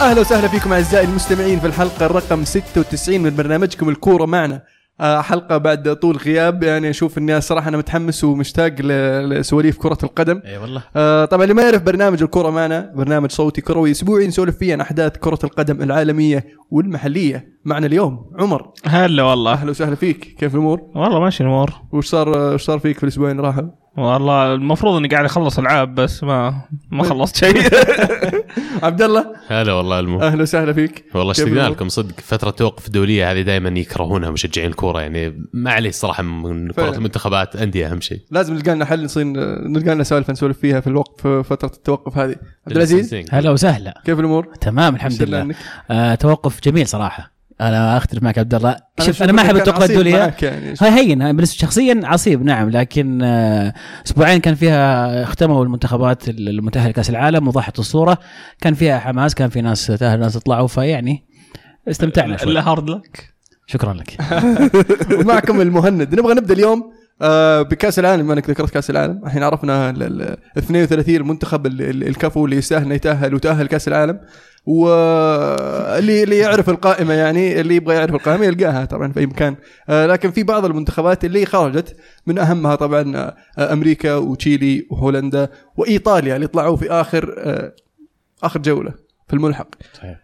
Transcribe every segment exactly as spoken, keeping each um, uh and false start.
أهلا وسهلا فيكم أعزائي المستمعين في الحلقة الرقم ستة وتسعين من برنامجكم الكورة معنا. حلقة بعد طول غياب، يعني أشوف إني صراحة أنا متحمس ومشتاق لسواليف كرة القدم. أي والله. طبعا اللي ما يعرف برنامج الكورة معنا برنامج صوتي كروي أسبوعي نسولف فيه عن أحداث كرة القدم العالمية والمحلية. معنا اليوم عمر. هلا والله. أهلا وسهلا فيك، كيف الأمور؟ والله ماشي الأمور. وش صار وش صار فيك في الأسبوعين راحوا؟ والله المفروض اني قاعد اخلص العاب بس ما ما خلصت شيء. عبد الله. هلا والله المو. اهلا وسهلا فيك. والله اشتقنا لكم صدق. فتره توقف الدوليه هذه دائما يكرهونها مشجعين الكوره، يعني ما عليه الصراحه من كره المنتخبات انديه اهم شيء. لازم نلقى لنا حل، نصير نلقى لنا سوالف نسولف فيها في الوقت في فتره التوقف هذه. عبد العزيز. هلا وسهلا. كيف الامور؟ تمام الحمد لله. آه توقف جميل صراحه. انا اختلف معك عبد الله. شوف انا ما احب التوقف الدوليه، يعني هاي هين بالنسبه شخصيا عصيب نعم، لكن اسبوعين كان فيها اختموا المنتخبات المتاهله لكاس العالم وضحت الصوره، كان فيها حماس، كان في ناس تاهلوا ناس طلعوا، فيعني استمتعنا شوي. هارد لك. شكرا لك. ومعكم المهند. نبغى نبدا اليوم بكاس العالم. ما ذكرت كاس العالم، الحين عرفنا ال اثنين وثلاثين المنتخب الكفو اللي يستاهل يتاهل وتاهل كاس العالم، واللي اللي يعرف القائمه، يعني اللي يبغى يعرف القائمه يلقاها طبعا في اي مكان. لكن في بعض المنتخبات اللي خرجت، من اهمها طبعا امريكا وتشيلي وهولندا وايطاليا اللي طلعوا في اخر اخر جوله في الملحق. صحيح.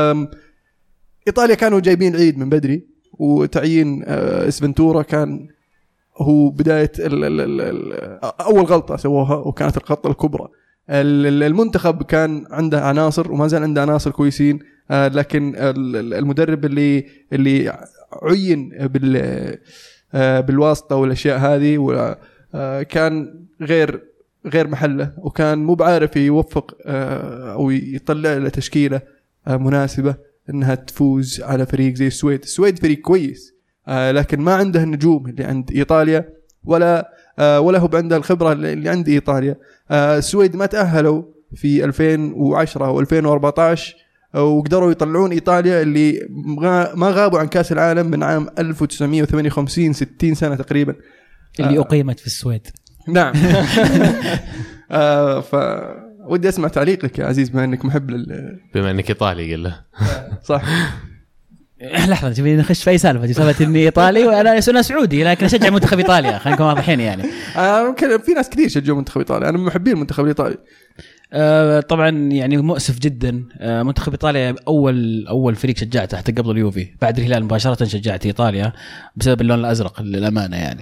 ايطاليا كانوا جايبين عيد من بدري، وتعيين اسفنتورا كان هو بداية ال ال ال ال أول غلطة سووها، وكانت الغلطة الكبرى. المنتخب كان عنده عناصر وما زال عنده عناصر كويسين، لكن المدرب اللي اللي عين بال بالواسطة والأشياء هذه كان غير غير محله، وكان مو بعارف يوفق أو يطلع له تشكيلة مناسبة إنها تفوز على فريق زي السويد. السويد فريق كويس، آه لكن ما عنده النجوم اللي عند إيطاليا، ولا آه ولا هو عنده الخبرة اللي عند إيطاليا. آه السويد ما تأهلوا في ألفين وعشرة وألفين وأربعتاشر، وقدروا يطلعون إيطاليا اللي ما غابوا عن كأس العالم من عام ألف وتسعمائة وثمانية وخمسين، ستين سنة تقريبا اللي آه أقيمت في السويد. نعم. آه ف ودي أسمع تعليقك يا عزيز، بما أنك محب لل بما أنك إيطالي. قل له صح. لحظة تبي نخش في أي سالفة؟ سالفة إني إيطالي وأنا أنا سعودي لكن أشجع منتخب إيطاليا، خلينا نكون واضحين يعني. آه في ناس كثير يشجعون منتخب إيطاليا، أنا من محبين المنتخب الإيطالي. آه طبعا يعني مؤسف جدا. آه منتخب إيطاليا أول أول فريق شجعته حتى قبل اليوفي، بعد الهلال مباشرة شجعت إيطاليا بسبب اللون الأزرق للأمانة يعني.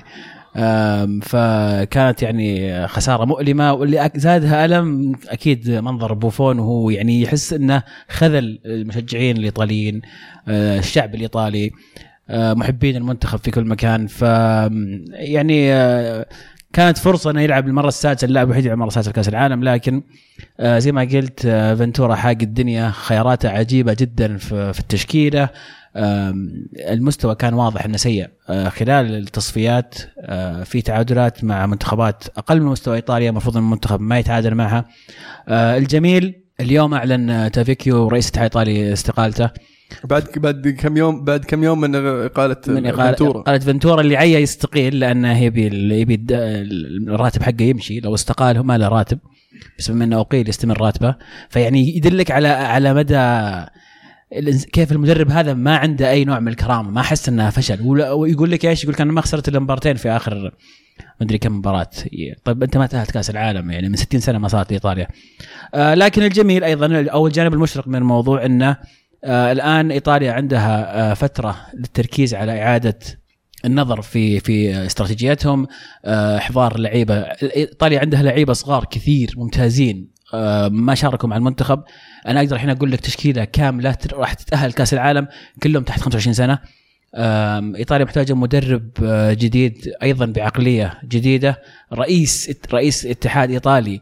فكانت يعني خسارة مؤلمة، واللي زادها ألم أكيد منظر بوفون، وهو يعني يحس أنه خذل المشجعين الإيطاليين، الشعب الإيطالي، محبين المنتخب في كل مكان. ف يعني كانت فرصة أنه يلعب المرة السادسة، اللاعب الوحيد يلعب المرة السادسة في كأس العالم، لكن زي ما قلت فنتورا حاق الدنيا، خياراته عجيبة جدا في التشكيلة. المستوى كان واضح انه سيء خلال التصفيات، في تعادلات مع منتخبات اقل من مستوى ايطاليا، المفروض ان المنتخب ما يتعادل معها. الجميل اليوم اعلن تافيكيو رئيس الاتحاد الايطالي استقالته بعد بعد كم يوم بعد كم يوم من اقاله فنتورا. قالت فنتورا اللي عيا يستقيل لانه يبي يبي الراتب حقه يمشي، لو استقال هو ما له راتب، بس بما انه اقيل يستمر راتبه. فيعني يدلك على على مدى كيف المدرب هذا ما عنده أي نوع من الكرامة، ما حس أنها فشل. ويقول لك إيش؟ يقول كان ما خسرت المباراتين في آخر ما أدري كم مباراة. طيب أنت ما تأهلت كأس العالم يعني من ستين سنة ما صارت إيطاليا. آه لكن الجميل أيضا أو الجانب المشرق من الموضوع أنه آه الآن إيطاليا عندها آه فترة للتركيز على إعادة النظر في في استراتيجياتهم، آه إحضار لعيبة. إيطاليا عندها لعيبة صغار كثير ممتازين ما شاركوا مع المنتخب. أنا أقدر الحين أقول لك تشكيلة كاملة راح تتأهل كأس العالم كلهم تحت خمسة وعشرين سنة. إيطاليا محتاجة مدرب جديد أيضا بعقلية جديدة، رئيس رئيس اتحاد إيطالي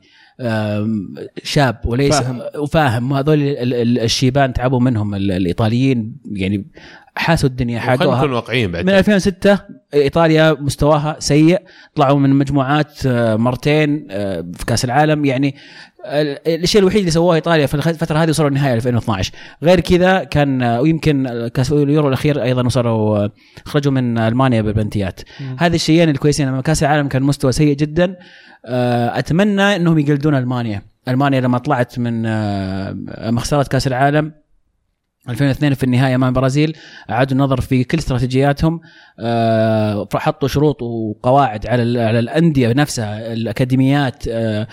شاب وليس فاهم. وفاهم. هذول الشيبان تعبوا منهم الإيطاليين، يعني حاسوا الدنيا حاجوها. نكون واقعيين بعد من ألفين وستة إيطاليا مستواها سيء، طلعوا من مجموعات مرتين في كأس العالم. يعني الشيء الوحيد اللي سووه إيطاليا في الفترة هذه وصلوا النهاية ألفين واثني عشر. غير كذا كان، ويمكن كأس اليورو الأخير أيضا وصلوا خرجوا من ألمانيا بالبنتيات. هذه الشيئين الكويسين. أما كأس العالم كان مستوى سيء جدا. أتمنى أنهم يقلدون ألمانيا. ألمانيا لما طلعت من مخسرة كأس العالم ألفين واثنين في النهاية أمام البرازيل أعادوا النظر في كل استراتيجياتهم، أه حطوا شروط وقواعد على على الأندية نفسها، الأكاديميات، أه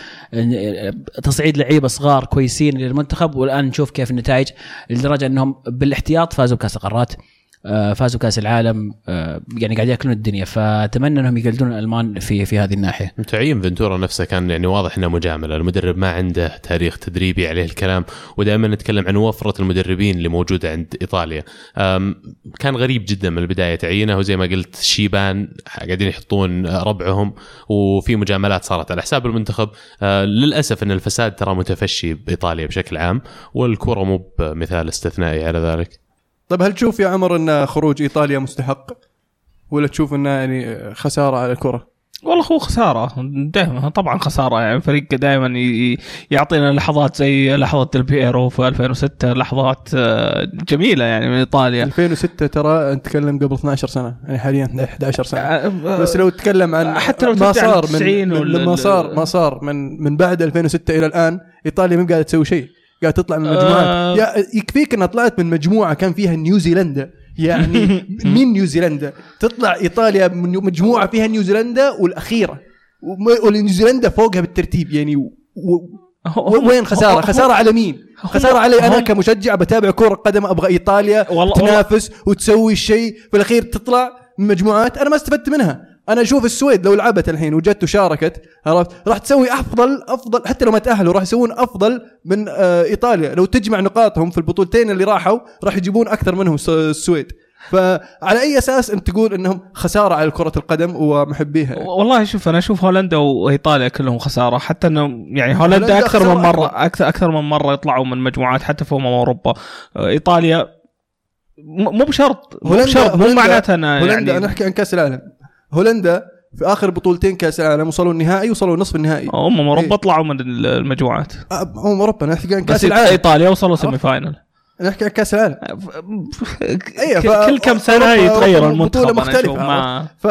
تصعيد لعيبة صغار كويسين للمنتخب، والآن نشوف كيف النتائج لدرجة أنهم بالاحتياط فازوا بكأس القارات، فازوا كأس العالم، يعني قاعد ياكلون الدنيا. فأتمنى أنهم يقلدون الألمان في في هذه الناحية. تعيين فنتورا نفسه كان يعني واضح أنه مجاملة، المدرب ما عنده تاريخ تدريبي عليه الكلام، ودائما نتكلم عن وفرة المدربين اللي موجودة عند إيطاليا. كان غريب جدا من البداية تعيينه، وزي ما قلت شيبان قاعدين يحطون ربعهم، وفي مجاملات صارت على حساب المنتخب. للأسف أن الفساد ترى متفشي بإيطاليا بشكل عام، والكرة مو بمثال استثنائي على ذلك. طب هل تشوف يا عمر ان خروج ايطاليا مستحق، ولا تشوف انه يعني خساره على الكره؟ والله هو خساره دائما، طبعا خساره. يعني فريق دائما يعطينا لحظات زي لحظه ديل بييرو في ألفين وستة، لحظات جميله يعني من ايطاليا. ألفين وستة ترى نتكلم قبل اثنا عشر سنه، يعني حاليا إحدى عشر سنه. بس لو تتكلم عن حتى لو ما صار من, من ولا ما صار ما صار من من بعد ألفين وستة الى الان، ايطاليا ما قاعده تسوي شيء، قاعد تطلع من مجموعات. أه يا يكفيك انها طلعت من مجموعه كان فيها نيوزيلندا، يعني من نيوزيلندا تطلع ايطاليا من مجموعه فيها نيوزيلندا والاخيره، ونيوزيلندا فوقها بالترتيب. يعني و... و... وين خساره؟ خساره على مين؟ خساره علي انا كمشجع بتابع كره قدم، ابغى ايطاليا تنافس وتسوي الشيء، في الاخير تطلع من مجموعات انا ما استفدت منها. انا اشوف السويد لو لعبت الحين وجت وشاركت، عرفت، راح تسوي افضل افضل حتى لو ما تاهلوا راح يسوون افضل من آه ايطاليا. لو تجمع نقاطهم في البطولتين اللي راحوا راح يجيبون اكثر منهم السويد. فعلى اي اساس انت تقول انهم خساره على كره القدم ومحبيها؟ والله شوف، انا اشوف هولندا وايطاليا كلهم خساره، حتى انه يعني هولندا اكثر من مره اكثر اكثر من مره يطلعوا من مجموعات حتى في امم اوروبا. ايطاليا مو بشرط مو بشرط مو معناتها انا هولندا. انا احكي عن كاس العالم، هولندا في اخر بطولتين كاس العالم وصلوا النهائي وصلوا نصف النهائي. امم اوروبا طلعوا من المجموعات. امم اوروبا نحكي عن كاس العالم. ايطاليا وصلوا سيمي فاينل، نحكي عن كاس العالم. أيه كل كم سنه يتغير المنتخب مختلفه. ما... ف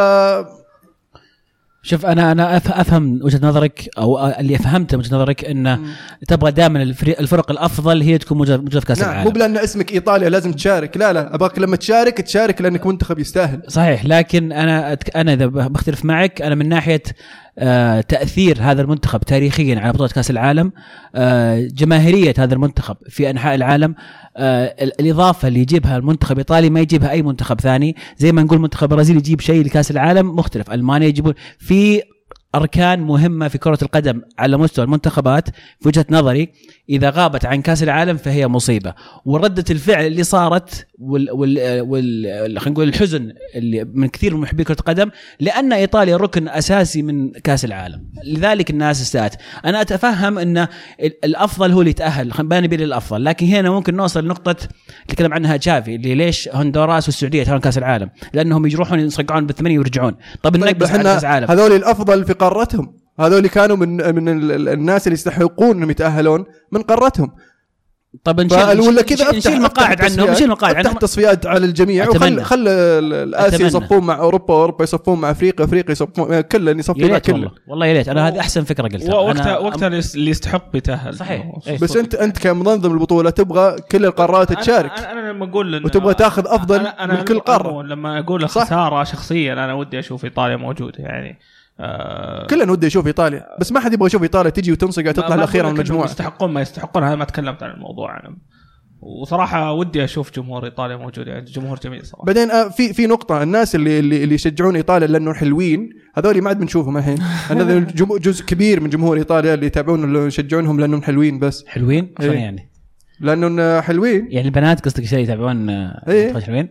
شوف انا انا افهم وجهه نظرك، او اللي فهمته وجهه نظرك ان تبغى دائما الفرق الافضل هي تكون موجوده في كاس نعم. العالم. مو بلان اسمك ايطاليا لازم تشارك، لا لا، ابغاك لما تشارك تشارك لانك منتخب يستاهل. صحيح، لكن انا انا اذا بختلف معك، انا من ناحيه آه تاثير هذا المنتخب تاريخيا على بطوله كاس العالم، آه جماهيريه هذا المنتخب في انحاء العالم، آه الاضافه اللي يجيبها المنتخب الايطالي ما يجيبها اي منتخب ثاني. زي ما نقول منتخب البرازيل يجيب شيء لكاس العالم مختلف، المانيا يجيبون في أركان مهمة في كرة القدم على مستوى المنتخبات. في وجهة نظري إذا غابت عن كأس العالم فهي مصيبة، وردة الفعل اللي صارت وال وال وال خلينا نقول الحزن اللي من كثير من محبي كرة القدم، لأن إيطاليا ركن أساسي من كأس العالم، لذلك الناس استاءت. أنا أتفهم أن الأفضل هو اللي يتأهل، خلينا نبي للأفضل، لكن هنا ممكن نوصل لنقطة اللي كلام عنها جافي، اللي ليش هندوراس والسعودية ترون كأس العالم، لأنهم يروحون يصقعون بالثمانية ويرجعون. طب ننقص على كأس العالم، هذول الأفضل في قارتهم، هذول كانوا من من الناس اللي يستحقون انهم يتاهلون من قارتهم. طب نشيل ولا كذا نشيل مقاعد عنهم، نشيل مقاعد عنهم، تصفيات على الجميع، وخل خل الاسيا يصفون مع اوروبا، واوروبا يصفون مع افريقيا، افريقيا يصفون كله يصفون مع كله. والله, والله يا ريت، انا هذه احسن فكره قلتها. وقتها وقتها اللي يستحق بيتاهل. صحيح. بس انت انت كمنظم البطوله تبغى كل القارات تشارك. انا انا لما اقول وتبغى تاخذ افضل أنا أنا من كل قاره. لما اقول خساره شخصيا انا ودي اشوف ايطاليا موجوده، يعني آه كلنا ودي يشوف ايطاليا، بس ما حد يبغى يشوف ايطاليا تجي وتنصقع تطلع الاخيره من المجموعه. يستحقون ما يستحقون، هذا ما تكلمت عن الموضوع انا، وصراحه ودي اشوف جمهور ايطاليا موجود، يعني جمهور جميل صراحه. بعدين آه في في نقطه، الناس اللي اللي, اللي يشجعون ايطاليا لانه حلوين، هذول ما عاد بنشوفهم الحين. هذا جزء كبير من جمهور ايطاليا اللي يتابعون اللي يشجعونهم لانهم حلوين. بس حلوين شلون يعني؟ لانه حلوين، يعني البنات قصدك شيء يتابعون ايه؟ حلوين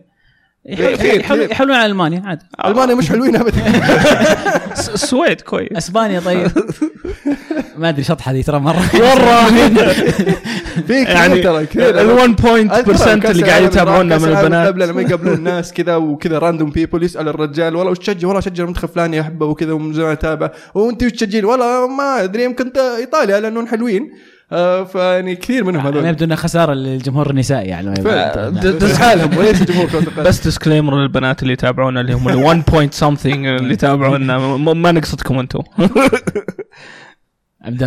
يحلون على المانيا عادي. المانيا مش حلوين ابدا. السويد كويس. اسبانيا طيب ما ادري شطحه هذه ترى مره مره فيك يعني ال1 بوينت بيرسنت اللي قاعد يتابعونا من البنات قبل لما يقابلون الناس كذا وكذا راندوم بيبل، يسال الرجال والله وش تشجع، والله اشجع المنتخب فلاني احبه وكذا ومن زمان اتابع، وانت وش تشجعين؟ والله ما ادري يمكن ايطاليا لانهم حلوين. آه فاني كثير منهم هذول. ما يبدو انه خساره للجمهور النسائي يعني دز حالهم وليس الجمهور. بس ديسكليمر للبنات اللي يتابعونا اللي هم ال one point something اللي يتابعونا، ما نقصدكم انتم. عبد الله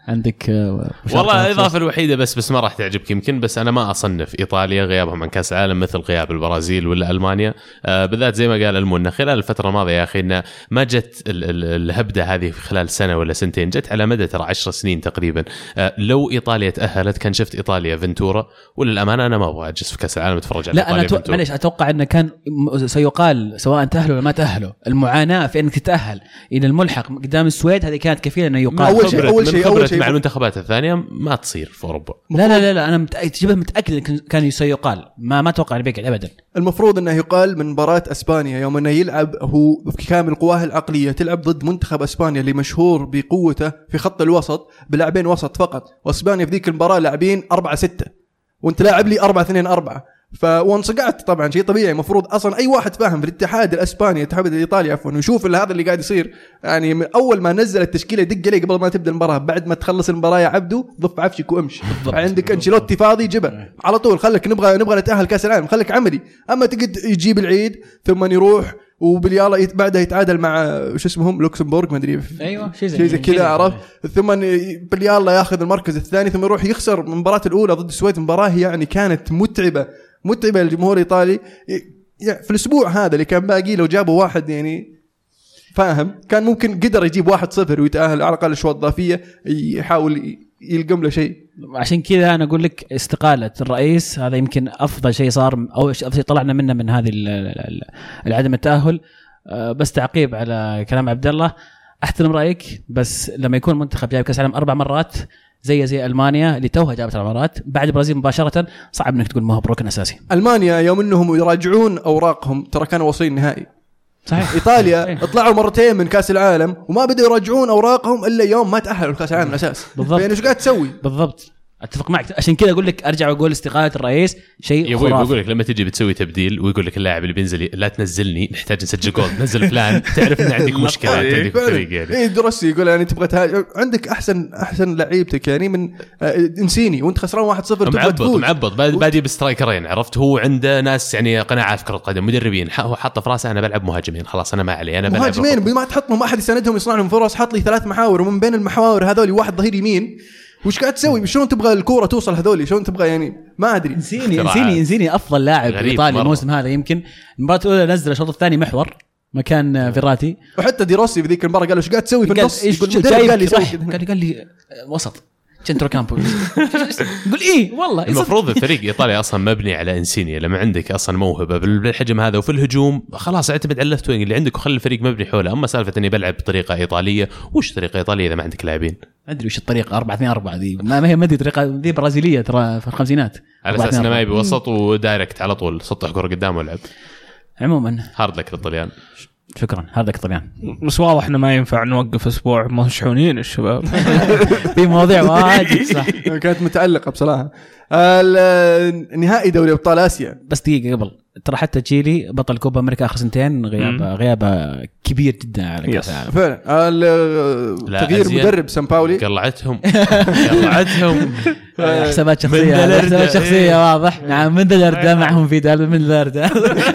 عندك والله الإضافة الوحيدة بس بس ما راح تعجبك يمكن، بس أنا ما أصنف إيطاليا غيابهم عن كأس العالم مثل غياب البرازيل ولا ألمانيا، آه بالذات زي ما قال المنة خلال الفترة الماضية يا أخي إن ما جت الهبدة هذه في خلال سنة ولا سنتين، جت على مدى ترى عشر سنين تقريبا. آه لو إيطاليا تأهلت كان شفت إيطاليا فنتورا، وللأمانة أنا ما أبغى أجلس في كأس العالم أتفرج على لا أنا تو... معليش أتوقع أنه كان سيقال سواء تأهلوا ولا ما تأهلوا، المعاناة في أنك تتأهل إلى الملحق قدام السويد هذه كانت كفيلة أنه يقال. أول شيء أول شيء أول شيء مع المنتخبات الثانية ما تصير في أوروبا. لا لا لا, لا أنا متأكد شبه متأكد كان سيقال، ما ما أتوقع بيقعد أبدا. المفروض أنه يقال من مباراة أسبانيا يوم أنه يلعب هو في كامل قواه العقلية، تلعب ضد منتخب أسبانيا اللي مشهور بقوته في خط الوسط بلاعبين وسط فقط، وأسبانيا في ذيك المباراة لاعبين أربعة ستة وأنت لاعب لي أربعة اثنين أربعة، فوانصقعت طبعا شيء طبيعي. مفروض اصلا اي واحد فاهم في الاتحاد الاسباني الاتحاد الايطالي عفوا ويشوف هذا اللي قاعد يصير، يعني من اول ما نزل التشكيله يدق عليه قبل ما تبدا المباراه، بعد ما تخلص المباراه يا عبدو ضف عفشك وامشي، عندك انشيلوتي فاضي جبه على طول، خليك نبغى نبغى نتاهل كاس العالم، خليك عملي. اما تقعد يجيب العيد ثم يروح وباليالا بعدها يتعادل مع شو اسمهم لوكسمبورغ ما ادري ايوه شيء زي, زي كذا عرفت، ثم باليلا ياخذ المركز الثاني ثم يروح يخسر من المباراه الاولى ضد السويد. مباراه يعني كانت متعبه متعبه للجمهور الايطالي. في الاسبوع هذا اللي كان باقي لو جابوا واحد يعني فاهم كان ممكن قدر يجيب واحد صفر ويتاهل على الاقل شوط اضافيه يحاول يلقم له شيء. عشان كذا انا اقول لك استقاله الرئيس هذا يمكن افضل شيء صار او افضل شيء طلعنا منه من هذه العدم التاهل. بس تعقيب على كلام عبد الله، احترم رايك، بس لما يكون منتخب جايب كاس العالم اربع مرات زي زي ألمانيا اللي توها جابت الامارات بعد البرازيل مباشره، صعب انك تقول ما هو بركن اساسي. المانيا يوم انهم يراجعون اوراقهم ترى كانوا واصلين نهائي. صحيح. ايطاليا طلعوا مرتين من كاس العالم وما بدأوا يراجعون اوراقهم الا يوم ما تاهلوا لكاس العالم من الاساس. يعني ايش قاعد تسوي بالضبط؟ اتفق معك، عشان كذا اقول لك ارجع واقول استقاله الرئيس شيء خرافي. بقول لك لما تجي بتسوي تبديل ويقول لك اللاعب اللي بينزل لا تنزلني نحتاج نسجل جول نزل فلان، تعرف ان عندك مشكله عندك في الفريق يعني. اي درسي يقول يعني تبغى تهاجم عندك احسن احسن لعيبتك يعني من انسيني وانت خسران واحد صفر تبغى تفوز معبط بادي بسترايكرين، عرفت؟ هو عنده ناس يعني قناعه في كره القدم مدربين، هو حاطه في راسه انا بلعب مهاجمين خلاص انا ما علي انا بلعب مهاجمين ما تحطهم احد يساندهم يصنع لهم فرص، حط لي ثلاث محاور ومن بين المحاور هذول واحد ظهير يمين. وش قاعد تسوي؟ شلون تبغى الكوره توصل هذولي؟ شلون تبغى يعني ما ادري. انسيني انسيني انسيني افضل لاعب في ايطاليا الموسم هذا، يمكن المباراه الاولى نزل الشوط الثاني محور مكان فيراتي، وحتى دي روسي في ذيك المباراه قالوا ايش قاعد تسوي في النص؟ يقول المدرب قال لي صح قال قال لي وسط سنترو كامبو قول ايه والله. المفروض الفريق ايطاليا اصلا مبني على انسينيا، لما عندك اصلا موهبه بالحجم هذا وفي الهجوم خلاص اعتمد على اللفت وينج اللي عندك وخلي الفريق مبني حوله. اما سالفه اني بلعب بطريقه ايطاليه، وش طريقه ايطاليه اذا ما عندك لاعبين؟ ادري وش الطريقه أربعة اثنين أربعة دي ما هي مدري طريقه ذي برازيليه ترى في الخمسينات على اساس انه ما يبي وسط ودايركت على طول سطح كره قدام ولعب. عموما هارد لك للطليان، شكرا هذا طبيعي. بس واضح انه ما ينفع نوقف اسبوع مشحونين الشباب في مواضيع واجد صح كانت متعلقه بصراحه. نهائي دوري ابطال اسيا بس دقيقه قبل، ترى حتى تشيلي بطل كوبا امريكا اخر سنتين غياب غياب كبير جدا على كاس العالم فعلا. تغيير مدرب سان باولي قلعتهم قلعتهم حسابات شخصيه حسابات شخصيه واضح. نعم من دلرده معهم في دال من دلرده.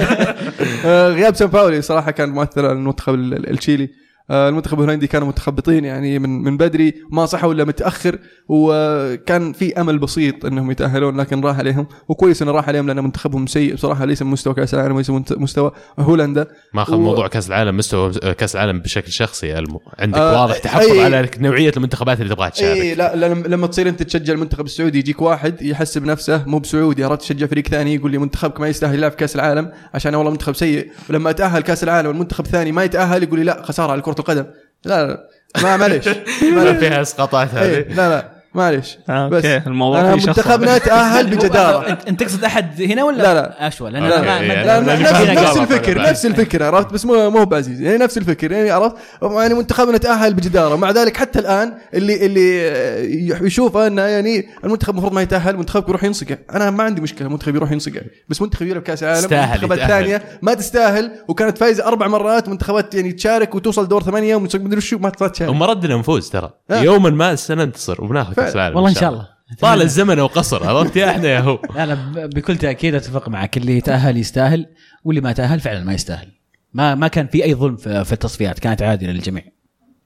غياب سان باولي صراحه كان مؤثر على المنتخب التشيلي. المنتخب الهولندي كانوا متخبطين يعني من من بدري ما صحوا الا متاخر، وكان في امل بسيط انهم يتاهلون لكن راح عليهم، وكويس انه راح عليهم لان منتخبهم سيء بصراحه، ليس مستوى كاس العالم وليس مستوى هولندا. ما اخذ و... موضوع كاس العالم مستوى كاس العالم بشكل شخصي المو. عندك آه واضح تحفظ أي... على نوعيه المنتخبات اللي تبغى تشارك. اي لا لما تصير انت تشجع المنتخب السعودي يجيك واحد يحسب نفسه مو بسعودي، اردت تشجع فريق ثاني يقول لي منتخبك ما يستاهل يلعب كاس العالم عشان والله منتخب سيء، ولما اتاهل كاس العالم والمنتخب الثاني ما يتاهل يقول لي لا خساره على كره القدم. لا لا ما معليش ما فيها اسقاطات هذه. لا لا معليش بس الموضوع أنا منتخبنا تأهل بجدارة. انت تقصد احد هنا ولا لا لا اشول انا لا لا لا نفس, نفس الفكر نفس الفكره عرفت، بس مو مو بعزيز يعني نفس الفكر يعني عرفت يعني منتخبنا تأهل بجدارة، مع ذلك حتى الان اللي اللي يشوفه انه يعني المنتخب المفروض ما يتأهل، منتخب يروح ينصقع. انا ما عندي مشكله منتخب يروح ينصقع، بس منتخب يلعب كاس العالم المنتخبات الثانيه ما تستاهل وكانت فايزه اربع مرات، منتخبات يعني تشارك وتوصل دور ثمانية ومدري شو ما تشارك وما ردنا نفوز ترى يوما ما سننتصر وبناخذ كاس العالم والله ان شاء الله. طال الزمن وقصر عرفت يا احنا يا هو. لا لا بكل تاكيد اتفق معك، اللي يتاهل يستاهل واللي ما تاهل فعلا ما يستاهل. ما ما كان في اي ظلم في التصفيات، كانت عادله للجميع.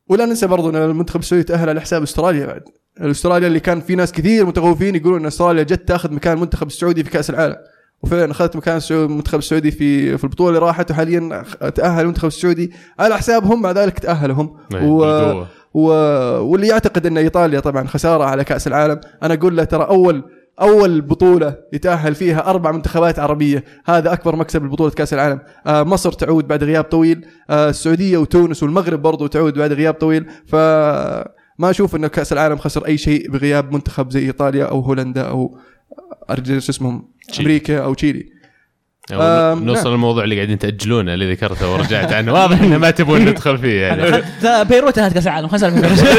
ولا ننسى برضو ان المنتخب السعودي تأهل على حساب استراليا بعد. استراليا اللي كان في ناس كثير متخوفين يقولون ان استراليا جت تاخذ مكان المنتخب السعودي في كأس العالم، وفعلا اخذت مكان المنتخب السعودي في في البطوله اللي راحت، وحاليا تأهل المنتخب السعودي على حسابهم، مع ذلك تأهلهم. و... و... واللي يعتقد ان ايطاليا طبعا خساره على كأس العالم، انا اقول له ترى اول اول بطوله يتأهل فيها اربع منتخبات عربيه، هذا اكبر مكسب لبطوله كأس العالم. آه مصر تعود بعد غياب طويل، آه السعوديه وتونس والمغرب برضو تعود بعد غياب طويل، فما اشوف انه كأس العالم خسر اي شيء بغياب منتخب زي ايطاليا او هولندا او ارجل اسمهم امريكا او تشيلي. نوصل الموضوع اللي قاعدين تأجلونه اللي ذكرته ورجعت عنه، واضح انه ما تبون ندخل فيه يعني. بيروت هذا كأس العالم خسر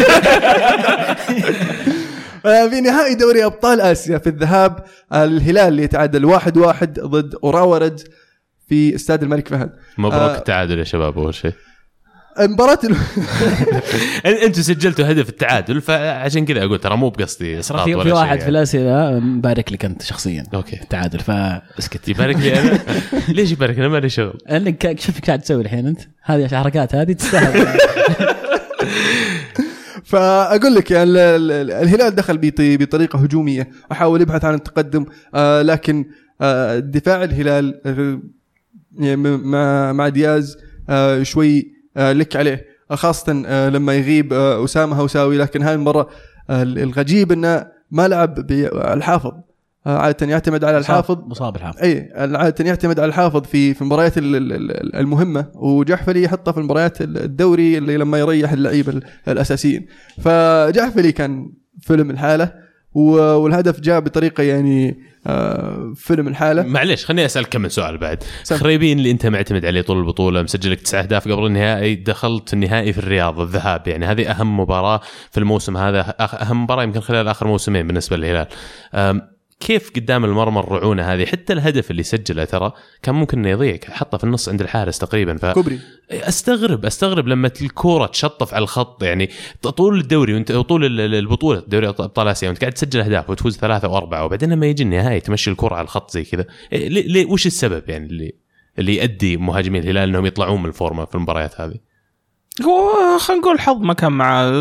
في نهائي دوري أبطال آسيا في الذهاب، الهلال اللي يتعادل واحد واحد ضد أوراورد في استاد الملك فهد. مبروك آه التعادل يا شباب. أول شيء مباراة ال... أنتوا سجلتوا هدف التعادل، فعشان كذا أقول ترى مو بقصدي إسقاط في, ولا في واحد يعني. في الأسئلة مبارك لك أنت شخصيا أوكي التعادل، فاسكت. يبارك لي أنا؟ ليش يبارك أنا؟ ما لي شغل. لأنك شوفك قاعد تسوي الحين أنت هذه حركات هذه تستاهل. فأقول لك يعني الهلال دخل بطريقة هجومية وحاول يبحث عن التقدم، آه لكن آه دفاع الهلال يعني مع مع دياز آه شوي آه لك عليه، خاصة آه لما يغيب آه أسامة هوساوي. لكن هاي المرة آه الغجيب إنه ما لعب بالحافظ، آه عادة يعتمد على الحافظ، مصاب الحافظ. أي عادة يعتمد على الحافظ في في المباريات المهمة، وجحفلي يحطه في المباريات الدوري اللي لما يريح اللعيبة الأساسيين. فجحفلي كان فيلم الحالة، والهدف جاء بطريقة يعني آه فيلم الحالة. معليش خليني أسأل كم سؤال بعد. خريبين اللي أنت معتمد عليه طول البطولة، مسجلك تسعة أهداف قبل النهائي، دخلت النهائي في الرياض الذهاب، يعني هذه أهم مباراة في الموسم هذا، أهم مباراة يمكن خلال آخر موسمين بالنسبة للهلال. كيف قدام المرمى الرعونة هذه؟ حتى الهدف اللي سجله ترى كان ممكن انه يضيع، حطه في النص عند الحارس تقريبا. ف كوبري. استغرب استغرب لما الكرة تشطف على الخط، يعني طول الدوري وانت طول البطولة دوري ابطال اسيا وانت قاعد تسجل اهداف وتفوز ثلاثة واربعة، وبعدين لما يجي النهائي تمشي الكرة على الخط زي كذا. ليه ليه وش السبب يعني اللي اللي يؤدي مهاجمين الهلال انهم يطلعون من الفورمة في المباريات هذه؟ هو خلينا نقول الحظ ما كان مع،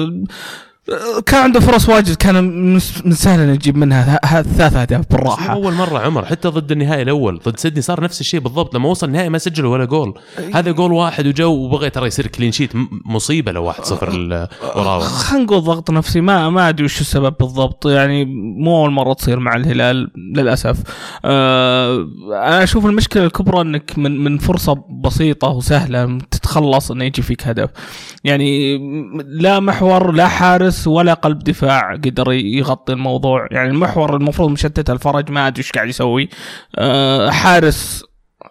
كان عنده فرص واجد، كان من سهل ان يجيب منها ثلاث اهداف بالراحه. اول مره عمر حتى ضد النهائي الاول ضد سيدني صار نفس الشيء بالضبط، لما وصل النهائي ما سجلوا ولا جول. هذا جول واحد وجو وبغى ترى يصير كلين شيت، مصيبه لو واحد صفر الوراوه. خلينا نقول ضغط نفسي، ما ما ادري وش السبب بالضبط، يعني مو اول مره تصير مع الهلال للاسف. أه انا اشوف المشكله الكبرى انك من من فرصه بسيطه وسهله تتخلص انه يجي فيك هدف، يعني لا محور لا حارس ولا قلب دفاع قدر يغطي الموضوع. يعني المحور المفروض مشتت الفرج، ما ادري ايش قاعد يسوي. أه حارس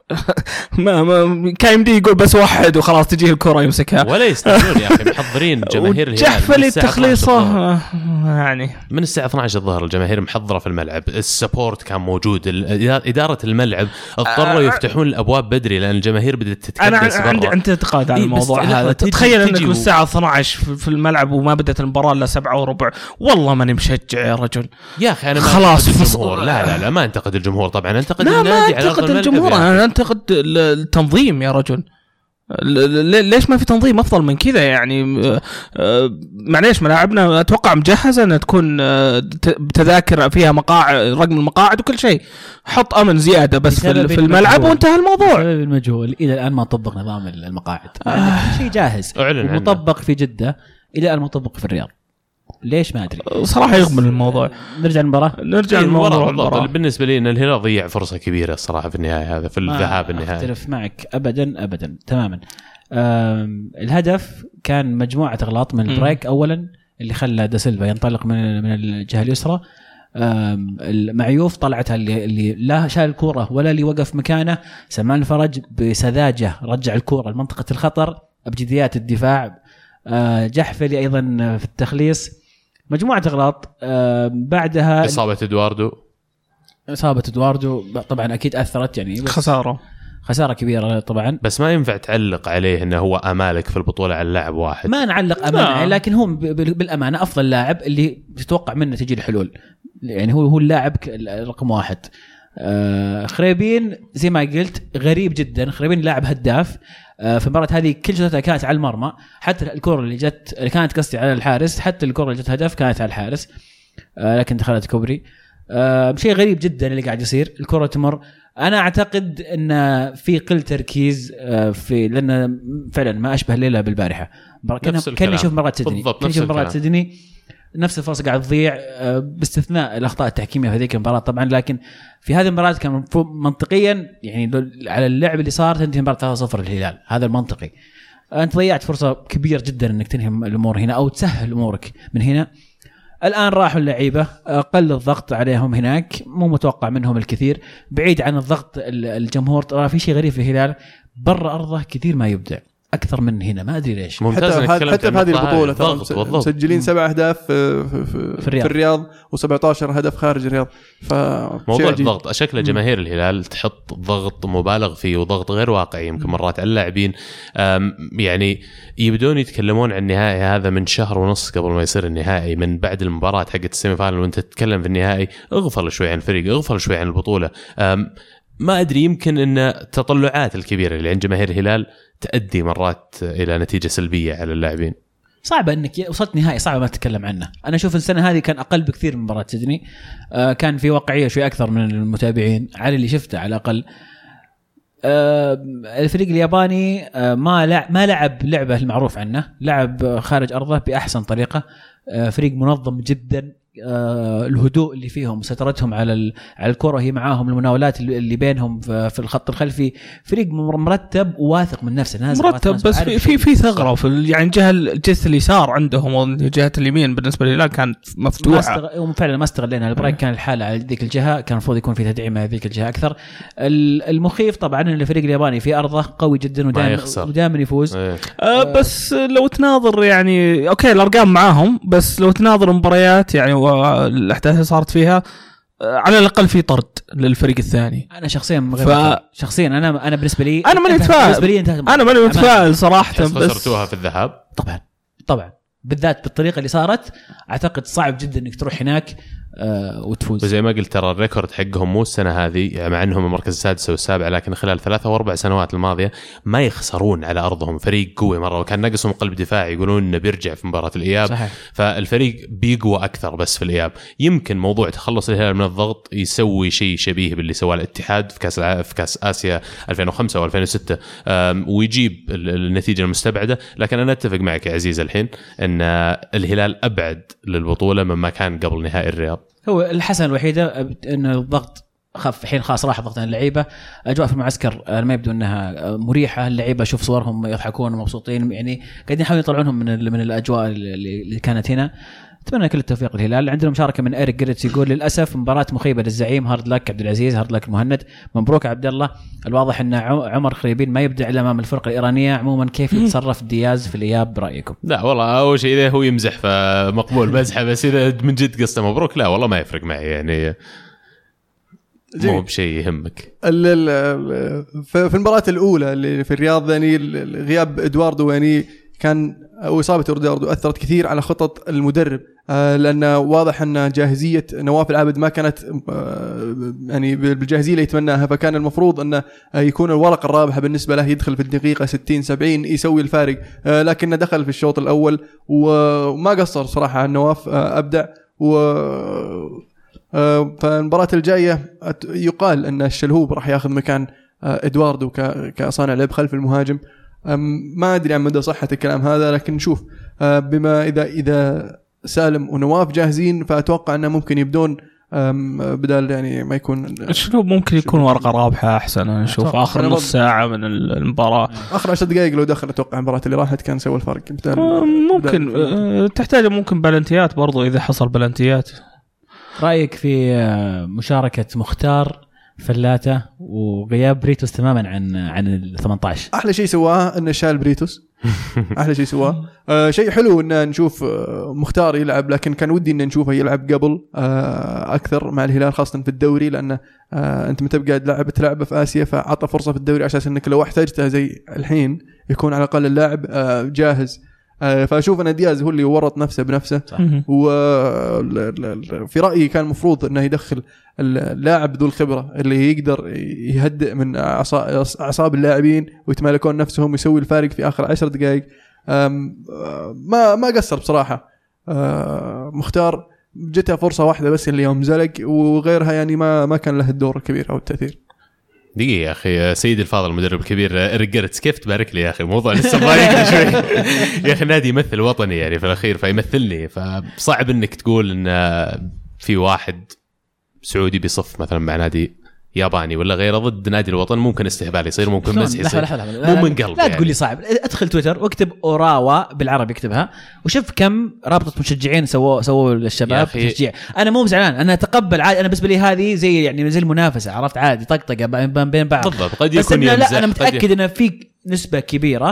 ما, ما كان يمدي يقول بس واحد وخلاص تجيه الكرة يمسكها، ولا يستاهلون يا اخي. محضرين جماهير الهلال جحفل التخليصه يعني من الساعه اثنا عشر الظهر الجماهير محضره في الملعب، السبورت كان موجود، اداره الملعب اضطروا يفتحون الابواب بدري لان الجماهير بدات تتكدس. انا عندي عندي اعتقاد على الموضوع هذا. تخيل انك من الساعه اثنا عشر في الملعب وما بدات المباراه الا سبعة وربع، والله ماني مشجع يا رجل يا اخي. انا ما خلاص الجمهور، لا لا لا ما انتقد الجمهور طبعا، انتقد النادي على ارض الملعب. انا انتقد التنظيم يا رجل. ليش ما في تنظيم افضل من كذا؟ يعني معليش ملاعبنا اتوقع مجهزه ان تكون تذاكر فيها مقاعد، رقم المقاعد وكل شيء، حط امن زياده بس في, في الملعب وانتهى الموضوع. بسبب المجهول الى الان ما طبق نظام المقاعد، آه. شيء جاهز ومطبق في جده، الى الان مطبق في الرياض. ليش ما ادري صراحه يغمن الموضوع. نرجع للمباراه نرجع للمباراه. بالنسبه لي ان الهلال ضيع فرصه كبيره الصراحه في النهايه، هذا في الذهاب النهائي. اختلف معك ابدا ابدا تماما. الهدف كان مجموعه اغلاط من البريك اولا اللي خلى داسيلفا ينطلق من من الجهه اليسرى. المعيوف طلعتها اللي, اللي لا شال الكوره ولا اللي وقف مكانه. سلمان الفرج بسذاجه رجع الكوره لمنطقه الخطر بجديات الدفاع. جحفلي ايضا في التخليص. مجموعه اغلاط. بعدها اصابه ادواردو اصابه ادواردو طبعا اكيد اثرت، يعني خساره خساره كبيره طبعا. بس ما ينفع تعلق عليه انه هو امالك في البطوله على اللاعب واحد، ما نعلق امانه، لكن هو بالامانه افضل لاعب اللي تتوقع منه تجي الحلول، يعني هو هو اللاعب رقم واحد. آه خريبين زي ما قلت غريب جدا. خريبين لاعب هداف، في المباراة هذه كل شوطها كانت على المرمى، حتى الكرة اللي جت اللي كانت قصدي على الحارس، حتى الكرة اللي جت هدف كانت على الحارس لكن دخلت كوبري. شيء غريب جدا اللي قاعد يصير، الكرة تمر. أنا أعتقد أن في قل تركيز في، لأن فعلا ما أشبه الليلة بالبارحة. كان يشوف مرات سيدني كان يشوف مرات سيدني نفس الفرصة قاعد تضيع باستثناء الأخطاء التحكيمية في هذيك المباراة طبعا، لكن في هذه المباراة كان منطقيا يعني على اللعب اللي صار تنتهي مباراة ثلاثة صفر للهلال، هذا المنطقي. أنت ضيعت فرصة كبيرة جدا أنك تنهي الأمور هنا أو تسهل أمورك من هنا. الآن راحوا اللعيبة، قل الضغط عليهم هناك، مو متوقع منهم الكثير، بعيد عن الضغط الجمهور. ترى في شيء غريب في الهلال، برا أرضه كثير ما يبدع أكثر من هنا، ما أدري ليش. حتى, حتى في هذه البطولة مسجلين سبع أهداف في, في, في, في الرياض وسبعة عشر هدف خارج الرياض. موضوع الضغط شكل جماهير الهلال تحط ضغط مبالغ فيه وضغط غير واقعي يمكن مرات على اللاعبين. يعني يبدون يتكلمون عن النهائي هذا من شهر ونص قبل ما يصير النهائي، من بعد المباراة حقت السيمي فاينل وانت تتكلم في النهائي. اغفل شوي عن الفريق، اغفل شوي عن البطولة. ما أدري، يمكن أن التطلعات الكبيرة اللي عند جماهير الهلال تؤدي مرات إلى نتيجة سلبية على اللاعبين. صعبة أنك وصلت نهائي، صعبة ما تتكلم عنه. أنا أشوف السنة هذه كان أقل بكثير من مباراة سيدني، آه كان في واقعية شوي أكثر من المتابعين على اللي شفته على الأقل. آه الفريق الياباني آه ما لعب ما لعب لعبة المعروف عنه، لعب خارج أرضه بأحسن طريقة. آه فريق منظم جدا، آه الهدوء اللي فيهم، سترتهم على على الكرة هي معاهم، المناولات اللي بينهم في الخط الخلفي. فريق مرتب وواثق من نفسه، نازل مرتب بس في في, في ثغرة في يعني جهة الجهة اليسار عندهم وجهة اليمين بالنسبة لي لا كانت مفتوحة، ما وفعلا ما استغلينها. البريك كان الحالة على ذيك الجهة، كان المفروض يكون في تدعيم على ذيك الجهة أكثر. المخيف طبعا ان الفريق الياباني في أرضه قوي جدا ودائما يفوز. آه آه بس لو تناظر يعني اوكي الأرقام معاهم، بس لو تناظر مباريات يعني الأحداث اللي صارت فيها على الأقل في طرد للفريق الثاني. أنا شخصيا ف... شخصيا أنا أنا بالنسبة لي أنا ماني متفائل، أنا ماني متفائل صراحة. بس خسرتوها في الذهاب طبعا طبعا بالذات بالطريقة اللي صارت، أعتقد صعب جدا إنك تروح هناك آه وتفوز. وزي ما قلت ترى الريكورد حقهم مو السنة هذه، مع أنهم المركز السادس والسابع، لكن خلال ثلاثة وأربع سنوات الماضية ما يخسرون على أرضهم. فريق قوي مرة، وكان ناقصهم قلب دفاعي، يقولون إنه بيرجع في مباراة الإياب. صحيح. فالفريق بيقوى أكثر بس في الإياب. يمكن موضوع تخلص الهلال من الضغط يسوي شيء شبيه باللي سواه الاتحاد في كأس في كأس آسيا ألفين وخمسة وألفين وستة، ويجيب النتيجة المستبعدة. لكن أنا أتفق معك يا عزيز الحين أن الهلال أبعد للبطولة مما كان قبل نهائي الرياض. هو الحسنة الوحيدة أن الضغط خف الحين، خلاص راح ضغط اللعيبة. أجواء في المعسكر ما يبدو أنها مريحة، اللعيبة شوف صورهم يضحكون ومبسوطين، يعني قاعدين يحاولون يطلعونهم من من الأجواء اللي كانت هنا. أتمنى كل التوفيق للهلال. عندنا مشاركة من إيريك جريتس يقول للأسف مباراة مخيبة للزعيم، هارد لك عبد العزيز، هارد لك مهند. مبروك عبد الله. الواضح أن عمر خريبين ما يبدع إلا أمام الفرق الإيرانية. عموما كيف يتصرف دياز في الإياب برأيكم؟ لا والله أول شيء إذا هو يمزح فمقبول مزحة، بس إذا من جد قصة مبروك لا والله ما يفرق معي، يعني مو بشيء يهمك. في المباراة الأولى اللي في الرياض يعني غياب إدواردو يعني كان أو إصابة إدواردو أثرت كثير على خطط المدرب، لأن واضح أن جاهزية نواف العابد ما كانت يعني بالجاهزية اللي يتمناها. فكان المفروض أن يكون الورقة الرابحة بالنسبة له، يدخل في الدقيقة ستين سبعين يسوي الفارق، لكنه دخل في الشوط الأول وما قصر صراحة. نواف أبدع. و فالمباراة الجاية يقال أن الشلهوب راح يأخذ مكان إدواردو كصانع لعب خلف المهاجم. ما أدري عن مدى صحة الكلام هذا، لكن نشوف. بما إذا إذا سالم ونواف جاهزين فأتوقع أنه ممكن يبدون بدل يعني ما يكون الشلهوب ممكن يكون ورقة رابحة أحسن. أنا أشوف آخر نص ساعة من المباراة، آخر عشر دقائق لو دخل أتوقع المباراة اللي راحت كان سوى الفرق. ممكن تحتاج ممكن بلنتيات برضو إذا حصل بلنتيات. رأيك في مشاركة مختار فلاتة وغياب بريتوس تماما عن عن ال ثمانية عشر؟ احلى شيء سواه انه شال بريتوس. احلى شيء سواه آه شيء حلو ان نشوف آه مختار يلعب، لكن كان ودي ان نشوفه يلعب قبل آه اكثر مع الهلال خاصه في الدوري، لان آه انت متى قاعد لعبه تلعب في اسيا فعطى فرصه في الدوري عشان انك لو احتاجته زي الحين يكون على الاقل اللاعب آه جاهز فاشوف ان دياز هو اللي ورط نفسه بنفسه. وفي رايي كان المفروض انه يدخل اللاعب ذو الخبره اللي يقدر يهدئ من اعصاب اللاعبين ويتمالكون نفسهم ويسوي الفارق في اخر عشر دقائق. ما ما قصر بصراحه. مختار جتها فرصه واحده بس اللي يوم زلق، وغيرها يعني ما ما كان له الدور الكبير او التاثير. دقيقة يا أخي سيد الفاضل المدرب الكبير رجرت كيف تبارك لي يا أخي موضوع لسه بايقني شوي. يا أخي النادي يمثل وطني يعني في الأخير فيمثلني، فصعب إنك تقول إن في واحد سعودي بيصف مثلا مع نادي ياباني ولا غيره ضد نادي الوطن ممكن استهبال يصير، ممكن مزح يصير، مو من قلب. لا يعني. تقول لي صعب. ادخل تويتر واكتب اوراوا بالعربي اكتبها وشوف كم رابطه مشجعين سووا سووا للشباب تشجيع. انا مو زعلان، انا اتقبل عادي. انا بالنسبه لي هذه زي يعني زي المنافسه، عرفت؟ عادي طقطقه بين بعض بالضبط. قد يكون يمزح. لا انا متاكد ان في نسبه كبيره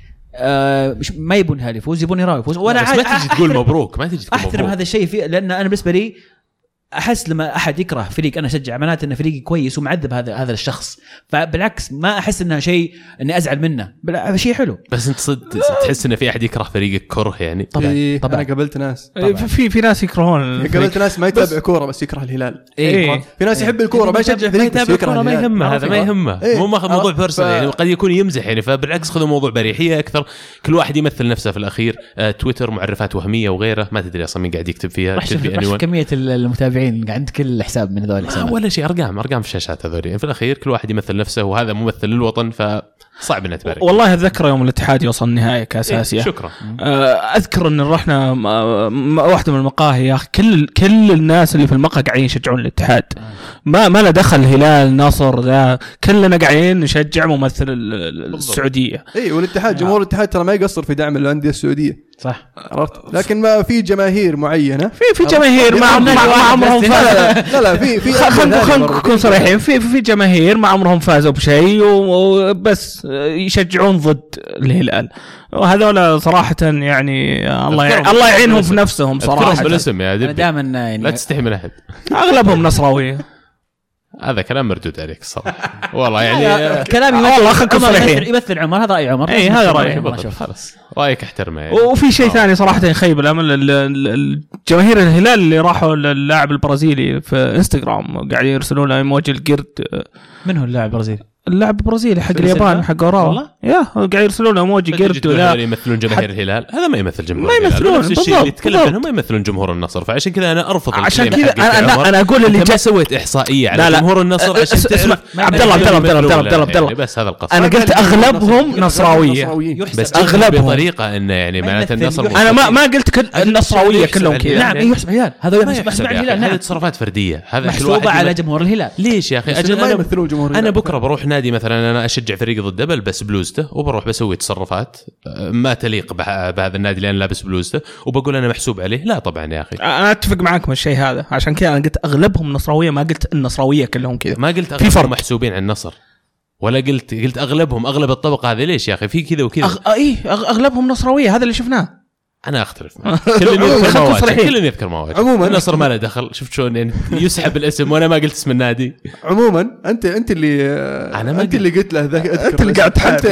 آه ما يبونها يفوز، يبون يراوي يفوز. وانا ما تيجي تقول مبروك، ما تيجي تقول احترم مبروك. هذا الشيء فيه، لان انا بالنسبه لي احس لما احد يكره فريق انا اشجع معناته ان فريقي كويس ومعذب هذا هذا الشخص. فبالعكس ما احس انها شيء اني ازعل منه، هذا شيء حلو. بس انت صدق تحس ان في احد يكره فريقك كره يعني؟ طبعا إيه طبعا. انا قابلت ناس في في ناس يكرهون، قابلت ناس ما يتابع كوره بس يكره الهلال. إيه. في ناس يحب الكوره ما يشجع فريق بس يكره الهلال. ما يهمه هذا، ما يهمه إيه. مو ماخذ موضوع بيرسونال ف... يعني قد يكون يمزح يعني. فبالعكس خذوا موضوع بريحيه اكثر، كل واحد يمثل نفسه في الاخير. آه تويتر معرفات وهميه وغيره ما تدري اصلا مين قاعد يكتب فيها. تكتب كميه المتابعين عند كل حساب من هذول الحسابات ولا شيء، ارقام ارقام في الشاشات هذول يعني. في الاخير كل واحد يمثل نفسه وهذا ممثل للوطن، فصعب ان تبارك. والله اتذكر يوم الاتحاد يوصل النهائي كاس اسيا. إيه شكرا. اذكر ان رحنا واحده من المقاهي يا اخي، كل كل الناس اللي في المقهى قاعدين يشجعون الاتحاد. ما ما له دخل الهلال نصر ذا، كلنا قاعدين نشجع ممثل السعوديه. اي والاتحاد جمهور الاتحاد ترى ما يقصر في دعم الانديه السعوديه صح، عرفت؟ لكن ما في جماهير معينه، في في جماهير ما ما عمرهم فازوا. لا لا في في خلينا نكون صريحين، في في جماهير ما عمرهم فازوا بشيء وبس يشجعون ضد الهلال، وهذول صراحه يعني الله يعني الله يعينهم في نفسهم صراحه. بالاسم يا دبي دائما يعني لا تستحي من احد، اغلبهم نصراويه. هذا كلام مردود عليك الصراحه والله يعني. كلامي والله خلكم صريحين، يمثل عمر، هذا راي عمر. اي هذا رايي، خلاص رايك احترمه يعني. وفي شيء ثاني صراحه يخيب الامل، الجماهير الهلال اللي راحوا للاعب البرازيلي في انستغرام قاعدين يرسلون له ايموجي القرد. من هو اللاعب البرازيلي؟ اللاعب البرازيلي حق اليابان حق اوراوا، يا قاعد يرسلون ايموجي قرد. ولا يمثلون جماهير الهلال؟ هذا ما يمثل جمهور الهلال، ما يمثلون الشيء اللي يتكلم عنهم ما يمثلون جمهور النصر. فعشان كذا انا ارفض. عشان كذا انا انا اقول اللي ما سويت احصائيه على لا جمهور النصر عشان تعرف. عبد الله عبد الله عبد الله عبد الله عبد الله بس هذا القصد. انا قلت اغلبهم نصراويه، بس اغلبهم بطريقه انه يعني معناته النصر. انا ما ما قلت النصراويه كلهم كذا. نعم يحسب الهلال، هذا يحسب الهلال. هذه تصرفات فرديه، هذا محسوبه على جمهور الهلال. ليش يا اخي؟ اجل ما يمثلون جمهور الهلال. انا بكره بروح نادي مثلا انا اشجع فريق ضده بلبس بلوزته وبروح بسوي تصرفات ما تليق بهذا النادي لأن لابس بلوزته وبقول أنا محسوب عليه. لا طبعا يا أخي أنا أتفق معك من الشيء هذا. عشان كذا أنا قلت أغلبهم نصراوية، ما قلت النصراوية كلهم كذا. ما قلت أغلبهم محسوبين على النصر، ولا قلت قلت أغلبهم أغلب الطبقة هذه. ليش يا أخي في كذا وكذا؟ أغ... إيه أغلبهم نصراوية، هذا اللي شفناه. أنا أختلف كل يذكر مواجه كل يذكر مواجه عموما النصر ما له دخل. شفت شلون يعني يسحب الاسم وانا ما قلت اسم النادي. عموما انت انت اللي انا ما انت اللي قلت له ذاك انت اللي قاعد تحدث.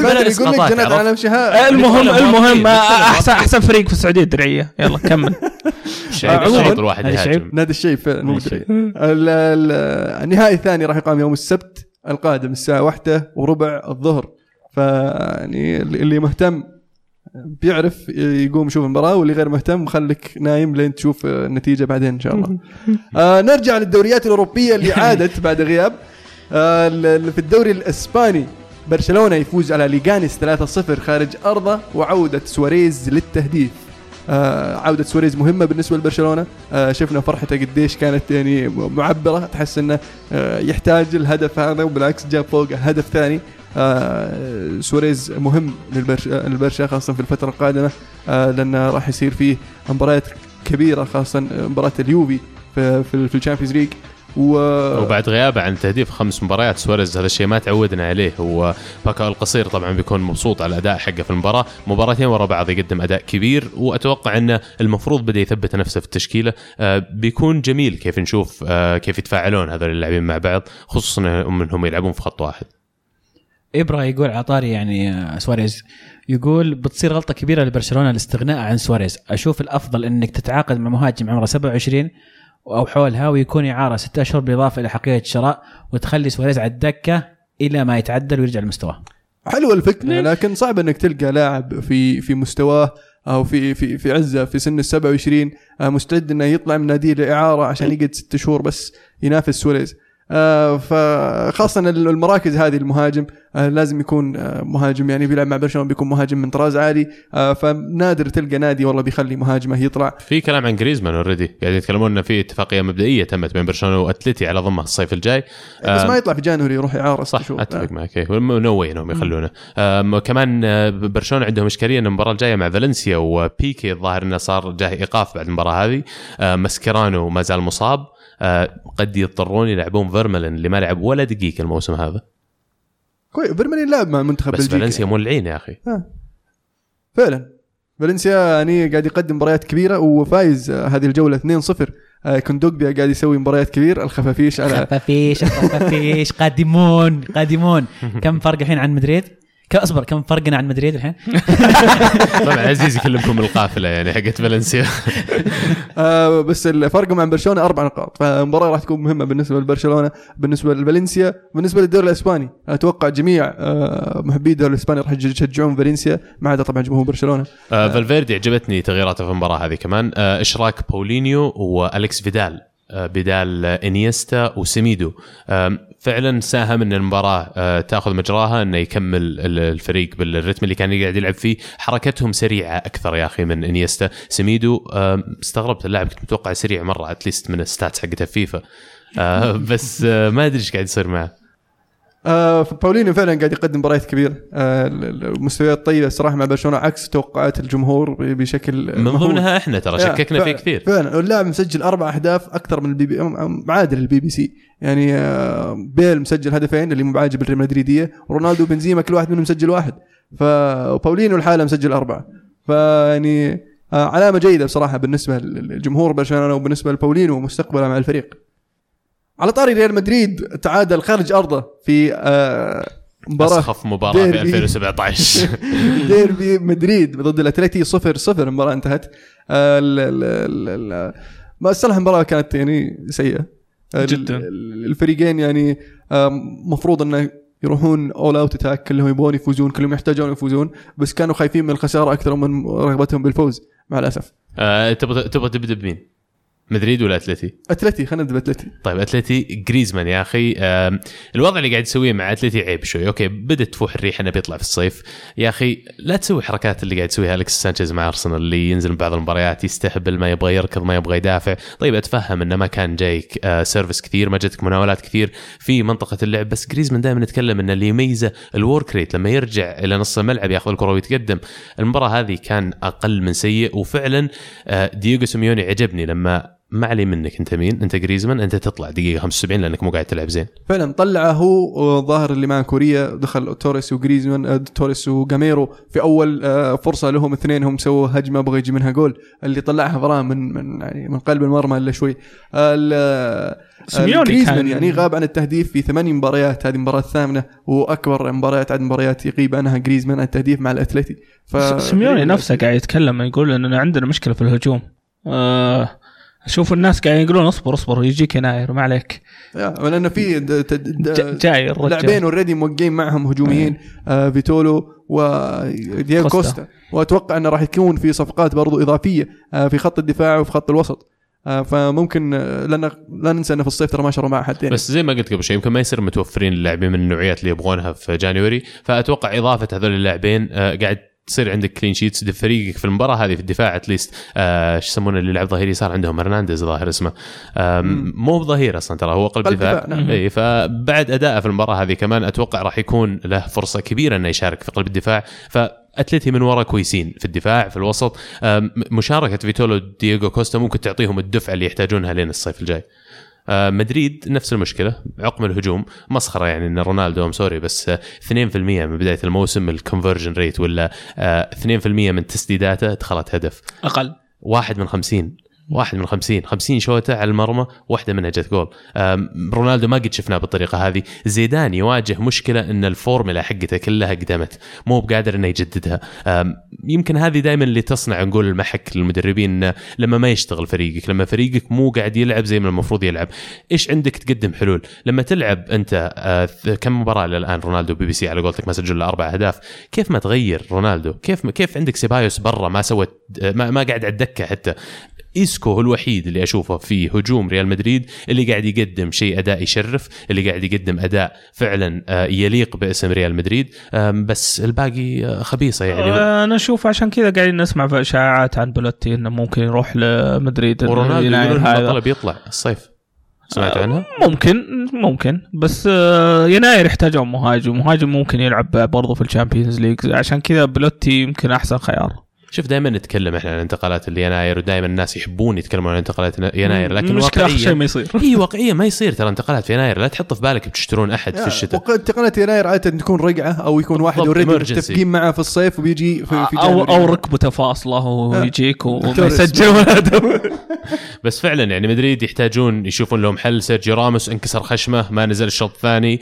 المهم المهم احسن احسن فريق في السعوديه الدرعيه. يلا كمل. عموما الواحد يهاجم نادي الشيب مو درعي. النهائي الثاني راح يقام يوم السبت القادم الساعه واحدة وربع الظهر. فيعني اللي مهتم بيعرف يقوم يشوف المباراة، واللي غير مهتم خليك نايم لين تشوف النتيجة بعدين إن شاء الله. آه نرجع للدوريات الأوروبية اللي عادت بعد غياب. آه في الدوري الإسباني برشلونة يفوز على ليغانيس ثلاثة صفر خارج أرضه، وعودة سواريز للتهديف. آه عودة سواريز مهمة بالنسبة لبرشلونة. آه شفنا فرحته قديش كانت يعني معبرة، تحس إنه آه يحتاج الهدف هذا، وبالعكس جاب فوق هدف ثاني. آه سواريز مهم للبرشا خاصة في الفترة القادمة، آه لأنه راح يصير فيه مباريات كبيرة، خاصة مباراة اليوفي في في, في الشامبيونز ليج. وبعد غيابه عن تهديف خمس مباريات سواريز، هذا الشيء ما تعودنا عليه. هو باكا القصير طبعا بيكون مبسوط على الأداء حقه في المباراة، مباراتين ورا بعض يقدم أداء كبير، وأتوقع أنه المفروض بدأ يثبت نفسه في التشكيلة. آه بيكون جميل كيف نشوف آه كيف يتفاعلون هذول اللاعبين مع بعض، خصوصا أنهم يلعبون في خط واحد. إبرا يقول عطاري يعني سواريز يقول بتصير غلطة كبيرة لبرشلونة الاستغناء عن سواريز. أشوف الأفضل أنك تتعاقد مع مهاجم عمره سبعة وعشرين أو حولها ويكون إعارة ستة أشهر بالإضافة إلى حقيقة الشراء وتخلي سواريز على الدكة إلى ما يتعدل ويرجع لمستواه. حلوة الفكرة لكن صعب أنك تلقى لاعب في في مستواه أو في في في عزة في سن السبعة وعشرين مستعد إنه يطلع من نادي لإعارة عشان يقعد ست شهور بس ينافس سواريز. آه فخاصة المراكز هذه المهاجم آه لازم يكون آه مهاجم يعني بيلعب مع برشلونة بيكون مهاجم من طراز عالي. آه فنادر تلقى نادي والله بيخلي مهاجمه يطلع. في كلام عن جريزمان اوريدي قاعد يتكلمون انه في اتفاقيه مبدئيه تمت بين برشلونة واتلتي على ضمه الصيف الجاي. آه بس ما يطلع في جانوري يروح اعاره. صح اتفق معك نو واي انهم يخلونه. آه كمان برشلونة عندهم اشكاليه ان المباراه الجايه مع فالنسيا وبيكي الظاهر انه صار جاه ايقاف بعد المباراه هذه. آه ماسكيرانو ما زال مصاب. آه قد يضطرون يلعبون فيرملين اللي ما لعب ولا دقيقة الموسم هذا. كويس فيرملين لعب مع منتخب بس فالنسيا مولعين يا أخي. آه. فعلا فالنسيا يعني قاعد يقدم مباريات كبيرة وفايز آه هذه الجولة اثنين صفر. آه كوندوغبيا قاعد يسوي مباريات كبيرة. الخفافيش على خفافيش خفافيش قادمون قادمون. كم فرق الحين عن مدريد؟ كم أصبر كم فرقنا عن مدريد الحين؟ طبعا عزيز يكلمكم القافلة يعني حقت فالنسيا. آه بس الفرق مع برشلونة أربع نقاط فالمباراة راح تكون مهمة بالنسبة لبرشلونة بالنسبة لفالنسيا. بالنسبة للدوري الإسباني أتوقع جميع آه محبي الدوري الإسباني راح يشجعون فالنسيا ما عدا طبعا جمهور برشلونة. آه فالفيردي عجبتني تغييراته في المباراة هذه كمان. آه إشراك باولينيو وأليكس فيدال بدال إنيستا وسيميدو فعلا ساهم ان المباراه تاخذ مجراها انه يكمل الفريق بالرتم اللي كان قاعد يلعب فيه. حركتهم سريعه اكثر يا اخي من إنيستا. سيميدو استغربت اللاعب كنت متوقع سريع مره اتليست من الستاتس حقته فيفا بس ما ادري ايش قاعد يصير معه. آه باولينيو فعلا قاعد يقدم مباريات كبيره. آه المستويات طيبه صراحه مع برشلونه عكس توقعات الجمهور بشكل من ضمنها احنا ترى شككنا فيه كثير. فعلا اللاعب مسجل اربع اهداف اكثر من البي بي معادل البي بي سي يعني. آه بيل مسجل هدفين اللي معاجب الريال مدريديه ورونالدو وبنزيما كل واحد منهم مسجل واحد. فباولينيو الحاله مسجل اربعه فيعني آه علامه جيده بصراحه بالنسبه للجمهور برشلونه وبالنسبه لباولينيو ومستقبله مع الفريق. على طاري ريال مدريد تعادل خارج أرضه في مباراة أسخف مباراة في ألفين وسبعة عشر ديربي مدريد ضد الأتلتي صفر صفر. المباراة انتهت ال ال ال ما الصراحة المباراة كانت يعني سيئة جدا. الفريقين يعني مفروض أنه يروحون أول أوت أتاك كلهم يبغون يفوزون كلهم يحتاجون يفوزون بس كانوا خايفين من الخسارة أكثر من رغبتهم بالفوز مع الأسف. أه تبغى تبغى تبدأ بمين؟ مدريد ولا أتلتي؟ أتلتي خلينا نبدأ أتلتي. طيب أتلتي جريزمان يا أخي الوضع اللي قاعد يسويه مع أتلتي عيب شوي. أوكي بدت تفوح الريح أنه بيطلع في الصيف يا أخي لا تسوي حركات اللي قاعد يسويها أليكس سانشيز مع أرسنال اللي ينزل بعض المباريات يستهبل ما يبغى يركض ما يبغى يدافع. طيب أتفهم أنه ما كان جايك سيرفيس كثير ما جتك مناولات كثير في منطقة اللعب بس جريزمان دائما نتكلم أن اللي يميزه الورك ريت لما يرجع إلى نص الملعب يأخذ الكرة ويتقدم. المباراة هذه كان أقل من سيء وفعلا دييغو سيميوني عجبني لما ما علي منك انت مين انت جريزمان انت تطلع دقيقه خمسة وسبعين لانك مو قاعد تلعب زين. فعلا طلعه هو ظاهر اللي مع كوريا دخل توريس وجريزمان توريس وجاميرو في اول فرصه لهم اثنين هم سووا هجمه بغى يجي منها جول اللي طلعها فراه من من يعني من قلب المرمى الا شوي. جريزمان يعني غاب عن التهديف في ثماني مباريات هذه المباراه الثامنه واكبر مباريات عدد مباريات يغيب عنها جريزمان عن التهديف مع الاتلتي. سيميوني نفسه قاعد يتكلم يقول اننا عندنا مشكله في الهجوم. آه شوف الناس قاعدين يقولون اصبر اصبر يجيك يناير ما عليك لأنه في جاي الرجال لاعبين اوريدي موقعين معهم هجوميين آه فيتولو ودييغو كوستا واتوقع انه راح يكون في صفقات برضو اضافيه آه في خط الدفاع وفي خط الوسط. آه فممكن آه لان لا ننسى انه في الصيف ترى ما شروا مع احد بس زي ما قلت قبل شيء يمكن ما يصير متوفرين اللاعبين من النوعيات اللي يبغونها في جانيوري. فاتوقع اضافه هذول اللاعبين آه قاعد تصير عندك كلين شيتس فريقك في المباراة هذه في الدفاع اتليست آه شو يسمونه اللي لعب ظهيري صار عندهم هرنانديز ظاهر اسمه مو بظهير اصلا ترى هو قلب دفاع. نعم. اي فبعد اداءه في المباراة هذه كمان اتوقع راح يكون له فرصة كبيرة انه يشارك في قلب الدفاع. فأتلتي من وراء كويسين في الدفاع في الوسط. مشاركة فيتولو دييغو كوستا ممكن تعطيهم الدفعة اللي يحتاجونها لين الصيف الجاي. مدريد نفس المشكلة عقم الهجوم مسخرة يعني إن رونالدو أم سوري بس اثنين بالمئة من بداية الموسم الكونفرجن ريت ولا اثنين بالمئة من تسديداته دخلت هدف أقل واحد من خمسين واحد من خمسين خمسين شوطة على المرمى، واحدة منها جت جول. رونالدو ما قد شفناه بالطريقة هذه. زيدان يواجه مشكلة أن الفورمولا حقته كلها قدمت، مو بقادر أنه يجددها. يمكن هذه دائما اللي تصنع نقول المحك للمدربين، لما ما يشتغل فريقك، لما فريقك مو قاعد يلعب زي ما المفروض يلعب، إيش عندك تقدم حلول. لما تلعب أنت كم مباراة الآن رونالدو بي بي سي على قولتك ما سجل له أربع أهداف، كيف ما تغير رونالدو؟ كيف كيف عندك سيبايوس برا ما سوت ما, ما قاعد على الدكة حتى. إسكو هو الوحيد اللي أشوفه في هجوم ريال مدريد اللي قاعد يقدم شيء أداء يشرف، اللي قاعد يقدم أداء فعلا يليق باسم ريال مدريد، بس الباقي خبيصة يعني. أنا أشوف عشان كذا قاعدين نسمع في إشاعات عن بلوتي إنه ممكن يروح لمدريد. ورونالدو يقولون هذا طلب يطلع الصيف، سمعت عنها؟ ممكن ممكن بس يناير يحتاجون مهاجم، مهاجم ممكن يلعب برضه في الشامبيونز ليج، عشان كذا بلوتي يمكن أحسن خيار. شوف دائما نتكلم احنا عن انتقالات يناير، ودائما الناس يحبون يتكلمون عن انتقالات يناير، لكن واقعيا شيء ما يصير. اي واقعيا ما يصير ترى انتقالات في يناير. لا تحط في بالك بتشترون احد في الشتاء. انتقالات يناير عاده تكون رقعه، او يكون واحد اوريدي متفقين معه في الصيف وبيجي في, في او او ركبته فاصله ويجيك وما يسجل. بس فعلا يعني مدريد يحتاجون يشوفون لهم حل. سيرجيو راموس انكسر خشمه ما نزل الشوط الثاني،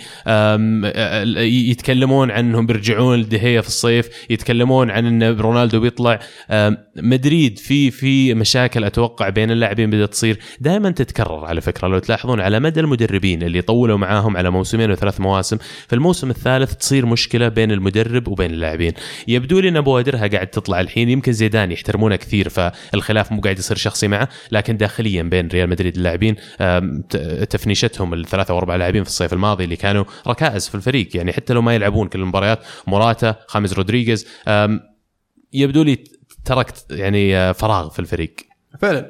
يتكلمون عنهم بيرجعون لدهية في الصيف، يتكلمون عن ان رونالدو بيطلع. مدريد في في مشاكل اتوقع بين اللاعبين بدأت تصير دائما تتكرر. على فكره لو تلاحظون على مدى المدربين اللي طولوا معاهم على موسمين وثلاث مواسم، في الموسم الثالث تصير مشكله بين المدرب وبين اللاعبين. يبدو لي ان بوادرها قاعد تطلع الحين. يمكن زيدان يحترمونه كثير فالخلاف مو قاعد يصير شخصي معه، لكن داخليا بين ريال مدريد اللاعبين تفنيشتهم الثلاثه واربعه لاعبين في الصيف الماضي اللي كانوا ركائز في الفريق، يعني حتى لو ما يلعبون كل المباريات، موراتا، خامس رودريغيز، يبدو لي تركت يعني فراغ في الفريق فعلا.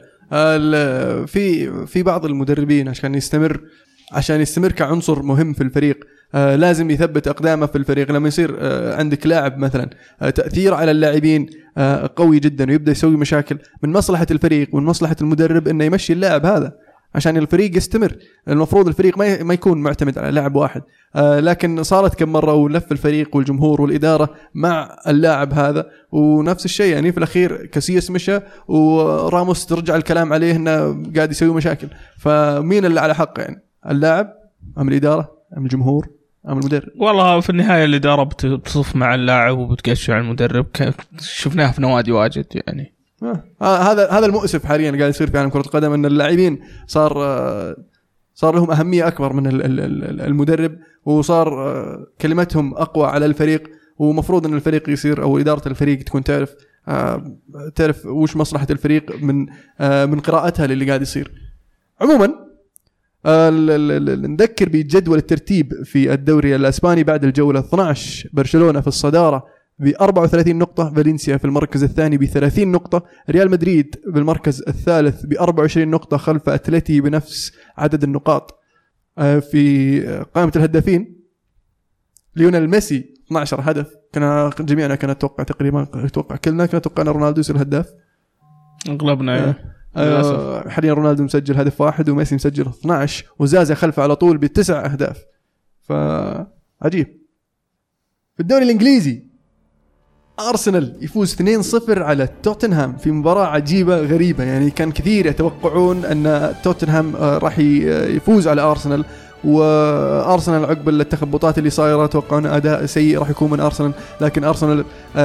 في في بعض المدربين عشان يستمر عشان يستمر كعنصر مهم في الفريق لازم يثبت أقدامه في الفريق. لما يصير عندك لاعب مثلا تأثير على اللاعبين قوي جدا ويبدأ يسوي مشاكل، من مصلحة الفريق ومن مصلحة المدرب إنه يمشي اللاعب هذا عشان الفريق يستمر. المفروض الفريق ما ما يكون معتمد على لاعب واحد، آه لكن صارت كم مرة ولف الفريق والجمهور والإدارة مع اللاعب هذا. ونفس الشيء يعني في الأخير كاسياس مشى وراموس ترجع الكلام عليه إنه قاعد يسوي مشاكل. فمين اللي على حق يعني؟ اللاعب أم الإدارة أم الجمهور أم المدرب؟ والله في النهاية الإدارة بتصف مع اللاعب وبتقشع المدرب، شفناها في نوادي واجد يعني. آه هذا هذا المؤسف حاليا قاعد يصير في عالم كرة القدم، ان اللاعبين صار آه صار لهم أهمية أكبر من المدرب، وصار آه كلمتهم أقوى على الفريق. ومفروض ان الفريق يصير او إدارة الفريق تكون تعرف آه تعرف وش مصلحة الفريق من آه من قراءتها للي قاعد يصير. عموما آه نذكر بجدول الترتيب في الدوري الأسباني بعد الجولة اثنا عشر. برشلونة في الصدارة ب أربعة وثلاثين نقطة، فالنسيا في المركز الثاني ب ثلاثين نقطة، ريال مدريد بالمركز الثالث ب أربعة وعشرين نقطة خلف أتلتي بنفس عدد النقاط. في قائمة الهدافين ليونيل ميسي اثنا عشر هدف، كنا جميعنا كنا نتوقع تقريبا نتوقع كلنا كنا نتوقع أن رونالدو يصير الهداف، أغلبنا آه حاليا رونالدو مسجل هدف واحد وميسي مسجل اثنا عشر، وزازا خلفه على طول بتسع أهداف. فعجيب. في الدوري الإنجليزي أرسنال يفوز اثنين صفر على توتنهام في مباراة عجيبة غريبة. يعني كان كثير يتوقعون أن توتنهام راح يفوز على أرسنال، وأرسنال عقب التخبطات اللي صايرة توقعون أداء سيء راح يكون من أرسنال، لكن أرسنال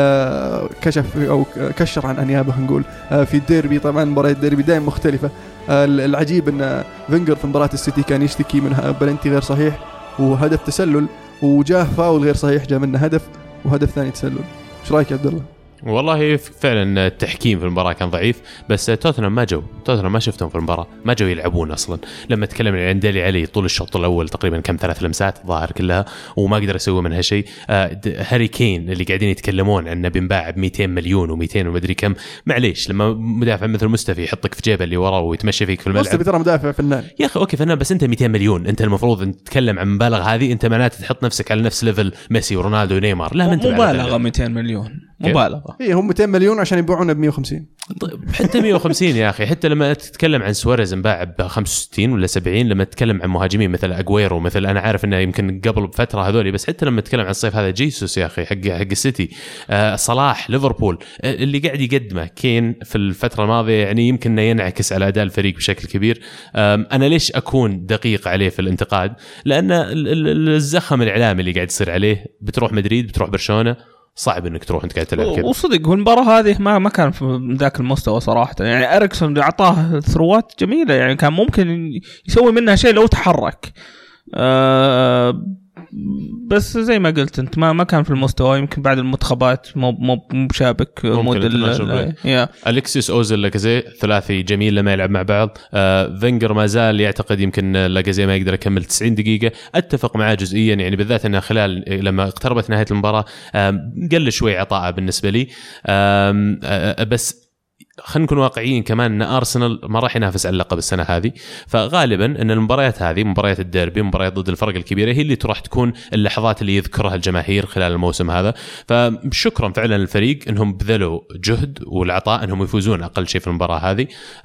كشف أو كشر عن أنيابه نقول في الديربي. طبعا مباراة الديربي دائما مختلفة. العجيب أن فينجر في مباراة السيتي كان يشتكي من بلنتي غير صحيح وهدف تسلل، وجاه فاول غير صحيح جاء منه هدف وهدف ثاني تسلل. ايش رايك يا عبد الله؟ والله فعلا التحكيم في المباراة كان ضعيف، بس توتنهام ما جو توتنهام ما شفتهم في المباراة، ما جو يلعبون أصلا. لما تكلم عن ديلي علي طول الشوط الأول تقريبا كم ثلاث لمسات ظاهر كلها وما قدر يسوي منها شيء. آه هاري كين اللي قاعدين يتكلمون عنه بنباع ب مئتين مليون ومئتين ومدري كم، معليش لما مدافع مثل مستفي يحطك في جيبه اللي وراه ويتمشى فيك في الملعب. مستفي ترى مدافع فنان يا أخي، أوكي فنان، بس أنت مئتين مليون، أنت المفروض أن تتكلم عن مبالغ هذه، أنت معناته تحط نفسك على نفس ليفل ميسي ورونالدو ونيمار. لا، ما أنت مبالغة مئتين مليون مبالغه. اي هم مئتين مليون عشان يبيعونه ب مئة وخمسين. طيب حتى مئة وخمسين يا اخي، حتى لما تتكلم عن سواريز انباع ب خمسة وستين ولا سبعين، لما تتكلم عن مهاجمين مثل اجويرو مثل انا عارف انه يمكن قبل بفتره هذولي، بس حتى لما تتكلم عن الصيف هذا جيسوس يا اخي حق حق السيتي، آه صلاح ليفربول، آه اللي قاعد يقدمه كين في الفتره الماضيه يعني يمكن انه ينعكس على اداء الفريق بشكل كبير. انا ليش اكون دقيق عليه في الانتقاد؟ لان الزخم الاعلامي اللي قاعد يصير عليه، بتروح مدريد بتروح برشلونه، صعب انك تروح انت قاعد تلعب كذا. وصدق هو المباراه هذه ما ما كان في ذاك المستوى صراحه، يعني اريكسون اعطاه ثروات جميله، يعني كان ممكن يسوي منها شيء لو تحرك. أه بس زي ما قلت انت ما ما كان في المستوى، يمكن بعد المنتخبات مو مو مشابك موديل. اليكسيس اوزيل لاكازي ثلاثي جميل لما يلعب مع بعض. آه فينجر ما زال يعتقد يمكن لاكازي ما يقدر يكمل تسعين دقيقه، اتفق معاه جزئيا، يعني بالذات انه خلال لما اقتربت نهايه المباراه آه قل شوي عطاءه بالنسبه لي. آه آه بس خلينا نكون واقعيين كمان ان ارسنال ما راح ينافس على اللقب السنه هذه، فغالبا ان المباريات هذه مباريات الديربي مباريات ضد الفرق الكبيره هي اللي راح تكون اللحظات اللي يذكرها الجماهير خلال الموسم هذا. فشكرا فعلا للفريق انهم بذلوا جهد والعطاء انهم يفوزون اقل شيء في المباراه هذه.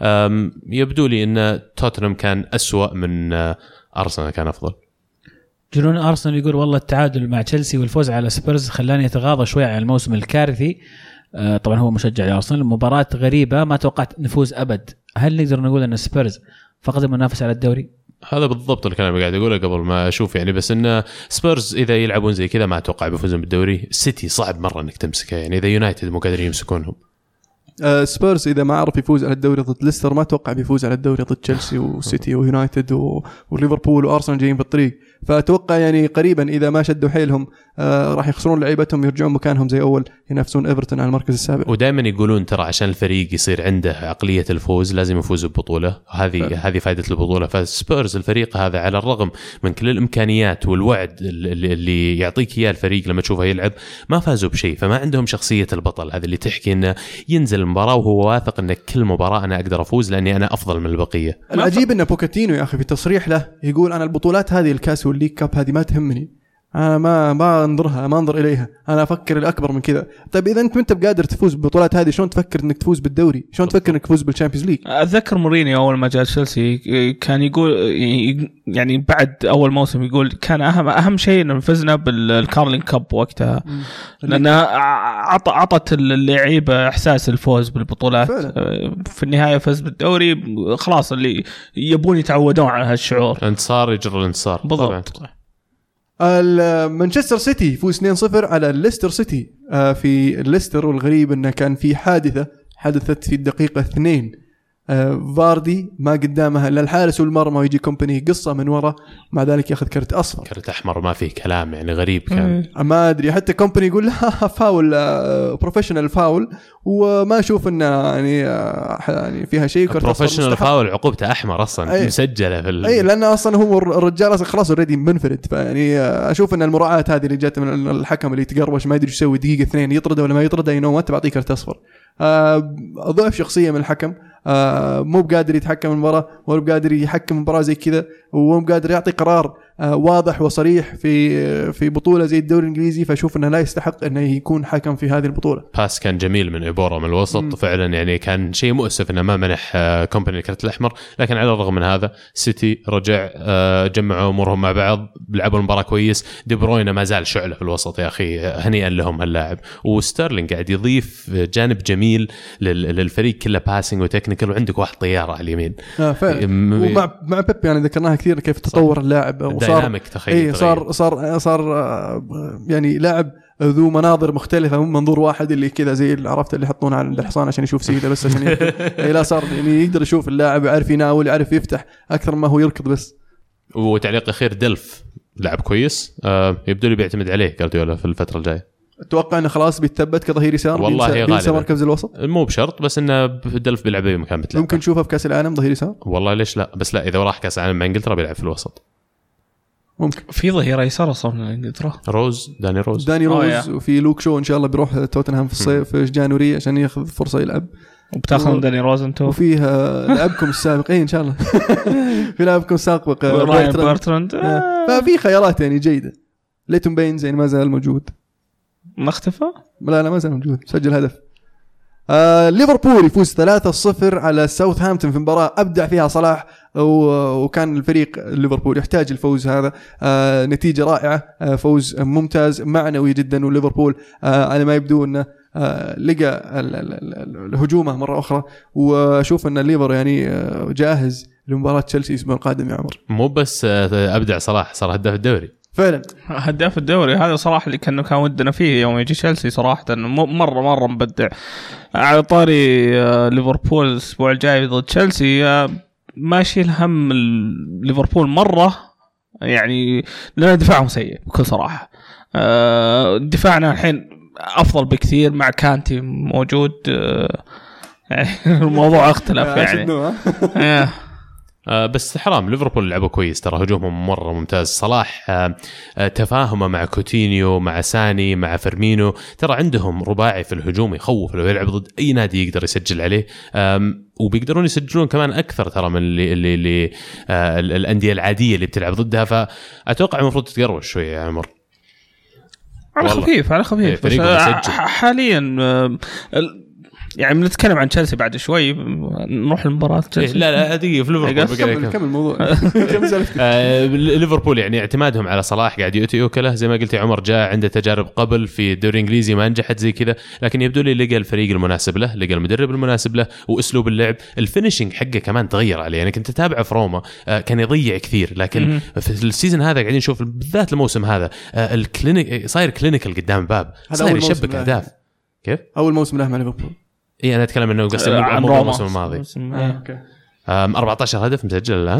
يبدو لي ان توتنهام كان أسوأ من ارسنال كان افضل. جنون أرسنال يقول والله التعادل مع تشيلسي والفوز على سبيرز خلاني اتغاضى شوي عن الموسم الكارثي. طبعا هو مشجع لأرسنال، المباراة غريبة ما توقعت نفوز أبد. هل نقدر نقول أن سبيرز فقد المنافسة على الدوري؟ هذا بالضبط الكلام اللي قاعد أقوله قبل ما أشوف يعني، بس إن سبيرز إذا يلعبون زي كذا ما أتوقع بيفوزون بالدوري. سيتي صعب مرة إنك تمسكه، يعني إذا يونايتد مو قادرين يمسكونهم. آه سبيرز إذا ما عرف يفوز على الدوري ضد ليستر ما أتوقع بيفوز على الدوري ضد تشيلسي وسيتي ويونايتد و... وليفربول وأرسنال جايين بالطريق. فأتوقع يعني قريبا إذا ما شدوا حيلهم آه راح يخسرون لعيبتهم يرجعون مكانهم زي أول ينافسون إيفرتون على المركز السابع. ودائما يقولون ترى عشان الفريق يصير عنده عقلية الفوز لازم يفوز ببطولة، هذه هذه فائدة البطولة. فسبيرز الفريق هذا على الرغم من كل الإمكانيات والوعد اللي, اللي يعطيك إياه الفريق لما تشوفه يلعب ما فازوا بشيء، فما عندهم شخصية البطل هذا اللي تحكي إنه ينزل المباراة وهو واثق إن كل مباراة أنا أقدر أفوز لأني أنا أفضل من البقية. العجيب إن بوكاتينو يا أخي في تصريح له يقول أنا البطولات هذه الكاس والليج كاب هذه ما تهمني، أنا ما ما أنظرها ما أنظر إليها، أنا أفكر الأكبر من كذا. طيب إذا أنت ما أنت بقادر تفوز بالبطولات هذه شلون تفكر إنك تفوز بالدوري؟ شلون تفكر إنك تفوز بالشامبيونز ليج؟ أتذكر مورينيو أول ما جاء تشيلسي كان يقول يعني بعد أول موسم يقول كان أهم أهم شيء إن فزنا بالكارلين كاب وقتها، لأنها عط عطت اللعيبة إحساس الفوز بالبطولات فعلا. في النهاية فاز بالدوري، خلاص اللي يبون يتعودون على هالشعور، انتصار يجر الانتصار بالضبط. مانشستر سيتي يفوز اثنين صفر على ليستر سيتي في ليستر، والغريب انه كان في حادثة حدثت في الدقيقة اثنين، فاردي ما قدامها الا الحارس والمرمى ويجي كومباني قصة من ورا، مع ذلك ياخذ كرت اصفر كرت احمر ما فيه كلام، يعني غريب كان ما ادري حتى كومباني يقول ها فاول بروفيشنال فاول، وما اشوف انه يعني يعني فيها شيء. كرت بروفيشنال فاول عقوبته احمر اصلا أي. مسجله في ال... اي لان اصلا هو الرجال اصلا خلاص اوريدي منفرد، فيعني اشوف ان المراعاه هذه اللي جت من الحكم اللي تقربش ما يدري ايش يسوي دقيقه اثنين يطرده ولا ما يطرده ينو انت بعطيه كرت اصفر. ضعف شخصيه من الحكم، آه مو بقادر يتحكم المباراة ولا بقادر يحكم المباراة زي كذا، ومو بقادر يعطي قرار آه واضح وصريح في في بطولة زي الدوري الإنجليزي. فأشوف أنه لا يستحق أنه يكون حكم في هذه البطولة. باس كان جميل من إيبورا من الوسط م. فعلا يعني كان شيء مؤسف أنه ما منح آه كومباني الكرت الأحمر، لكن على الرغم من هذا سيتي رجع آه جمعوا أمورهم مع بعض، لعبوا المباراة كويس. دي بروينا ما زال شعله في الوسط يا أخي، هنيئا لهم هاللاعب. وستيرلينج قاعد يضيف جانب جميل للفريق كله باسنج وتكنيكال، وعندك واحد طيارة على اليمين. آه فعلا. م... ومع مع بيب يعني ذكرناها كثير كيف تطور اللاعب وصار اي صار صار صار يعني لاعب ذو مناظر مختلفة من منظور واحد اللي كذا زي اللي عرفت اللي يحطون على الحصان عشان يشوف سيده بس عشان يعني لا صار يعني يقدر يشوف اللاعب، يعرف يناول يعرف يفتح أكثر ما هو يركض بس. وتعليق أخير دلف لاعب كويس، آه يبدو لي بيعتمد عليه جارديولا في الفترة الجاية. اتوقع انه خلاص بيتثبت كظهير يسار والله هي غالبا مركز الوسط، مو بشرط بس انه دلف بيلعب في مكان بتلعب. ممكن نشوفه في كاس العالم ظهير يسار والله ليش لا، بس لا اذا راح كاس العالم مع انجلترا بيلعب في الوسط. ممكن في ظهير يسار اصلا انجلترا، روز داني روز داني روز oh, وفي لوك شو ان شاء الله بيروح توتنهام في الصيف في جانوري عشان ياخذ فرصه يلعب، وبتاخذ و... داني روز انتو. وفيه لاعبكم السابق اي ان شاء الله في لاعبكم السابق بيرتراند، ففي خيارات يعني جيده. ليتون بينز يعني ما زال موجود. ما اختفى؟ لا لا ما زال موجود، سجل هدف. آه ليفربول يفوز ثلاثة صفر على ساوثهامبتون في مباراة أبدع فيها صلاح، وكان الفريق ليفربول يحتاج الفوز هذا. آه نتيجة رائعة، آه فوز ممتاز معنوي جدا، وليفربول آه على ما يبدو أنه آه لقى الهجومة مرة أخرى، وشوف أن الليفر يعني آه جاهز لمباراة تشيلسي الأسبوع القادم يا عمر. مو بس آه أبدع صلاح، صار هداف الدوري فعلا، هداف الدوري. هذا صراحة اللي كان كان ودنا فيه يوم يجي تشيلسي صراحة، مرة مرة مبدع. على طاري ليفربول الأسبوع الجاي ضد تشيلسي، ما شيل هم ليفربول مرة يعني، لأن دفاعهم سيء بكل صراحة. دفاعنا الحين أفضل بكثير مع كانتي موجود، الموضوع اختلف يعني. آه بس حرام، ليفربول لعبوا كويس ترى، هجومهم مرة ممتاز. صلاح آه آه تفاهمه مع كوتينيو مع ساني مع فيرمينو، ترى عندهم رباعي في الهجوم يخوف، لو يلعب ضد أي نادي يقدر يسجل عليه، وبيقدرون يسجلون كمان أكثر ترى من اللي اللي, اللي آه الأندية العادية اللي بتلعب ضدها. فأتوقع المفروض تتقروش شوية يا عمر، على خفيف على خفيف. بس حاليا آه يعني بنتكلم عن تشيلسي بعد شوي، نروح المباراة تشيلسي. لا لا هذه في ليفربول كم الموضوع. ليفربول يعني اعتمادهم على صلاح قاعد يؤكله زي ما قلت يا عمر، جاء عنده تجارب قبل في الدوري الانجليزي ما نجحت زي كذا، لكن يبدو لي لقى الفريق المناسب له، لقى المدرب المناسب له، واسلوب اللعب الفينيشنج حقه كمان تغير عليه. يعني كنت اتابعه في روما كان يضيع كثير، لكن في السيزون هذا قاعدين نشوف بالذات الموسم هذا الكلينيك صاير كلينيكال قدام الباب، صاير يشبك اهداف. كيف اول موسم له مع ليفربول؟ اي انا اتكلم انه قصدي عن الموسم الماضي. اوكي أربعة عشر هدف مسجل الان،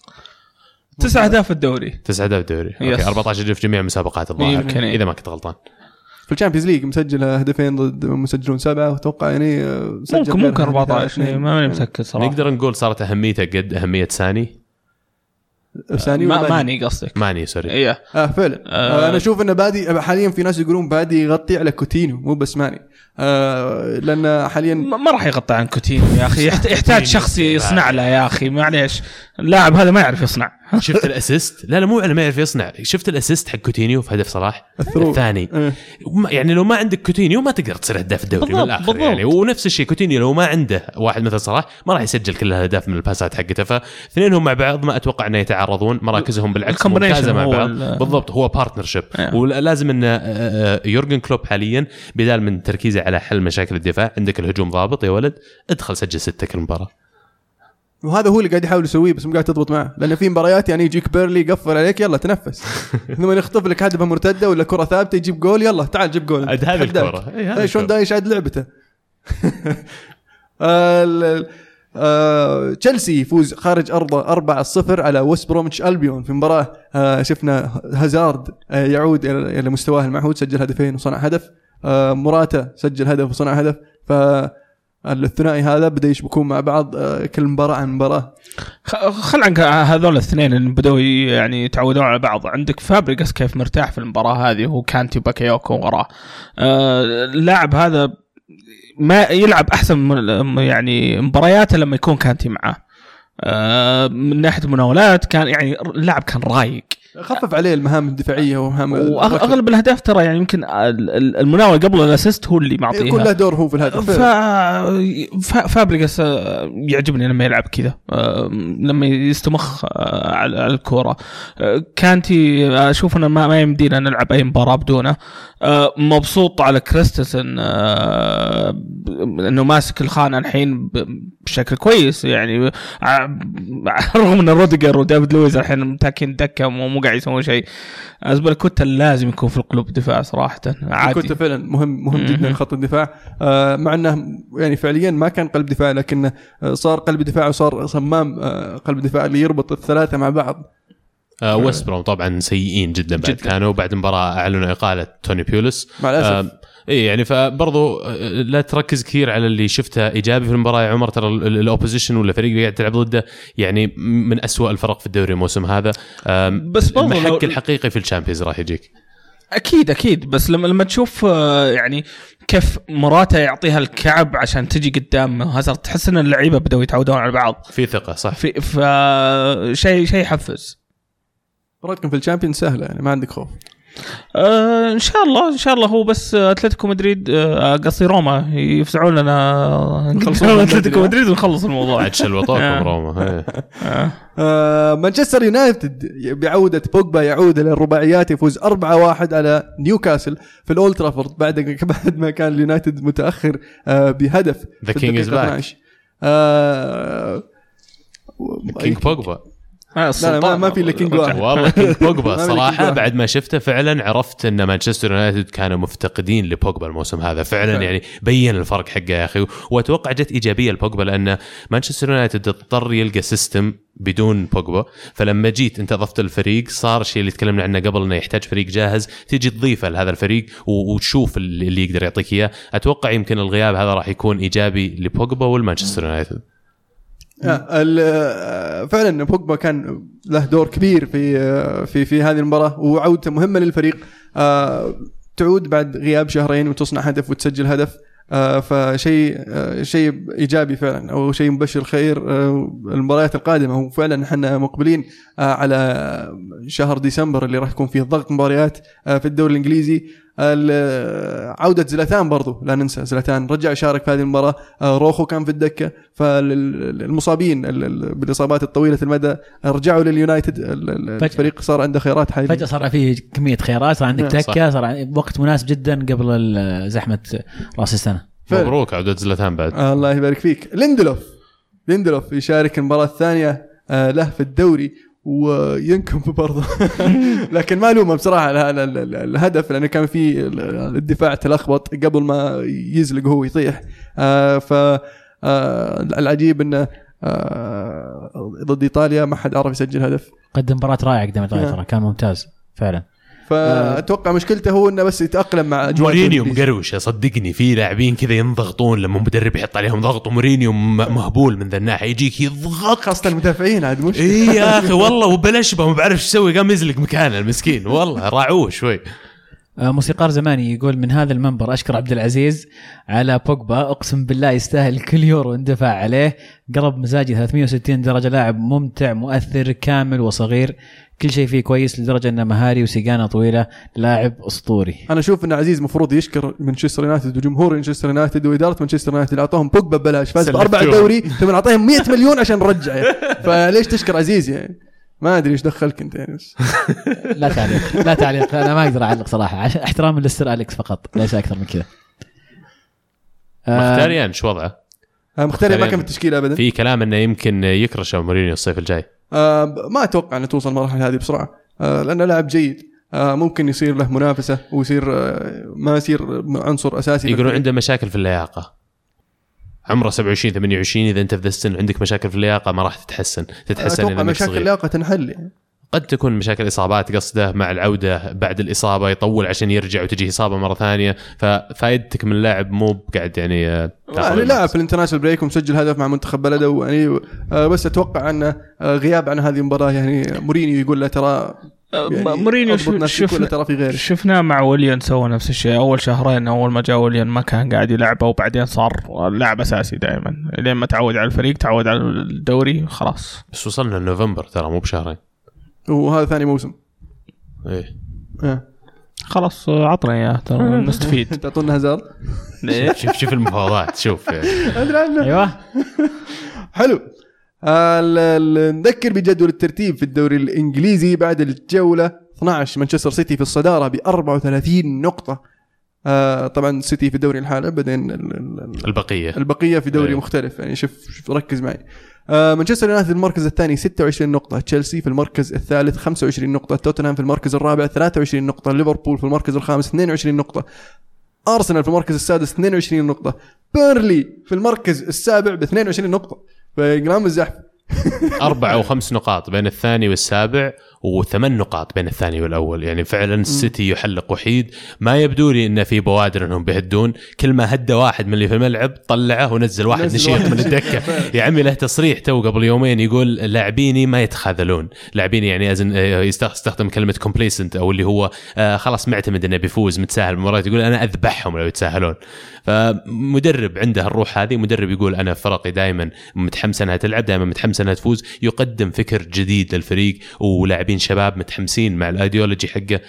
تسعة اهداف الدوري، تسعة اهداف الدوري. اوكي أربعة عشر في جميع مسابقات الظاهر اذا ما كنت غلطان. في الشامبيونز ليج مسجل هدفين ضد مسجلون سبعة، واتوقع يعني سجل ممكن ممكن أربعة عشر، ما ماني متاكد صراحه. نقدر نقول صارت اهميته قد اهميه ساني. ساني ما ماني قصدك ماني سوري. ايه اه فعلا. آه انا اشوف انه بادي حاليا، في ناس يقولون بادي يغطي على كوتينيو مو بس ماني، آه لان حاليا ما راح يغطي عن كوتينيو يا اخي، يحتاج شخص يصنع له يا اخي، معليش اللاعب هذا ما يعرف يصنع. شفت الاسيست؟ لا لا مو على ما يعرف يصنع، شفت الاسيست حق كوتينيو في هدف صلاح الثاني. اه. يعني لو ما عندك كوتينيو ما تقدر تصير هداف الدوري من الاخر بالضبط. يعني ونفس الشيء كوتينيو لو ما عنده واحد مثل صلاح ما راح يسجل كل الاهداف من الباسات حقته. فاثنينهم مع بعض ما اتوقع انه يتعارضون، مراكزهم بالعكس ممتازه مع بعض بالضبط، هو بارتنرشيب. ولازم ان يورجن كلوب حاليا بدال من تركيزه على حل مشاكل الدفاع، عندك الهجوم ضابط يا ولد، ادخل سجل ستة كل مباراه. وهذا هو اللي قاعد يحاول يسويه، بس مو قاعد تضبط معه، لأن في مباريات يعني يجيك بيرلي يقفل عليك يلا تنفس، ثم يخطف لك هدفة مرتدة ولا كرة ثابتة يجيب جول، يلا تعال جيب جول. هذه الكرة اي شلون دايش عاد لعبته. تشيلسي يفوز خارج أرضه أربعة صفر على ويست بروميتش ألبيون في مباراة شفنا هازارد يعود إلى مستواه المعهود، سجل هدفين وصنع هدف، موراتا سجل هدف وصنع هدف. ف الثنائي هذا بدأ يشبكون مع بعض كل مباراة عن مباراة. خل عنك هذول الاثنين اللي بدأوا يعني يتعودون على بعض. عندك فابريغاس كيف مرتاح في المباراة هذه، هو كانتي وباكيوكو وراه. اللاعب هذا ما يلعب أحسن من يعني مبارياته لما يكون كانتي معه. من ناحية المناولات كان يعني اللاعب كان رايق، خفف عليه المهام الدفاعيه ومهام واغلب الاهداف ترى يعني يمكن المناوله قبل الاسيست هو اللي معطيها، كل له دور هو في الهدف. ف... فابريغاس يعجبني لما يلعب كذا، لما يستمخ على الكوره. كانتي اشوف انه ما يمدينا نلعب اي مباراه بدونه. مبسوط على كريستنسن انه ماسك الخانه الحين بشكل كويس، يعني رغم ان روديجر ودافيد لويز الحين متاكين دكه مو قاعد يسوون شيء. أزبل كوتا لازم يكون في القلوب دفاع صراحة، عادي. كوتا فعلا مهم مهم جدا خط الدفاع، آه مع أنه يعني فعليا ما كان قلب دفاع، لكن صار قلب دفاع وصار صمام آه قلب دفاع اللي يربط الثلاثة مع بعض. آه ويست بروم طبعا سيئين جدا بعد جداً. كانوا بعد مباراة أعلنوا إقالة توني بيولس مع الأسف. آه ايه يعني فبرضو لا تركز كثير على اللي شفته ايجابي في المباراه يا عمر. ترى الاوبوزيشن ولا فريق اللي قاعد تلعب ضده يعني من أسوأ الفرق في الدوري الموسم هذا، بس المحك الحقيقي في الشامبيونز راح يجيك اكيد اكيد. بس لما لما تشوف يعني كيف موراتا يعطيها الكعب عشان تجي قدام هازارد، تحس ان اللعيبه بداوا يتعودون على بعض، في ثقه صح، في فشيء شيء يحفز. مباراتكم في الشامبيونز سهله يعني ما عندك خوف. آه ان شاء الله ان شاء الله هو بس اتلتيكو مدريد آه قصدي روما يفزعون لنا نخلصون اتلتيكو مدريد ونخلص الموضوع. عاد شلوطوكم روما. آه مانشستر يونايتد بعودة بوجبا يعود إلى الرباعيات، يفوز أربعة واحد على نيوكاسل في الأولد ترافورد بعد بعد ما كان اليونايتد متأخر آه بهدف. The king is back. آه كينج بوجبا. لا ما, ما في لكينج واحد والله كينج بوجبا صراحة بعد ما شفته فعلا عرفت أن مانشستر يونايتد كانوا مفتقدين لبوجبا الموسم هذا فعلا فعلا. يعني بين الفرق حقه يا أخي، وأتوقع جت إيجابية لبوجبا لأن مانشستر يونايتد اضطر يلقى سيستم بدون بوجبا، فلما جيت انت اضفت الفريق صار الشيء اللي تكلمنا عنه قبل انه يحتاج فريق جاهز تيجي تضيفه لهذا الفريق وتشوف اللي يقدر يعطيك اياه. اتوقع يمكن الغياب هذا راح يكون ايجابي لبوجبا والمانشستر يونايتد. فعلا بوجبا كان له دور كبير في في في هذه المباراة وعودته مهمة للفريق، تعود بعد غياب شهرين وتصنع هدف وتسجل هدف، فشيء شيء ايجابي فعلا او شيء مبشر خير. المباريات القادمه وفعلا احنا مقبلين على شهر ديسمبر اللي راح يكون فيه ضغط مباريات في الدوري الانجليزي. عودة زلاتان برضو لا ننسى، زلاتان رجع يشارك في هذه المباراة، روخو كان في الدكة، فالمصابين بالإصابات الطويلة المدى رجعوا لليونايتد، الفريق صار عنده خيارات حاليا، فجأة صار فيه كمية خيارات، صار عندك دكة، صار وقت مناسب جدا قبل زحمة رأس السنة. مبروك عودة زلاتان بعد. آه الله يبارك فيك. ليندلوف ليندلوف يشارك المباراة الثانية آه له في الدوري وينكم برضه لكن ما لومه بصراحة الهدف لأنه كان في الدفاع تلخبط قبل ما يزلق هو يطيح. آه فالعجيب أنه آه ضد إيطاليا ما حد عرف يسجل هدف. قدم مباراة رائعة قدام إيطاليا ترى، كان ممتاز فعلا. فأتوقع مشكلته هو إنه بس يتأقلم مع مورينيو مقروش. صدقني في لاعبين كذا ينضغطون لما مدرب يحط عليهم ضغط، ومورينيو مهبول من ذا الناحية يجيك يضغط، خاصة المدافعين عاد مش إيه يا أخي والله وبلاش ما بعرف إيش يسوي، قام يزلق مكانه المسكين والله راعوه شوي. موسيقار زماني يقول من هذا المنبر أشكر عبد العزيز على بوجبا، أقسم بالله يستاهل كل يورو اندفع عليه، قرب مزاجي ثلاثمية وستين درجة، لاعب ممتع مؤثر كامل وصغير، كل شيء فيه كويس لدرجة أنه مهاري وسيقانة طويلة، لاعب أسطوري. أنا أشوف أن عزيز مفروض يشكر مانشستر يونايتد وجمهور مانشستر يونايتد وإدارة مانشستر يونايتد، أعطاهم بوجبا ببلاش، فاز بأربعة دوري ثم أعطيهم مية مليون عشان نرجع، فليش تشكر عزيز يعني؟ ما أدري إيش دخلك أنت يعني. لا تعليق لا تعليق أنا ما أقدر أعلق صراحة، عشان احترام للسير أليكس فقط ليس أكثر من كذا. مختاريان شو وضعه؟ مختاريان ما كان في التشكيلة أبدا. في كلام إنه يمكن يكرش مورينيو الصيف الجاي. آه ما أتوقع أن توصل مرحلة هذه بسرعة، آه لأنه لاعب جيد، آه ممكن يصير له منافسة ويصير آه ما يصير عنصر أساسي. يقولون عنده مشاكل في اللياقة، عمره سبعة وعشرين ثمانية وعشرين، إذا أنت في ذا السن عندك مشاكل في اللياقة ما راح تتحسن تتحسن أتوقع مشاكل اللياقة تنحل يعني. قد تكون مشاكل إصابات قصده مع العودة بعد الإصابة يطول عشان يرجع وتجي إصابة مرة ثانية، ففائدتك من اللاعب مو بقعد يعني يعني لاعب في الانترناشنال بريك ومسجل هدف مع منتخب بلده يعني، بس أتوقع أن غياب عن هذه المباراة يعني مورينيو يقول له ترى يعني مورينيو شفنا شفناه مع ويليان سوى نفس الشيء، أول شهرين أول ما جاء ويليان ما كان قاعد يلعبه، وبعدين صار لاعب أساسي دائما لين ما تعود على الفريق تعود على الدوري خلاص. بس وصلنا نوفمبر ترى مو بشهرين وهذا ثاني موسم. ايه اه خلاص عطنا اياه ترى نستفيد. تعطونا هزار. شوف شوف المفاوضات شوف ايوه حلو. نذكر بجدول الترتيب في الدوري الانجليزي بعد الجوله اثنا عشر، مانشستر سيتي في الصداره ب أربعة وثلاثين نقطه، آه طبعا سيتي في دوري الحالة، بعدين البقية البقية في دوري أيه. مختلف يعني. شوف شوف ركز معي. آه مانشستر يونايتد في المركز الثاني ستة وعشرين نقطة، تشيلسي في المركز الثالث خمسة وعشرين نقطة، توتنهام في المركز الرابع ثلاثة وعشرين نقطة، ليفربول في المركز الخامس اثنين وعشرين نقطة، أرسنال في المركز السادس اثنين وعشرين نقطة، بيرلي في المركز السابع ب اثنين وعشرين نقطة، فقلام الزحف. أربعة وخمس نقاط بين الثاني والسابع وثمان نقاط بين الثاني والأول، يعني فعلا السيتي يحلق وحيد. ما يبدو لي إن في بوادر إنهم بيهدون، كل ما هدى واحد من اللي في الملعب طلعه ونزل واحد نشيط من الدكة. يا عمي له تصريح تو قبل يومين يقول لاعبيني ما يتخاذلون، لاعبيني يعني أزن يستخدم كلمة complacent أو اللي هو آه خلاص معتمد إنه بيفوز متساهل بالمباراة، يقول أنا أذبحهم لو يتساهلون. فمدرب عنده الروح هذه، مدرب يقول أنا فرقي دائما متحمس أنها تلعب، دائما متحمس أنها تفوز، يقدم فكر جديد للفريق ولاعب لاعبين شباب متحمسين مع الايديولوجي حقه.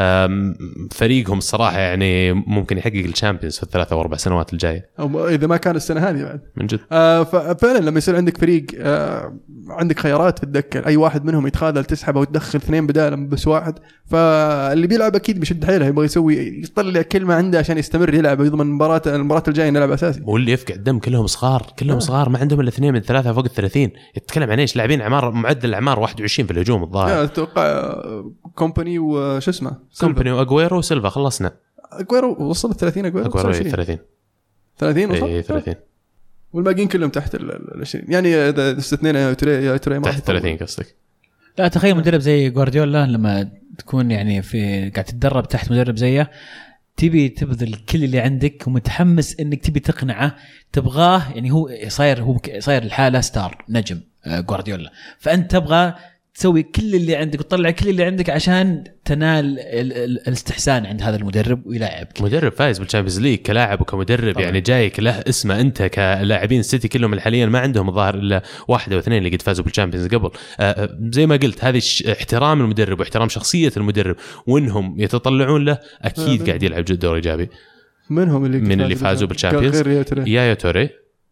فريقهم الصراحه يعني ممكن يحقق الشامبيونز في الثلاثة او اربع سنوات الجايه او اذا ما كان السنه هذه بعد من جد. آه ففعلا لما يصير عندك فريق آه عندك خيارات في الدكه، اي واحد منهم يتخاذل تسحبه وتدخل اثنين بداله بس واحد، فاللي بيلعب اكيد بيشد حيله، يبغى يسوي يطلع كلمه عنده عشان يستمر يلعب ويضمن المباراه المباراه الجايه نلعب اساسي. واللي يفقع الدم كلهم صغار كلهم آه. صغار ما عندهم الا اثنين من ثلاثه فوق الثلاثين. يتكلم عن ايش؟ لاعبين اعمار معدل الاعمار واحد وعشرين في الهجوم الظاهر. اتوقع كومباني وش اسمه كومباني واغويرو وسيلفا خلصنا. اغويرو وصل ثلاثين. اغويرو وصل ثلاثين ثلاثين وصل اي ثلاثين والباقيين كلهم تحت ال عشرين يعني اذا استثنينا يا تري يا تري تحت ثلاثين قصدك. لا تخيل مدرب زي غوارديولا لما تكون يعني في قاعد تتدرب تحت مدرب زيه، تبي تبذل كل اللي عندك ومتحمس انك تبي تقنعه تبغاه، يعني هو صاير هو صاير الحاله ستار نجم غوارديولا، فانت تبغى تسوي كل اللي عندك وتطلع كل اللي عندك عشان تنال الاستحسان عند هذا المدرب ويلعبك. مدرب فايز بالشامبيونز ليج كلاعب وكمدرب طبعا. يعني جايك له اسمه. انت كلاعبين السيتي كلهم حاليا ما عندهم الظاهر الا واحد او اثنين اللي قد فازوا بالشامبيونز قبل. آه زي ما قلت هذه احترام المدرب واحترام شخصيه المدرب وانهم يتطلعون له اكيد قاعد يلعب دور ايجابي. منهم اللي من اللي فازوا بالشامبيونز يا يا توري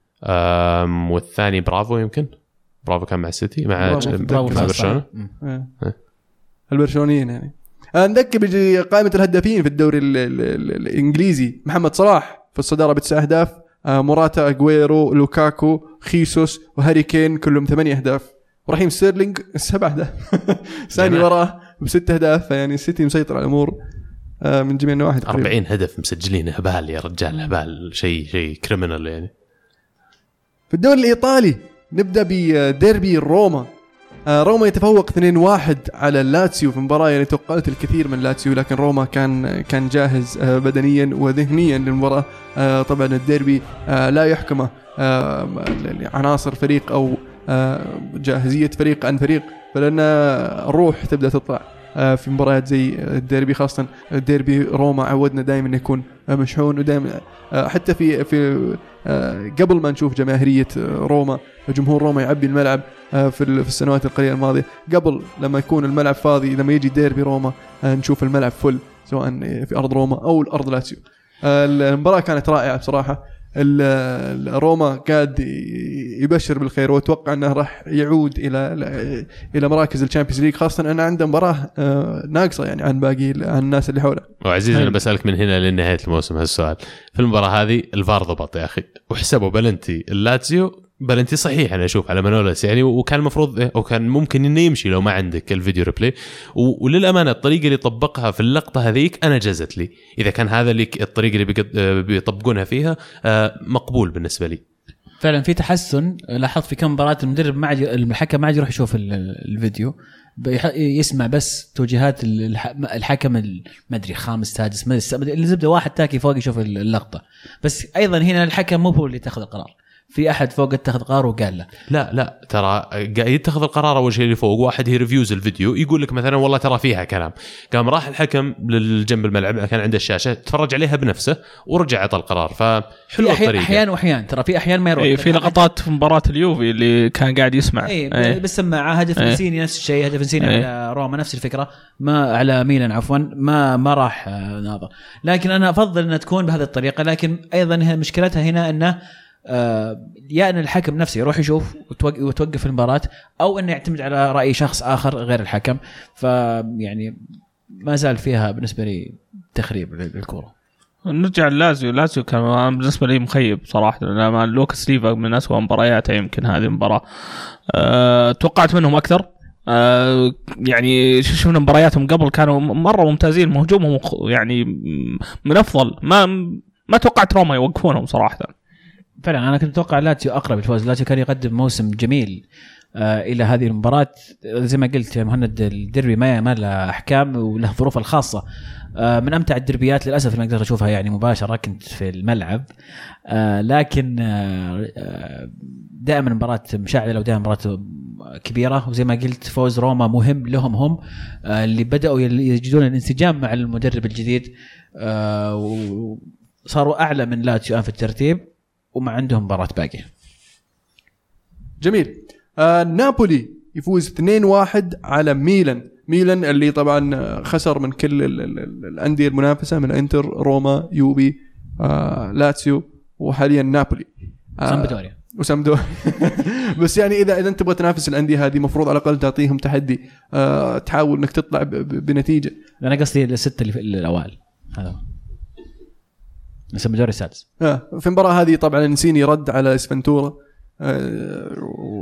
والثاني برافو يمكن برافو كان مع السيتي مع برشلونة البرشلونيين يعني. نذكر بيجي قائمة الهدافين في الدوري ال ال ال الإنجليزي. محمد صلاح في الصدارة بتسع أهداف، موراتا، أغويرو، لوكاكو، خيسوس وهاري كين كلهم ثمانية أهداف، ورحيم ستيرلينج سبع أهداف ثاني وراه بست أهداف. يعني السيتي مسيطر على الأمور من جميع النواحي. أربعين هدف مسجلين، هبال يا رجال هبال، شيء شيء كريمنال يعني. في الدوري الإيطالي نبدأ بديربي روما. روما يتفوق اثنين واحد على لاتسيو في مباراة يعني توقعت الكثير من لاتسيو، لكن روما كان كان جاهز بدنيا وذهنيا للمباراة. طبعا الديربي لا يحكمه عناصر فريق أو جاهزية فريق عن فريق، فلأن الروح تبدأ تطلع في مباريات زي الديربي، خاصة الديربي روما عودنا دائما يكون مشحون، ودائما حتى في في قبل ما نشوف جماهيرية روما جمهور روما يعبي الملعب في السنوات القليلة الماضية، قبل لما يكون الملعب فاضي لما يجي ديربي روما نشوف الملعب فل سواء في أرض روما أو الأرض لاتسيو. المباراة كانت رائعة بصراحة. روما قاعد يبشر بالخير واتوقع انه راح يعود الى الى مراكز الشامبيونز ليج، خاصه ان عنده مباراه ناقصه يعني عن باقي عن الناس اللي حوله. وعزيز انا بسالك من هنا لنهايه الموسم هالسؤال، في المباراه هذه الفار ضبط يا اخي وحسبوا بلنتي اللاتسيو، بلنتي صحيح انا اشوف على مانولس يعني، وكان المفروض او كان ممكن انه يمشي لو ما عندك الفيديو ريبلاي. وللامانه الطريقه اللي طبقها في اللقطه هذيك انا جازت لي، اذا كان هذا اللي الطريقه اللي بيطبقونها فيها مقبول بالنسبه لي. فعلا في تحسن. لاحظت في كم مباراه المدرب ما عاد الحكم ما عاد يروح يشوف الفيديو، يسمع بس توجيهات الحكم ما ادري خامس سادس اللي زبده واحد تاكي فوق يشوف اللقطه. بس ايضا هنا الحكم مو هو اللي يتخذ القرار، في احد فوق اتخذ قرار وقال له لا لا ترى يتخذ القرار اول شيء اللي فوق، واحد هي ريفيوز الفيديو يقول لك مثلا والله ترى فيها كلام، قام راح الحكم للجنب الملعب كان عنده الشاشه تفرج عليها بنفسه ورجع عطى القرار. فحلو الطريقه. احيان واحيان ترى في احيان ما يروح. اي في لقطات في مباراه اليوفي اللي كان قاعد يسمع اي بالسماعه هدف نسيني نفس الشيء، هدف نسيني على روما نفس الفكره، ما على ميلان عفوا ما ما راح ناظر. لكن انا افضل انها تكون بهذه الطريقه، لكن ايضا مشكلتها هنا انه آه يا أن الحكم نفسه يروح يشوف وتوقف المباراة، أو أنه يعتمد على رأي شخص آخر غير الحكم. فيعني ما زال فيها بالنسبة لي تخريب للكرة. نرجع لازيو. لازيو كان بالنسبة لي مخيب صراحة، لما لوكاس ليفا من أسوأ مبارياته يمكن هذه المباراة. أه توقعت منهم أكثر. أه يعني شفنا مبارياتهم قبل كانوا مرة ممتازين، مهجومهم يعني من أفضل. ما ما توقعت روما يوقفونهم صراحة. فعلا أنا كنت أتوقع لاتسيو أقرب الفوز. لاتسيو كان يقدم موسم جميل آه إلى هذه المباراة. زي ما قلت يا مهند الديربي ما ما له أحكام وله ظروف الخاصة. آه من أمتع الدربيات للأسف اللي أقدر أشوفها يعني مباشرة كنت في الملعب. آه لكن آه دائما مباراة مشعلة ودائما مباراة كبيرة، وزي ما قلت فوز روما مهم لهم هم آه اللي بدأوا يجدون الانسجام مع المدرب الجديد، آه وصاروا أعلى من لاتسيو في الترتيب وما عندهم مباراة باقية. جميل. آه، نابولي يفوز اثنين واحد على ميلان. ميلان اللي طبعا خسر من كل الأندية المنافسة، من انتر، روما، يوبي، آه، لاتسيو، وحاليا نابولي، آه، سامبدوريا وسامدوريا. بس يعني اذا اذا انت تبغى تنافس الانديه هذه مفروض على الاقل تعطيهم تحدي، أه تحاول انك تطلع بنتيجه. انا قصدي السته اللي في الاوائل هذا سامدوريا السادس. اه في المباراه هذه طبعا نسيني رد على اسفنتورا، أه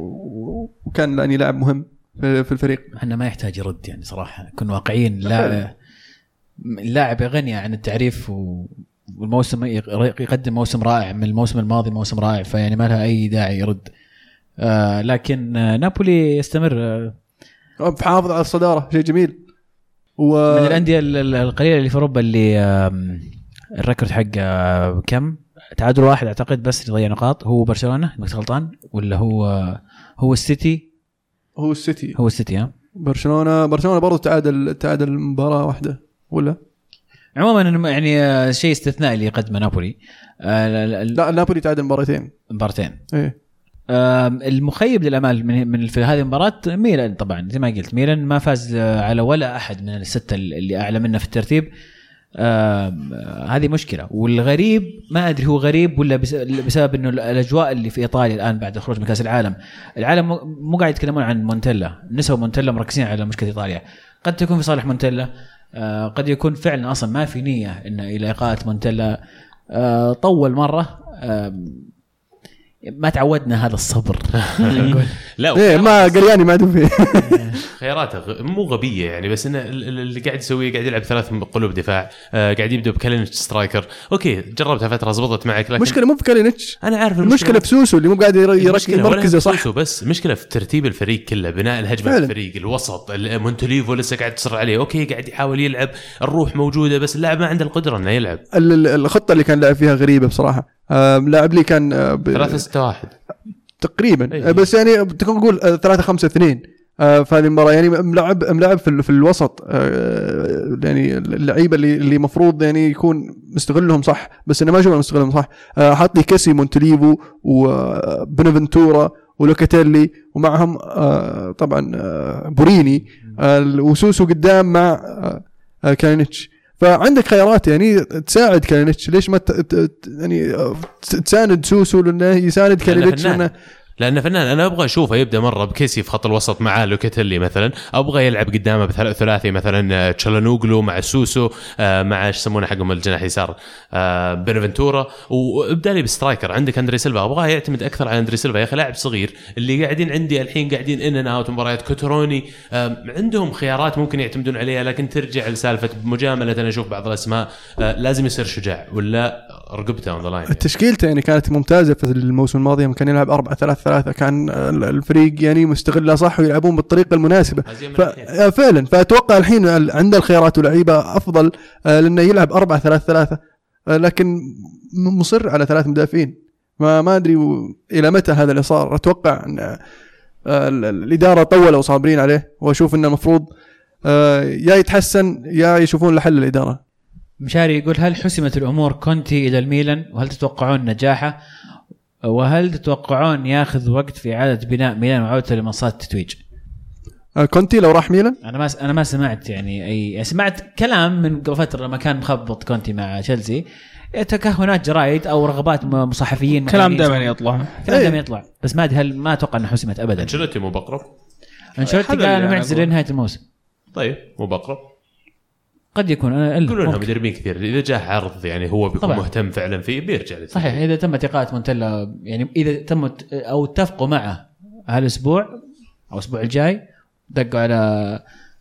وكان يعني لاعب مهم في الفريق. احنا ما يحتاج يرد يعني صراحه، كن واقعيين. لا اللاعب غني عن التعريف، والموسم يقدم موسم رائع من الموسم الماضي، موسم رائع، فيعني ما لها اي داعي يرد. آه لكن آه نابولي يستمر، آه بحافظ على الصداره، شيء جميل. و... من الانديه القليله اللي في اوروبا اللي آه الريكورد حقه آه كم تعادل واحد اعتقد بس يضيع نقاط، هو برشلونه ما غلطان، ولا هو آه هو السيتي هو السيتي هو السيتي ها برشلونه برشلونه برضو تعادل تعادل مباراه واحده ولا. عموما يعني شيء استثنائي اللي يقدمه نابولي. آه لا نابولي تعادل مباراتين مباراتين ايه. آه المخيب للامال من من في هذه المباراه ميلان، طبعا زي ما قلت ميلان ما فاز على ولا احد من السته اللي اعلى منه في الترتيب. آه هذه مشكله. والغريب ما ادري هو غريب ولا بسبب انه الاجواء اللي في ايطاليا الان بعد الخروج من كاس العالم، العالم مو قاعد يتكلمون عن مونتيلا، نسوا مونتيلا، مركزين على مشكله ايطاليا. قد تكون في صالح مونتيلا، آه قد يكون فعلا اصلا ما في نيه ان الى اقاله مونتيلا. آه طول مره، آه ما تعودنا هذا الصبر. لا إيه ما قلياني ما ادري فيه. خياراته مو غبيه يعني، بس انه اللي قاعد يسويه قاعد يلعب ثلاث قلوب دفاع، آه قاعد يبدا بكالينيتش سترايكر. اوكي جربتها فتره زبطت معك، لكن مشكله مو في كالينيتش، انا عارف المشكله في سوسو اللي مو قاعد يركز مركزه صح. بس مشكله في ترتيب الفريق كله، بناء الهجمه الفريق الوسط. مونتوليفو لسه قاعد تصر عليه، اوكي قاعد يحاول يلعب، الروح موجوده، بس اللاعب ما عنده القدره انه يلعب. الخطه اللي كان لعب فيها غريبه بصراحه. آه لاعب لي كان آه ثلاثة ستة واحد تقريبا. أيه. بس يعني تكون نقول ثلاثة خمسة اثنين آه في هذه المباراة، يعني ملعب ملعب في في الوسط. آه يعني اللعيبة اللي اللي مفروض يعني يكون مستغلهم صح، بس أنا ما أشوف مستغلهم صح. آه حط لي كيسي، مونتوليفو، وبنفنتورا، ولوكاتيلي، ومعهم آه طبعا آه بوريني، آه وسوسو قدام مع آه كالينيتش. فعندك خيارات يعني تساعد كالينيتش، ليش ما يعني تساند سوسو لانه يساند كالينيتش لانه لأنه فنان. أنا أبغى أشوفه يبدأ مرة بكيسي في خط الوسط مع لوكاتيلي مثلا، أبغى يلعب قدامه بثلاثي مثلا تشالانوغلو مع سوسو مع إيش يسمونه حقهم الجناح يسار بنفنتورا، وابدأ لي بسترايكر. عندك أندري سيلفا، أبغاه يعتمد أكثر على أندري سيلفا. يا أخي لاعب صغير اللي قاعدين عندي الحين قاعدين إن أنا أوت مباريات كوتروني، عندهم خيارات ممكن يعتمدون عليها، لكن ترجع لسالفة مجاملة. أنا أشوف بعض الأسماء لازم يصير شجاع ولا رقبته on the line. التشكيلة يعني كانت ممتازة في الموسم الماضي، كان يلعب أربعة ثلاثة ثلاثة، كان الفريق يعني مستغلها صح ويلعبون بالطريقة المناسبة. فعلا فأتوقع الحين عنده الخيارات ولعيبة أفضل لأنه يلعب أربعة ثلاثة ثلاثة، لكن مصر على ثلاث مدافعين. ما ما أدري إلى متى هذا اللي صار. أتوقع أن الإدارة طولوا وصابرين عليه، وأشوف أنه المفروض يا يتحسن يا يشوفون لحل الإدارة. مشاري يقول هل حسمت الأمور كونتي إلى الميلان، وهل تتوقعون نجاحه، وهل تتوقعون ياخذ وقت في إعادة بناء ميلان وعودته لمنصات التتويج؟ كونتي لو راح ميلان أنا ما أنا ما سمعت يعني أي سمعت كلام من قبل فترة لما كان مخبط كونتي مع تشيلسي، تكهنات جرايد أو رغبات مصحفيين، كلام دائما يطلع كلام دائما يطلع، بس ما أدري هل ما أتوقع أنه حسمت أبدا. أنشيلوتي مو بقرب، أنشيلوتي قال أنه معتزل لنهاية الموسم. طيب مو بقرب، قد يكون. أنا يقولون لهم مدربين كثير إذا جاء عرض يعني هو بيكون طبعا مهتم فعلا فيه بيرجع لي. صحيح، إذا تم إقالة مونتيلا يعني إذا تم أو اتفقوا معه هالأسبوع أو الأسبوع الجاي، دقوا على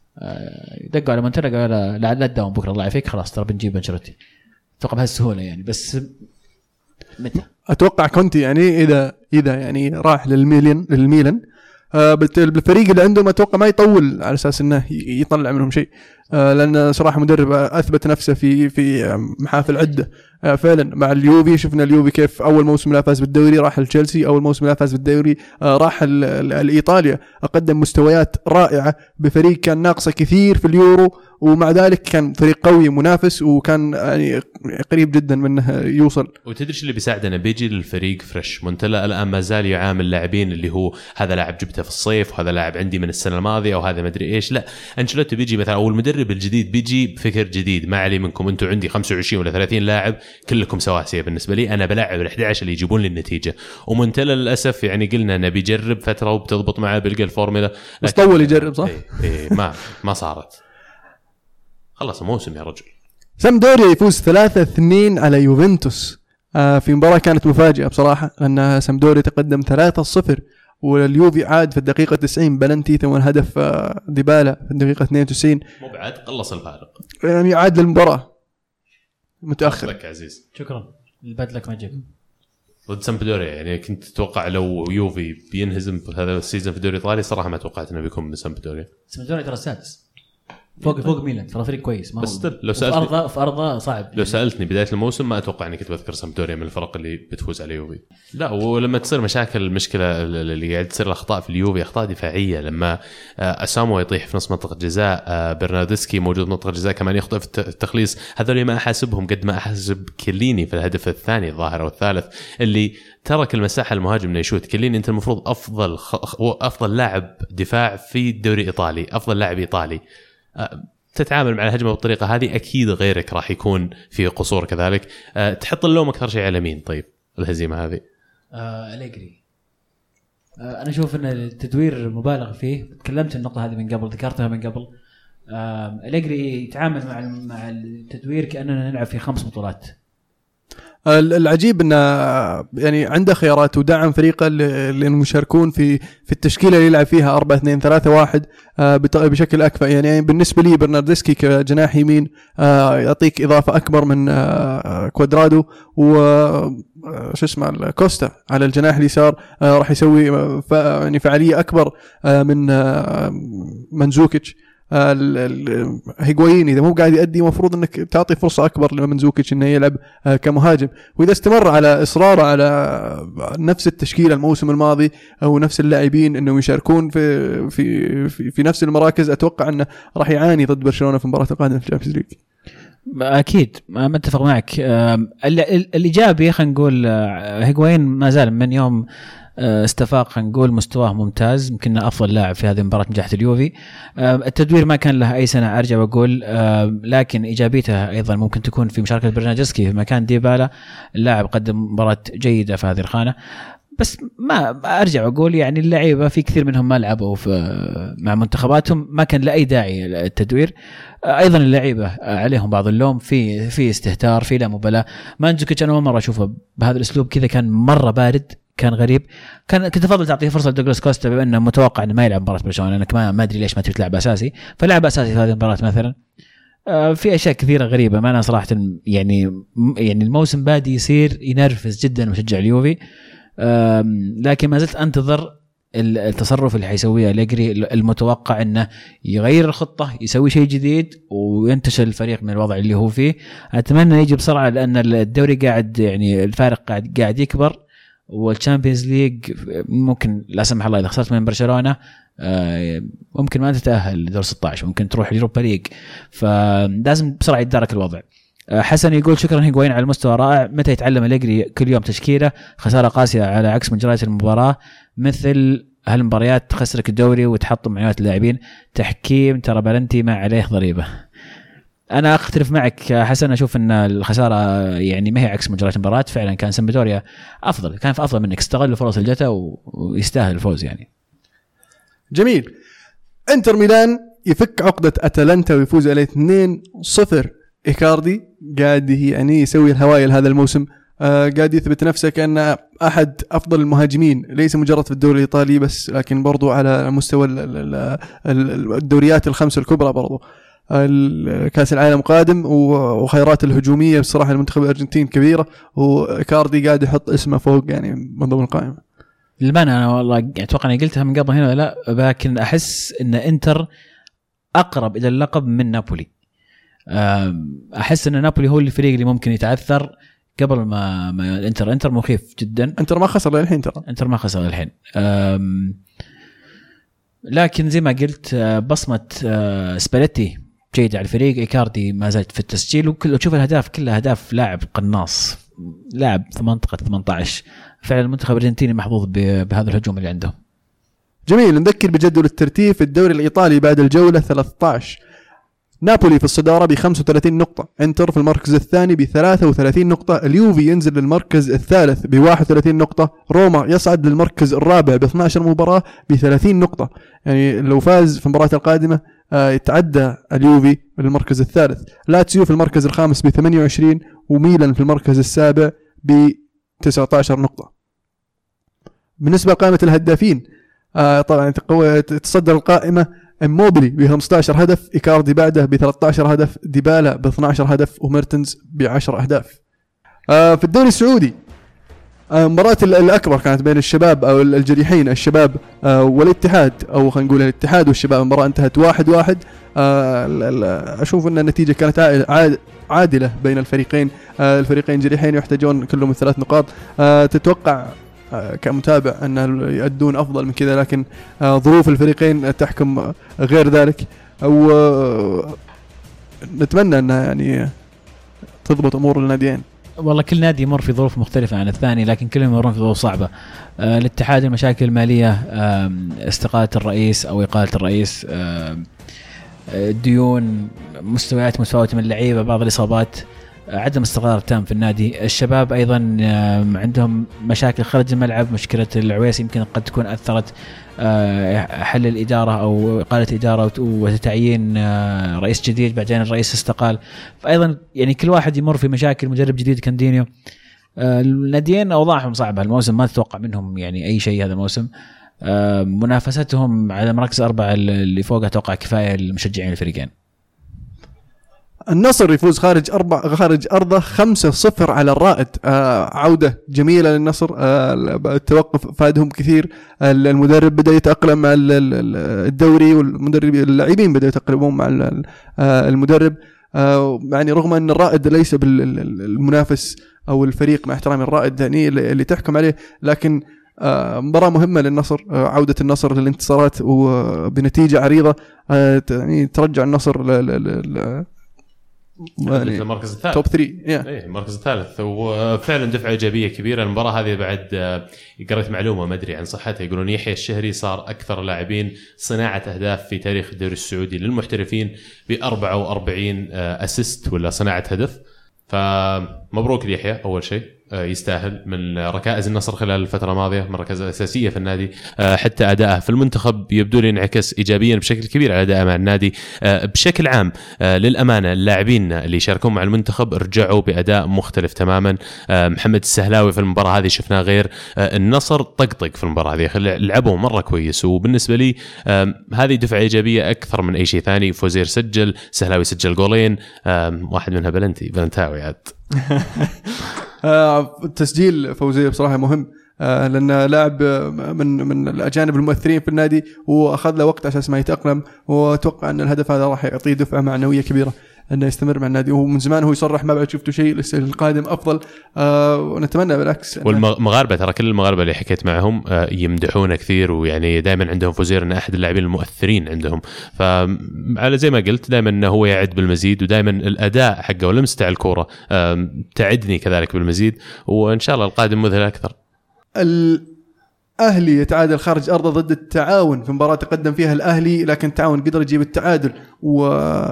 دقوا على مونتيلا قالوا لا لا تداوم بكرة الله يعافيك، خلاص ترى بنجيب أنشيلوتي. أتوقع بهالسهولة يعني، بس متى؟ أتوقع كونتي يعني إذا إذا يعني راح للميلان للميلان بالفريق اللي عندهم، أتوقع ما يطول على أساس إنه يطلع منهم شيء. لأن صراحة مدرب أثبت نفسه في في محافل عدة فعلا مع اليوفي. شفنا اليوفي كيف أول موسم لا فاز بالدوري راح لتشيلسي، أول موسم لا فاز بالدوري راح لإيطاليا، أقدم مستويات رائعة بفريق كان ناقصه كثير في اليورو، ومع ذلك كان فريق قوي منافس وكان يعني قريب جدا منه يوصل. وتدري اللي بيساعدنا بيجي للفريق فريش. مونتلا الآن ما زال يعامل لاعبين اللي هو هذا لاعب جبته في الصيف وهذا لاعب عندي من السنة الماضية أو هذا ما أدري إيش. لا، أنشيلوتي بيجي مثلا أو المدرب الجديد بيجي بفكر جديد، ما علي منكم أنتم عندي خمسة وعشرين ولا ثلاثين لاعب كلكم سواسية بالنسبة لي، أنا بلاعب الأحد عشر اللي يجيبون لي النتيجة. ومونتلا للأسف يعني قلنا أنه بيجرب فترة وبتضبط معه بيلقى الفورمولا، بس طول يجرب صح؟ إيه إيه ما ما صارت. خلص موسم يا رجل. سامدوريا يفوز ثلاثة اثنين على يوفنتوس آه في مباراة كانت مفاجئة بصراحة، أن سامدوريا تقدم ثلاثة صفر واليوفي عاد في الدقيقة تسعين بلنتي ثم هدف آه ديبالا في الدقيقة اثنين وتسعين، مو بعد قلص الفارق يعني عاد للمباراة متأخر. لك عزيز شكرا البدلك ماجيك ضد سامدوريا. يعني كنت اتوقع لو يوفي بينهزم هذا السيزون في الدوري الايطالي صراحة ما توقعت انه بيكون من سامدوريا. سامدوريا ترى السادس فوق فوق ميلان، ترى فريق كويس ما بس هو لو في ارضه في ارضه صعب. لو سالتني بدايه الموسم ما اتوقع اني كنت بذكر سامدوريا من الفرق اللي بتفوز على يوفي. لا، ولما تصير مشاكل المشكله اللي قاعد تصير الاخطاء في اليوفي اخطاء دفاعيه، لما اسامو يطيح في نص منطقه جزاء، برناردسكي موجود منطقه جزاء كمان يخطئ في التخليص، هذول ما احاسبهم قد ما احاسب كليني في الهدف الثاني الظاهر او الثالث اللي ترك المساحه المهاجم انه يشوت. كليني انت المفروض افضل خ... افضل لاعب دفاع في الدوري الايطالي، افضل لاعب ايطالي، تتعامل مع الهجمة بالطريقة هذه أكيد غيرك راح يكون في قصور كذلك. أه تحط اللوم أكثر شيء على مين طيب الهزيمة هذه؟ آه أليجري. آه أنا أشوف أن التدوير مبالغ فيه، تكلمت النقطة هذه من قبل، ذكرتها من قبل. آه أليجري يتعامل مع مع التدوير كأننا نلعب في خمس بطولات. العجيب انه يعني عنده خيارات ودعم فريقه اللي مشاركون في في التشكيله اللي يلعب فيها أربعة اثنين ثلاثة واحد بشكل اكفأ. يعني بالنسبه لي برناردسكي كجناح يمين يعطيك اضافه اكبر من كوادرادو، و شو اسمه كوستا على الجناح اليسار راح يسوي يعني فعاليه اكبر من منزوكيتش. هيغوين إذا مو قاعد يؤدي مفروض أنك تعطي فرصة أكبر لمنزوكيتش إنه يلعب كمهاجم، وإذا استمر على إصراره على نفس التشكيلة الموسم الماضي أو نفس اللاعبين إنه يشاركون في في في, في نفس المراكز، أتوقع أنه راح يعاني ضد برشلونة في المباراة القادمة في الشامبيونز ليج. أكيد ما متفق معك. الإيجابي خلينا نقول هيغوين ما زال من يوم استفاق خلينا نقول مستواه ممتاز، يمكن افضل لاعب في هذه المباراه نجحت اليوفي. التدوير ما كان له اي سنه ارجع واقول، لكن ايجابيته ايضا ممكن تكون في مشاركه برناردسكي في مكان ديبالا، اللاعب قدم مباراه جيده في هذه الخانه. بس ما ارجع واقول يعني اللعيبه في كثير منهم ما لعبوا في مع منتخباتهم، ما كان لاي داعي التدوير. ايضا اللعيبه عليهم بعض اللوم في في استهتار، في لا مبالاه. مانزوكيتش انا مره اشوفه بهذا الاسلوب كذا، كان مره بارد، كان غريب. كان كنت افضل تعطيه فرصه لدوغلاس كوستا بما انه متوقع انه ما يلعب مباراه برشلونه، لانك ما ما ادري ليش ما تبي تلعب اساسي، فلعب اساسي في هذه المباراه مثلا. في اشياء كثيره غريبه، ما انا صراحه يعني يعني الموسم بادي يصير ينرفز جدا مشجع اليوفي، لكن ما زلت انتظر التصرف اللي حيسويه أليجري. المتوقع انه يغير الخطه، يسوي شيء جديد وينتشل الفريق من الوضع اللي هو فيه. اتمنى يجي بسرعه، لان الدوري قاعد يعني الفارق قاعد قاعد يكبر، والتشامبيونز ليج ممكن لا سمح الله اذا خسرت من برشلونه ممكن ما تتاهل لدور ستة عشر، ممكن تروح ليوروبا ليج، فلازم بسرعه يتدارك الوضع. حسن يقول شكرا هيغوين على المستوى رائع، متى يتعلم أليجري كل يوم تشكيله؟ خساره قاسيه على عكس مجريات المباراه، مثل هالمباريات تخسرك الدوري وتحطم معنويات اللاعبين. تحكيم ترى بلنتي ما عليه ضريبه. انا اختلف معك حسن، اشوف ان الخساره يعني ما هي عكس مجريات المباراه، فعلا كان سامدوريا افضل، كان في افضل منك، استغل الفرص اللي جته ويستاهل الفوز يعني. جميل. انتر ميلان يفك عقده اتلانتا ويفوز عليه اثنين صفر. إيكاردي قاعد يعني يسوي الهوايل هذا الموسم، آه قاعد يثبت نفسه كأنه أحد أفضل المهاجمين، ليس مجرد في الدوري الإيطالي بس، لكن برضو على مستوى الدوريات الخمس الكبرى. برضو كأس العالم قادم وخيارات الهجومية بصراحة المنتخب الأرجنتين كبيرة، وإيكاردي قاعد يحط اسمه فوق يعني من ضمن القائمة. للمعنى أنا والله أتوقع أني قلتها من قبل هنا لا، لكن أحس أن إنتر اقرب الى اللقب من نابولي. احس ان نابولي هو الفريق اللي ممكن يتعثر قبل ما, ما الانتر. انتر مخيف جدا. انتر ما خسر للحين ترى. انتر ما خسر للحين. لكن زي ما قلت بصمه سباليتي جيدة على الفريق. إيكاردي ما زالت في التسجيل، وكل تشوف الأهداف كلها أهداف لاعب قناص، لاعب في منطقة ثمانية عشر. فعلا المنتخب الأرجنتيني محظوظ بهذا الهجوم اللي عنده. جميل. نذكر بجدول الترتيب في الدوري الإيطالي بعد الجولة ثلاثة عشر. نابولي في الصدارة بخمسة وثلاثين نقطة، انتر في المركز الثاني بثلاثة وثلاثين نقطة، اليوفي ينزل للمركز الثالث بواحد وثلاثين نقطة، روما يصعد للمركز الرابع باثني عشر مباراة بثلاثين نقطة. يعني لو فاز في المباراة القادمة يتعدى اليوفي للمركز الثالث. لاتسيو في المركز الخامس بثمانية وعشرين، وميلان في المركز السابع بتسعة عشر نقطة. بالنسبة لقائمة الهدافين طبعا تصدر القائمة إموبيلي ب خمسة عشر هدف، إيكاردي بعده ب ثلاثة عشر هدف، ديبالا ب اثني عشر هدف، وميرتنز ب عشرة أهداف. في الدوري السعودي مباراة الأكبر كانت بين الشباب أو الجريحين الشباب والاتحاد، أو خلينا نقول الاتحاد والشباب. المباراة انتهت واحد واحد. أشوف أن النتيجة كانت عادلة بين الفريقين. الفريقين جريحين يحتاجون كلهم ثلاث نقاط. تتوقع كمتابع أن يؤدون أفضل من كذا، لكن ظروف الفريقين تحكم غير ذلك. أو نتمنى أن يعني تضبط أمور الناديين. والله كل نادي يمر في ظروف مختلفة عن الثاني، لكن كلهم يمرون في ظروف صعبة. آه الاتحاد المشاكل المالية، آه استقالة الرئيس أو إقالة الرئيس، آه الديون، مستويات متفاوتة من اللعيبة، بعض الإصابات، آه عدم استقرار تام في النادي. الشباب أيضا آه عندهم مشاكل خارج الملعب. مشكلة العويس يمكن قد تكون أثرت آه حل الإدارة أو إقالة إدارة وتعيين آه رئيس جديد، بعدين الرئيس استقال. فأيضا يعني كل واحد يمر في مشاكل. مدرب جديد كاندينيو. آه الناديين أوضاعهم صعبة الموسم، ما تتوقع منهم يعني أي شيء هذا الموسم. آه منافستهم على مراكز أربعة اللي فوقها أتوقع كفاية للمشجعين الفريقين. النصر يفوز خارج أربع خارج أرضه خمسة صفر على الرائد. آه عودة جميلة للنصر. آه التوقف فادهم كثير. المدرب بدأ يتأقلم مع الدوري، والمدرب اللاعبين بدأوا يتأقلمون مع المدرب. آه يعني رغم أن الرائد ليس بالمنافس أو الفريق، مع احترام الرائد يعني اللي تحكم عليه، لكن آه مباراة مهمة للنصر. آه عودة النصر للانتصارات وبنتيجة عريضة آه يعني ترجع النصر ل ل يعني المركز الثالث توب ثلاثة. ايه المركز الثالث. وفعلا دفعه ايجابيه كبيره. المباراه هذه بعد قرأت معلومه ما ادري عن صحتها، يقولون يحيى الشهري صار اكثر لاعبين صناعه اهداف في تاريخ الدوري السعودي للمحترفين ب أربعة وأربعين اسيست ولا صناعه هدف. فمبروك ليحيى اول شيء، يستاهل من ركائز النصر خلال الفترة الماضية، من ركائز أساسية في النادي. حتى أداءه في المنتخب يبدو لي ينعكس إيجابيا بشكل كبير على أداءه مع النادي بشكل عام. للأمانة اللاعبين اللي يشاركون مع المنتخب رجعوا بأداء مختلف تماما. محمد السهلاوي في المباراة هذه شفناه غير. النصر طقطق في المباراة هذه، لعبوا مرة كويس. وبالنسبة لي هذه دفعة إيجابية أكثر من أي شيء ثاني. فوزير سجل، سهلاوي سجل جولين، واحد منها بلنتي بلنتاوي عاد. تسجيل فوزي بصراحة مهم، لأن لاعب من من الأجانب المؤثرين في النادي، وأخذ له وقت أساس ما يتأقلم. وأتوقع أن الهدف هذا راح يعطيه دفعة معنوية كبيرة أنه يستمر مع النادي. ومن زمان هو يصرح ما بعد شفتوا شيء، لسه القادم أفضل. أه ونتمنى بالعكس. والمغاربة ترى كل المغاربة اللي حكيت معهم يمدحونه كثير، ويعني دائما عندهم فوزير أنه أحد اللاعبين المؤثرين عندهم. فعلى زي ما قلت دائما أنه هو يعد بالمزيد، ودائما الأداء حقه ولمسته على الكورة تعدني كذلك بالمزيد. وإن شاء الله القادم مذهل أكثر. الأهلي يتعادل خارج أرضه ضد التعاون في مباراة تقدم فيها الأهلي، لكن التعاون قدر يجيب التعادل. و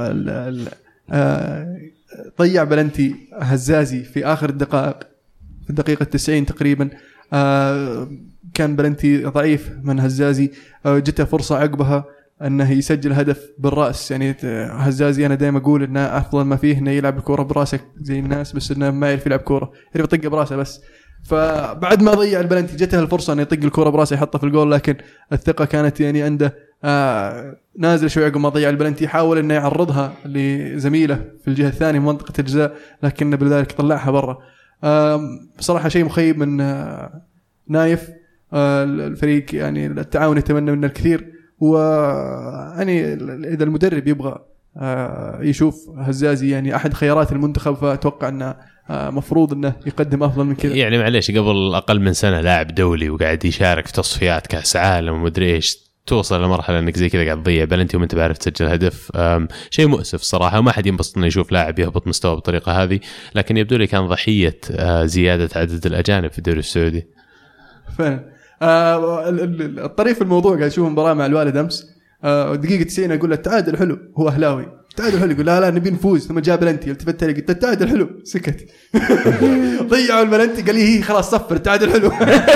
ضيع بلنتي هزازي في آخر الدقائق، في الدقيقة تسعين تقريبا. كان بلنتي ضعيف من هزازي، جته فرصة عقبها أنه يسجل هدف بالرأس. يعني هزازي أنا دائما أقول إنه أفضل ما فيه إنه يلعب الكرة براسك زي الناس، بس إنه ما يعرف يلعب كرة، يعرف يطق براسه بس. فبعد ما ضيع البلنتي جته الفرصة أن يطق الكرة براسه يحطها في الجول، لكن الثقة كانت يعني عنده آه نازل شوي عقب ما ضيع البلنتي. حاول إنه يعرضها لزميله في الجهة الثانية من منطقة الجزاء، لكن بذلك طلعها برا. آه بصراحة شيء مخيب من آه نايف. آه الفريق يعني التعاون يتمنى منه الكثير، ويعني اذا المدرب يبغى يشوف هزازي يعني احد خيارات المنتخب، فاتوقع انه مفروض انه يقدم افضل من كذا. يعني معليش قبل اقل من سنه لاعب دولي وقاعد يشارك في تصفيات كاس عالم ومدري ايش، توصل لمرحله انك زي كذا قاعد تضيع بلنتي وانت بعرف تسجل هدف. شيء مؤسف صراحه، وما حد ينبسط انه يشوف لاعب يهبط مستوى بالطريقه هذه، لكن يبدو لي كان ضحيه زياده عدد الاجانب في الدوري السعودي فعلا. آه الطريف في الموضوع قاعد اشوف مباراه مع الوالد امس، آه دقيقه تسعين اقول له التعادل حلو، هو اهلاوي التعادل حلو، يقول لا لا نبي نفوز، ثم جاب بلنتي التفت علي قلت التعادل حلو، سكت. ضيعوا البلنتي قال لي هي خلاص صفر التعادل حلو.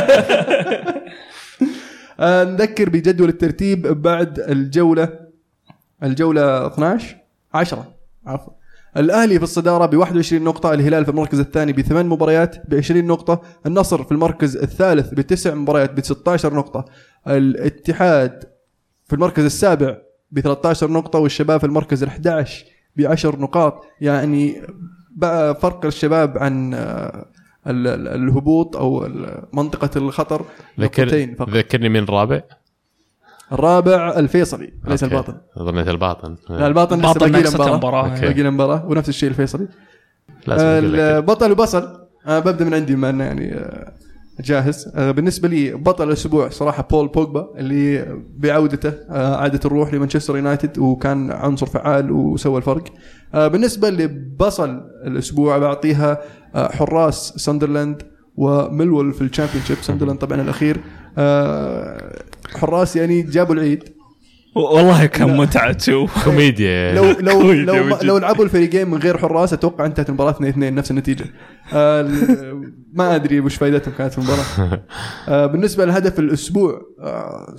آه نذكر بجدول الترتيب بعد الجوله الجوله اثناشر عشرة عفوا. الأهلي في الصدارة بواحد وعشرين نقطة، الهلال في المركز الثاني بثمان مباريات بعشرين نقطة، النصر في المركز الثالث بتسع مباريات بستة عشر نقطة، الاتحاد في المركز السابع بثلاثة عشر نقطة، والشباب في المركز الأحد عشر بعشر نقاط. يعني بقى فرق الشباب عن الهبوط أو منطقة الخطر نقطتين فقط. ذكرني من الرابع. الرابع الفيصلي ليس أوكي. الباطن. ظنيت الباطن. لا الباطن لسه باقي له مباراة، باقي له مباراة، ونفس الشيء الفيصلي. البطل وبصل. أنا ببدأ من عندي ما أنا يعني جاهز. بالنسبة لي بطل الأسبوع صراحة بول بوجبا، اللي بعودته عادة الروح لمانشستر يونايتد وكان عنصر فعال وسوى الفرق. بالنسبة لبصل الأسبوع بعطيها حراس ساندرلاند وميلوول في الشامبيونشيب. ساندرلاند طبعا الأخير، حراس يعني جابوا العيد والله كان متعة تشوف كوميديا. لو لو لو لو لعبوا الفريقين من غير حراس اتوقع انتهت المباراة اثنين اثنين نفس النتيجة. آه ما ادري وش فائدتهم كانت المباراة. آه بالنسبة لهدف الاسبوع آه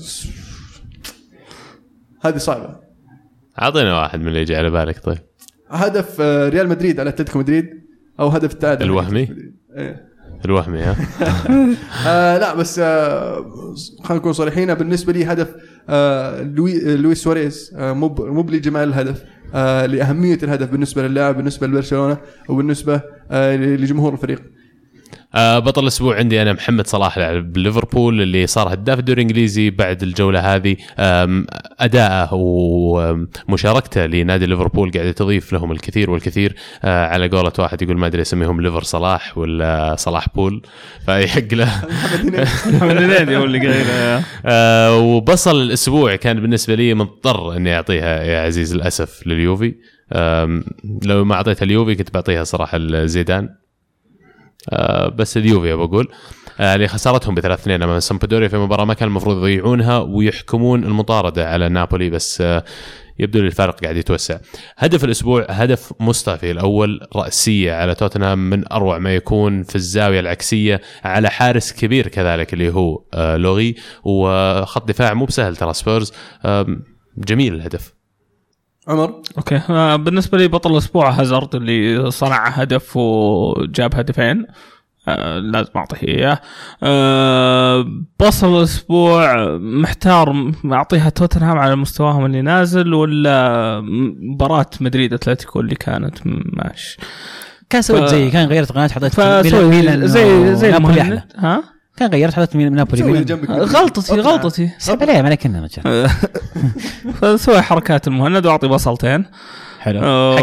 هذه صعبة. اعطينا واحد من اللي يجي على بالك. طيب هدف آه ريال مدريد على اتلتيكو مدريد او هدف التعادل الوهمي. ايه الوهمي ها. آه لا بس آه خلينا نكون صريحين. بالنسبه لي هدف آه لوي لويس سواريز آه مو مو لجمال الهدف، آه لاهميه الهدف بالنسبه للاعب، بالنسبه لبرشلونه، وبالنسبه آه لجمهور الفريق. آه بطل الأسبوع عندي أنا محمد صلاح لاعب ليفربول اللي صار هداف الدوري الإنجليزي بعد الجولة هذه. أداءه ومشاركته لنادي ليفربول قاعد تضيف لهم الكثير والكثير. آه على قولة واحد يقول ما أدري اسميهم ليفر صلاح ولا صلاح بول، فيحق له محمد هنيدي هو اللي قايله. آه وبصل الأسبوع كان بالنسبة لي مضطر إني أعطيها يا عزيز للأسف لليوفي. لو ما أعطيتها اليوفي كنت بعطيها صراحة لزيدان، آه بس اليوفي بقول آه لخسارتهم بثلاث اثنين امام سامبدوريا في مباراه ما كان المفروض يضيعونها ويحكمون المطارده على نابولي، بس آه يبدو لي الفارق قاعد يتوسع. هدف الاسبوع هدف مصطفي الاول، راسيه على توتنهام من اروع ما يكون في الزاويه العكسيه على حارس كبير كذلك اللي هو آه لوغي، وخط دفاع مو بسهل ترى سبيرز. آه جميل الهدف. عمر اوكي آه بالنسبه لي بطل الاسبوع هازارد اللي صنع هدف وجاب هدفين، آه لازم اعطيه اياه. آه بطل الاسبوع محتار اعطيها توتنهام على مستواهم اللي نازل ولا مباراه مدريد اتلتيكو اللي كانت ماشي. كان سويت ف... زي كان غيرت قناه حطيت ميلان زي زي نابولي احلى. ها كان غيرت حدث من نابولي. غلطتي غلطتي سحب عليها ما كنا مجال. فسوي حركات المهند واعطي بصلتين. حلو.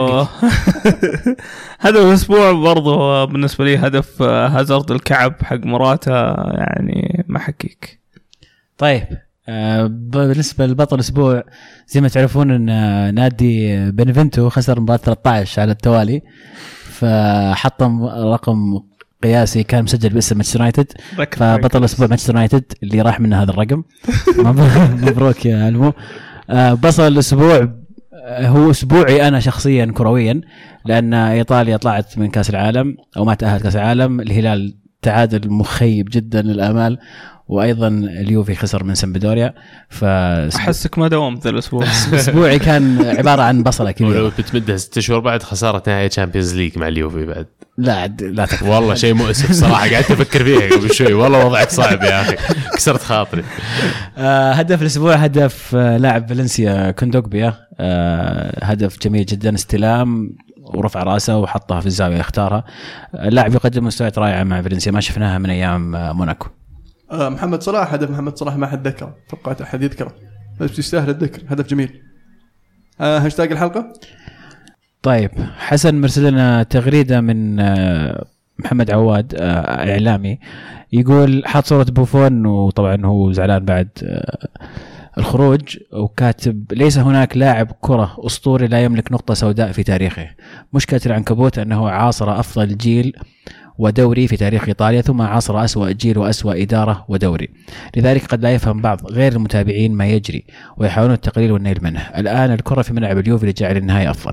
هذا الاسبوع برضه بالنسبه لي هدف هازارد الكعب حق مراته يعني ما حكيك. طيب آه بالنسبه لبطل الاسبوع زي ما تعرفون ان نادي بنفنتو خسر مباراه ثلاثة عشر على التوالي، فحطم رقم قياسي كان مسجل باسم مانشستر يونايتد، فبطل الاسبوع مانشستر يونايتد اللي راح منه هذا الرقم. مبروك يا علمو. آه بصل الاسبوع هو اسبوعي انا شخصيا كرويا، لان ايطاليا طلعت من كاس العالم او ما تاهلت كاس العالم، الهلال تعادل مخيب جدا للامال، وايضا اليوفي خسر من سامبدوريا. فاحسك ما داومت ذا الاسبوع. اسبوعي كان عباره عن بصله كبيره. ولو بتمدها ست شهور بعد خساره نهائي تشامبيونز ليج مع اليوفي بعد. لا لا تكفر. والله شيء مؤسف صراحه، قاعد افكر فيها قبل شوي والله وضعك صعب يا اخي، كسرت خاطري. آه هدف الاسبوع هدف آه لاعب فالنسيا كوندوغبيا، آه هدف جميل جدا، استلام ورفع راسه وحطها في الزاويه اختارها. اللاعب يقدم مستويات رائعه مع فالنسيا ما شفناها من ايام آه موناكو. آه محمد صلاح، هدف محمد صلاح ما حد ذكره، توقعت احد يذكره. بس يستاهل الذكر، هدف جميل. آه هاشتاج الحلقة. طيب حسن مرسل لنا تغريدة من محمد عواد إعلامي، يقول حاط صورة بوفون وطبعا هو زعلان بعد الخروج، وكاتب ليس هناك لاعب كرة أسطوري لا يملك نقطة سوداء في تاريخه. مشكلة العنكبوت أنه عاصر أفضل جيل ودوري في تاريخ إيطاليا، ثم عاصر أسوأ جيل وأسوأ إدارة ودوري، لذلك قد لا يفهم بعض غير المتابعين ما يجري ويحاولون التقليل والنيل منه. الآن الكرة في ملعب اليوفي لجعل النهاية أفضل.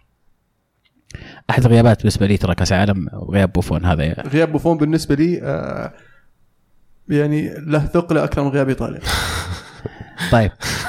أحد الغيابات بالنسبة لي ترى كأس العالم غياب بوفون. هذا يعني. غياب بوفون بالنسبة لي آه يعني له ثقل أكثر من غياب إيطاليا. طيب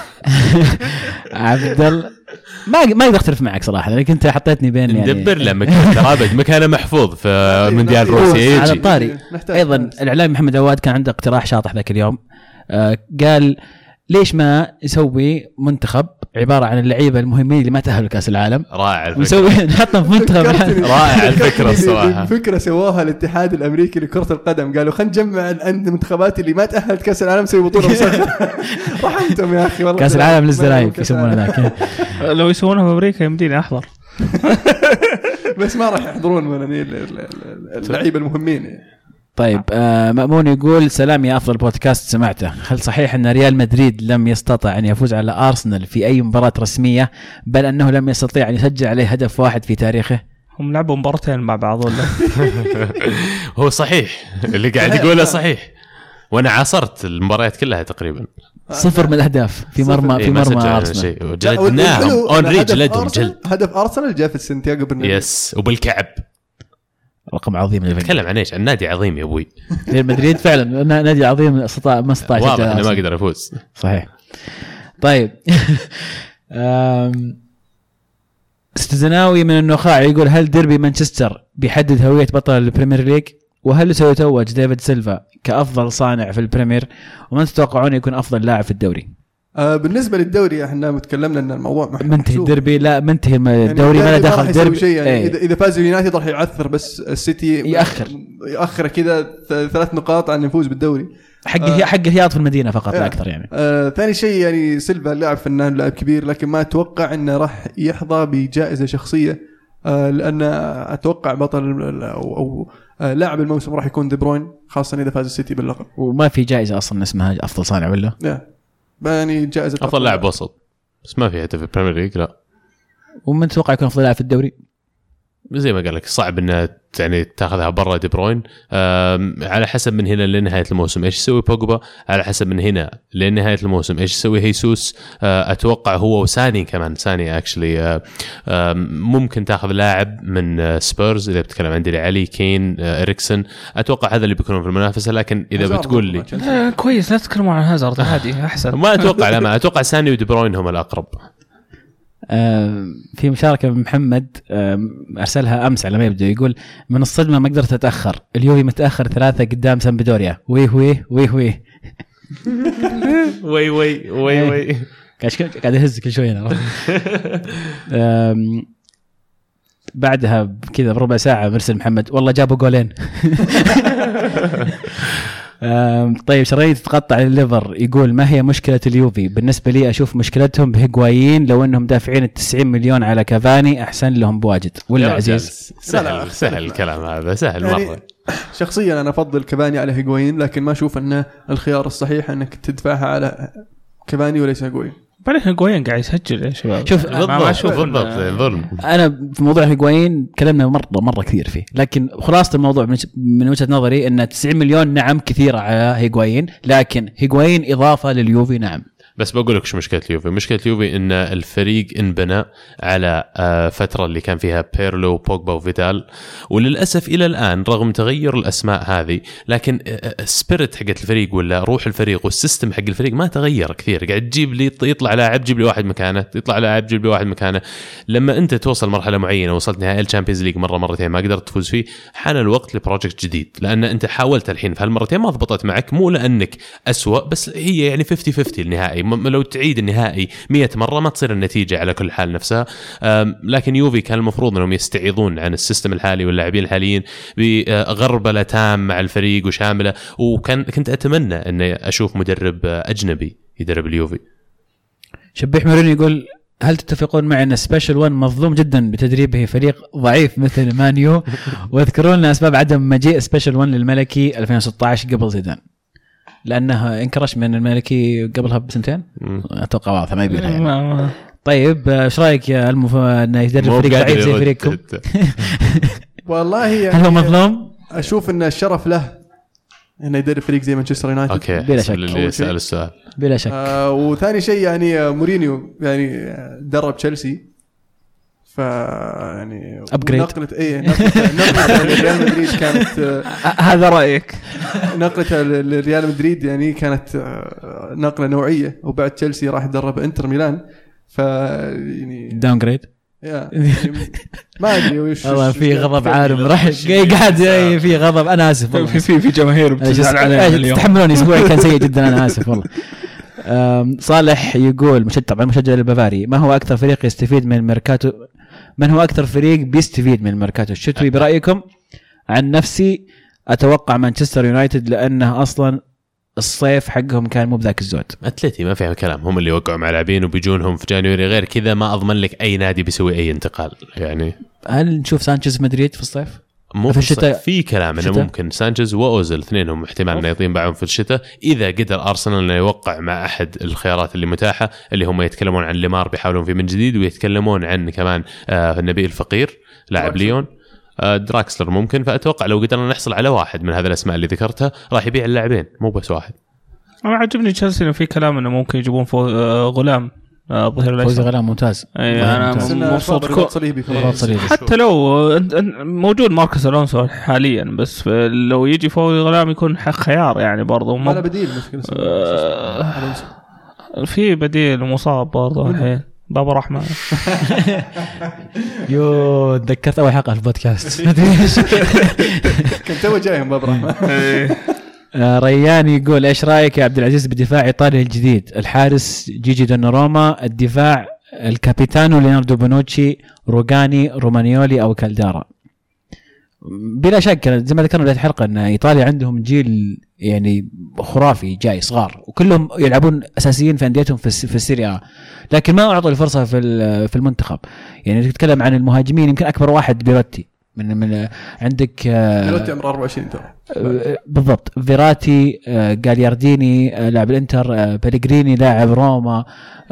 عبد الله ما ما اقدر اختلف معك صراحه، لانك انت حطيتني بين يعني ندبر له مكان ترابط مكانه محفوظ في مونديال روسيا يجي. على الطاري ايضا الاعلامي محمد عواد كان عنده اقتراح شاطح ذاك اليوم، آه قال ليش ما يسوي منتخب عباره عن اللعيبه المهمين اللي ما تاهلوا لكاس العالم. رائع الفكره، نسوي نحطهم في منتخب. رائع الفكره الصراحه. فكره سواها الاتحاد الامريكي لكره القدم، قالوا خلينا نجمع المنتخبات اللي ما تاهلت كاس العالم نسوي بطوله مصغره. رحمتهم يا اخي والله. كاس العالم للزرايب يسمونه ذاك. لو يسوونها في امريكا يمديني احضر. بس ما راح يحضرون من اللعيبه المهمين. طيب آه مأمون يقول سلام يا أفضل بودكاست سمعته، هل صحيح أن ريال مدريد لم يستطع أن يفوز على أرسنال في أي مباراة رسمية، بل أنه لم يستطيع أن يسجل عليه هدف واحد في تاريخه؟ هم لعبوا مباراتين مع بعض ولا؟ هو صحيح اللي قاعد يقوله صحيح، وأنا عاصرت المباريات كلها تقريبا. صفر من الأهداف في مرمى في مرمى أرسنال. جلدناهم أونري جلدهم جلد. هدف أرسنال جاء في السنتياغو برنابيو. يس وبالكعب. رقم عظيم. نتكلم عن ايش؟ النادي عظيم يا ابوي. ريال مدريد فعلا نادي عظيم، استطاع ما استطاع واضح انه ما قدر يفوز. صحيح. طيب استزناوي من النخاع يقول هل ديربي مانشستر بيحدد هوية بطل البريمير ليج، وهل سيتوج ديفيد سيلفا كأفضل صانع في البريمير، ومن تتوقعون يكون أفضل لاعب في الدوري؟ آه بالنسبه للدوري احنا متكلمنا ان الموضوع منتهي الدربي. لا منتهي الدوري يعني ما له دخل ديربي شيء يعني ايه. اذا اذا فاز اليونايتد راح يعثر، بس السيتي ياخر ياخر كذا ثلاث نقاط عن الفوز بالدوري. حقه آه حقه هياط في المدينه فقط لا اكثر يعني. آه ثاني شيء يعني سيلفا لاعب فنان لاعب كبير، لكن ما اتوقع انه راح يحظى بجائزه شخصيه، آه لان اتوقع بطل او, أو آه لاعب الموسم راح يكون دي بروين، خاصه اذا فاز السيتي باللقب. وما في جائزه اصلا اسمها افضل صانع ولا لا يعني جائزة أفضل لاعب وسط، بس ما في هدف في البريمير ليج. لا. ومن تتوقع يكون أفضل لاعب في الدوري؟ زي ما قال لك صعب إنه يعني تأخذها برا دي بروين. على حسب من هنا لنهاية الموسم إيش يسوي بوجبا، على حسب من هنا لنهاية الموسم إيش يسوي هيسوس. أتوقع هو وساني كمان، ساني أكشلي ممكن تأخذ لاعب من سبيرز إذا بتكلم عن ديلي علي، كين، إريكسن. أتوقع هذا اللي بيكونون في المنافسة، لكن إذا بتقول لي كويس لا تتكلموا عن هازارد عادي أحسن. ما أتوقع لا ما أتوقع ساني ودي بروين هم الأقرب. في مشاركة من محمد أرسلها أمس على ما يبدو، يقول من الصدمة ما قدرت أتأخر، اليوفي متأخر ثلاثة قدام سامبدوريا، ويه ويه ويه ويه وي وي وي وي قاعد يهز كل شوي أنا. بعدها كذا بربع ساعة مرسل محمد والله جابوا جولين. طيب شريت تقطع الليفر يقول ما هي مشكلة اليوفي؟ بالنسبة لي أشوف مشكلتهم بهيغوايين، لو أنهم دافعين التسعين مليون على كافاني أحسن لهم بواجد. ولا عزيز سهل لا لا سهل الكلام هذا سهل يعني مرة. شخصيا أنا أفضل كافاني على هيغوايين، لكن ما أشوف أنه الخيار الصحيح أنك تدفعها على كافاني وليس هيغوايين. بعدين هيغوايين قاعد يسجل يا شباب. شوف ما اشوف ظلم. انا في موضوع هيغوايين كلامنا مره مره كثير فيه، لكن خلاصه الموضوع من وجهه نظري ان تسعين مليون نعم كثيره على هيغوايين، لكن هيغوايين اضافه لليوفي نعم. بس بقول لك شو مشكله اليوفي. مشكله اليوفي ان الفريق انبنى على فتره اللي كان فيها بيرلو وبوجبا وفيدال، وللاسف الى الان رغم تغير الاسماء هذه، لكن السبيريت حق الفريق ولا روح الفريق والسيستم حق الفريق ما تغير كثير. قاعد تجيب لي يطلع لاعب جيب لي واحد مكانه، يطلع لاعب جيب لي واحد مكانه. لما انت توصل مرحله معينه، وصلت نهائي الشامبيونز ليج مره مرتين ما قدرت تفوز فيه، حان الوقت لبروجكت جديد، لان انت حاولت الحين في هالمرتين ما ضبطت معك، مو لانك أسوأ، بس هي يعني خمسين خمسين النهائي. لو تعيد النهائي مية مرة ما تصير النتيجة على كل حال نفسها. لكن يوفي كان المفروض أنهم يستعيضون عن السيستم الحالي واللاعبين الحاليين بغربلة تام مع الفريق وشاملة، وكان كنت أتمنى أن أشوف مدرب أجنبي يدرب اليوفي. شبيح مورينيو يقول هل تتفقون معي ان سبيشال ون مظلوم جدا بتدريبه فريق ضعيف مثل مانيو؟ واذكرون لنا اسباب عدم مجيء سبيشال ون للملكي ألفين وستة عشر قبل زيدان، لانه انكرش من الملكي قبلها بسنتين اتوقع. واضح ما يبينها يعني. طيب ايش رايك يا المف... انه يدرب فريق ضعيف زي فريقكم؟ والله يعني هل هو مظلوم؟ اشوف ان الشرف له انه يدرب فريق زي مانشستر يونايتد. اوكي بلا شك اللي سأل السؤال بلا شك. آه وثاني شيء يعني مورينيو يعني درب تشيلسي، ف يعني نقلة ايه نقلة ريال مدريد كانت هذا رايك. نقلة لريال مدريد يعني كانت نقلة نوعية، وبعد تشيلسي راح يدرب انتر ميلان، ف يعني داون جريد يعني ما ادري وش. والله في غضب عارم راح قاعد في غضب. انا اسف في في في جماهير بتزعل علينا اليوم. تحملوني اسبوعي كان سيء جدا، انا اسف والله. صالح يقول مشجع طبعا مشجع للبافاري، ما هو اكثر فريق يستفيد من الميركاتو من هو اكثر فريق بيستفيد من الميركاتو الشتوي برايكم؟ عن نفسي اتوقع مانشستر يونايتد، لانه اصلا الصيف حقهم كان مو بذاك الزود. اتلتي ما فيها كلام، هم اللي وقعوا مع لاعبين وبيجونهم في جانيوري، غير كذا ما اضمن لك اي نادي بيسوي اي انتقال يعني. هل نشوف سانشيز مدريد في الصيف؟ مو في الشتاء. في كلام انه ممكن سانشيز واوزل اثنينهم احتمال انه يطين بعضهم في الشتاء، اذا قدر ارسنال انه يوقع مع احد الخيارات اللي متاحه، اللي هم يتكلمون عن ليمار بيحاولون في من جديد، ويتكلمون عن كمان آه النبي الفقير لاعب ليون، آه دراكسلر ممكن. فاتوقع لو قدرنا نحصل على واحد من هذه الاسماء اللي ذكرتها راح يبيع اللاعبين مو بس واحد. انا عجبني تشيلسي انه في كلام انه ممكن يجيبون فوق غلام ظهير الايسر. فوز غلام ممتاز. اي انا مبسوط رباط صليبي حتى لو موجود ماركوس الونسو حاليا، بس لو يجي فوز غلام يكون خيار يعني برضو. ما له بديل مشكله. آه في بديل مصاب برضو الحين بابا رحمة. يو تذكرت اول حلقه في البودكاست ما ادري ايش كنت تو جايهم بابا رحمة. ريان يقول ايش رايك يا عبد العزيز بدفاع ايطاليا الجديد؟ الحارس جيجي دوناروما، الدفاع الكابيتانو ليناردو بونوتشي، روغاني، رومانيولي او كالدارا. بلا شك زي ما ذكرنا بداية الحلقه ان ايطاليا عندهم جيل يعني خرافي جاي صغار، وكلهم يلعبون اساسيين في انديتهم في في السيريا، لكن ما اعطوا الفرصه في في المنتخب. يعني تتكلم عن المهاجمين يمكن اكبر واحد بيروتي من من عندك بيروتي عمره أربعة وعشرين تو بالضبط، فيراتي، غاليارديني لاعب الانتر، بيلغريني لاعب روما،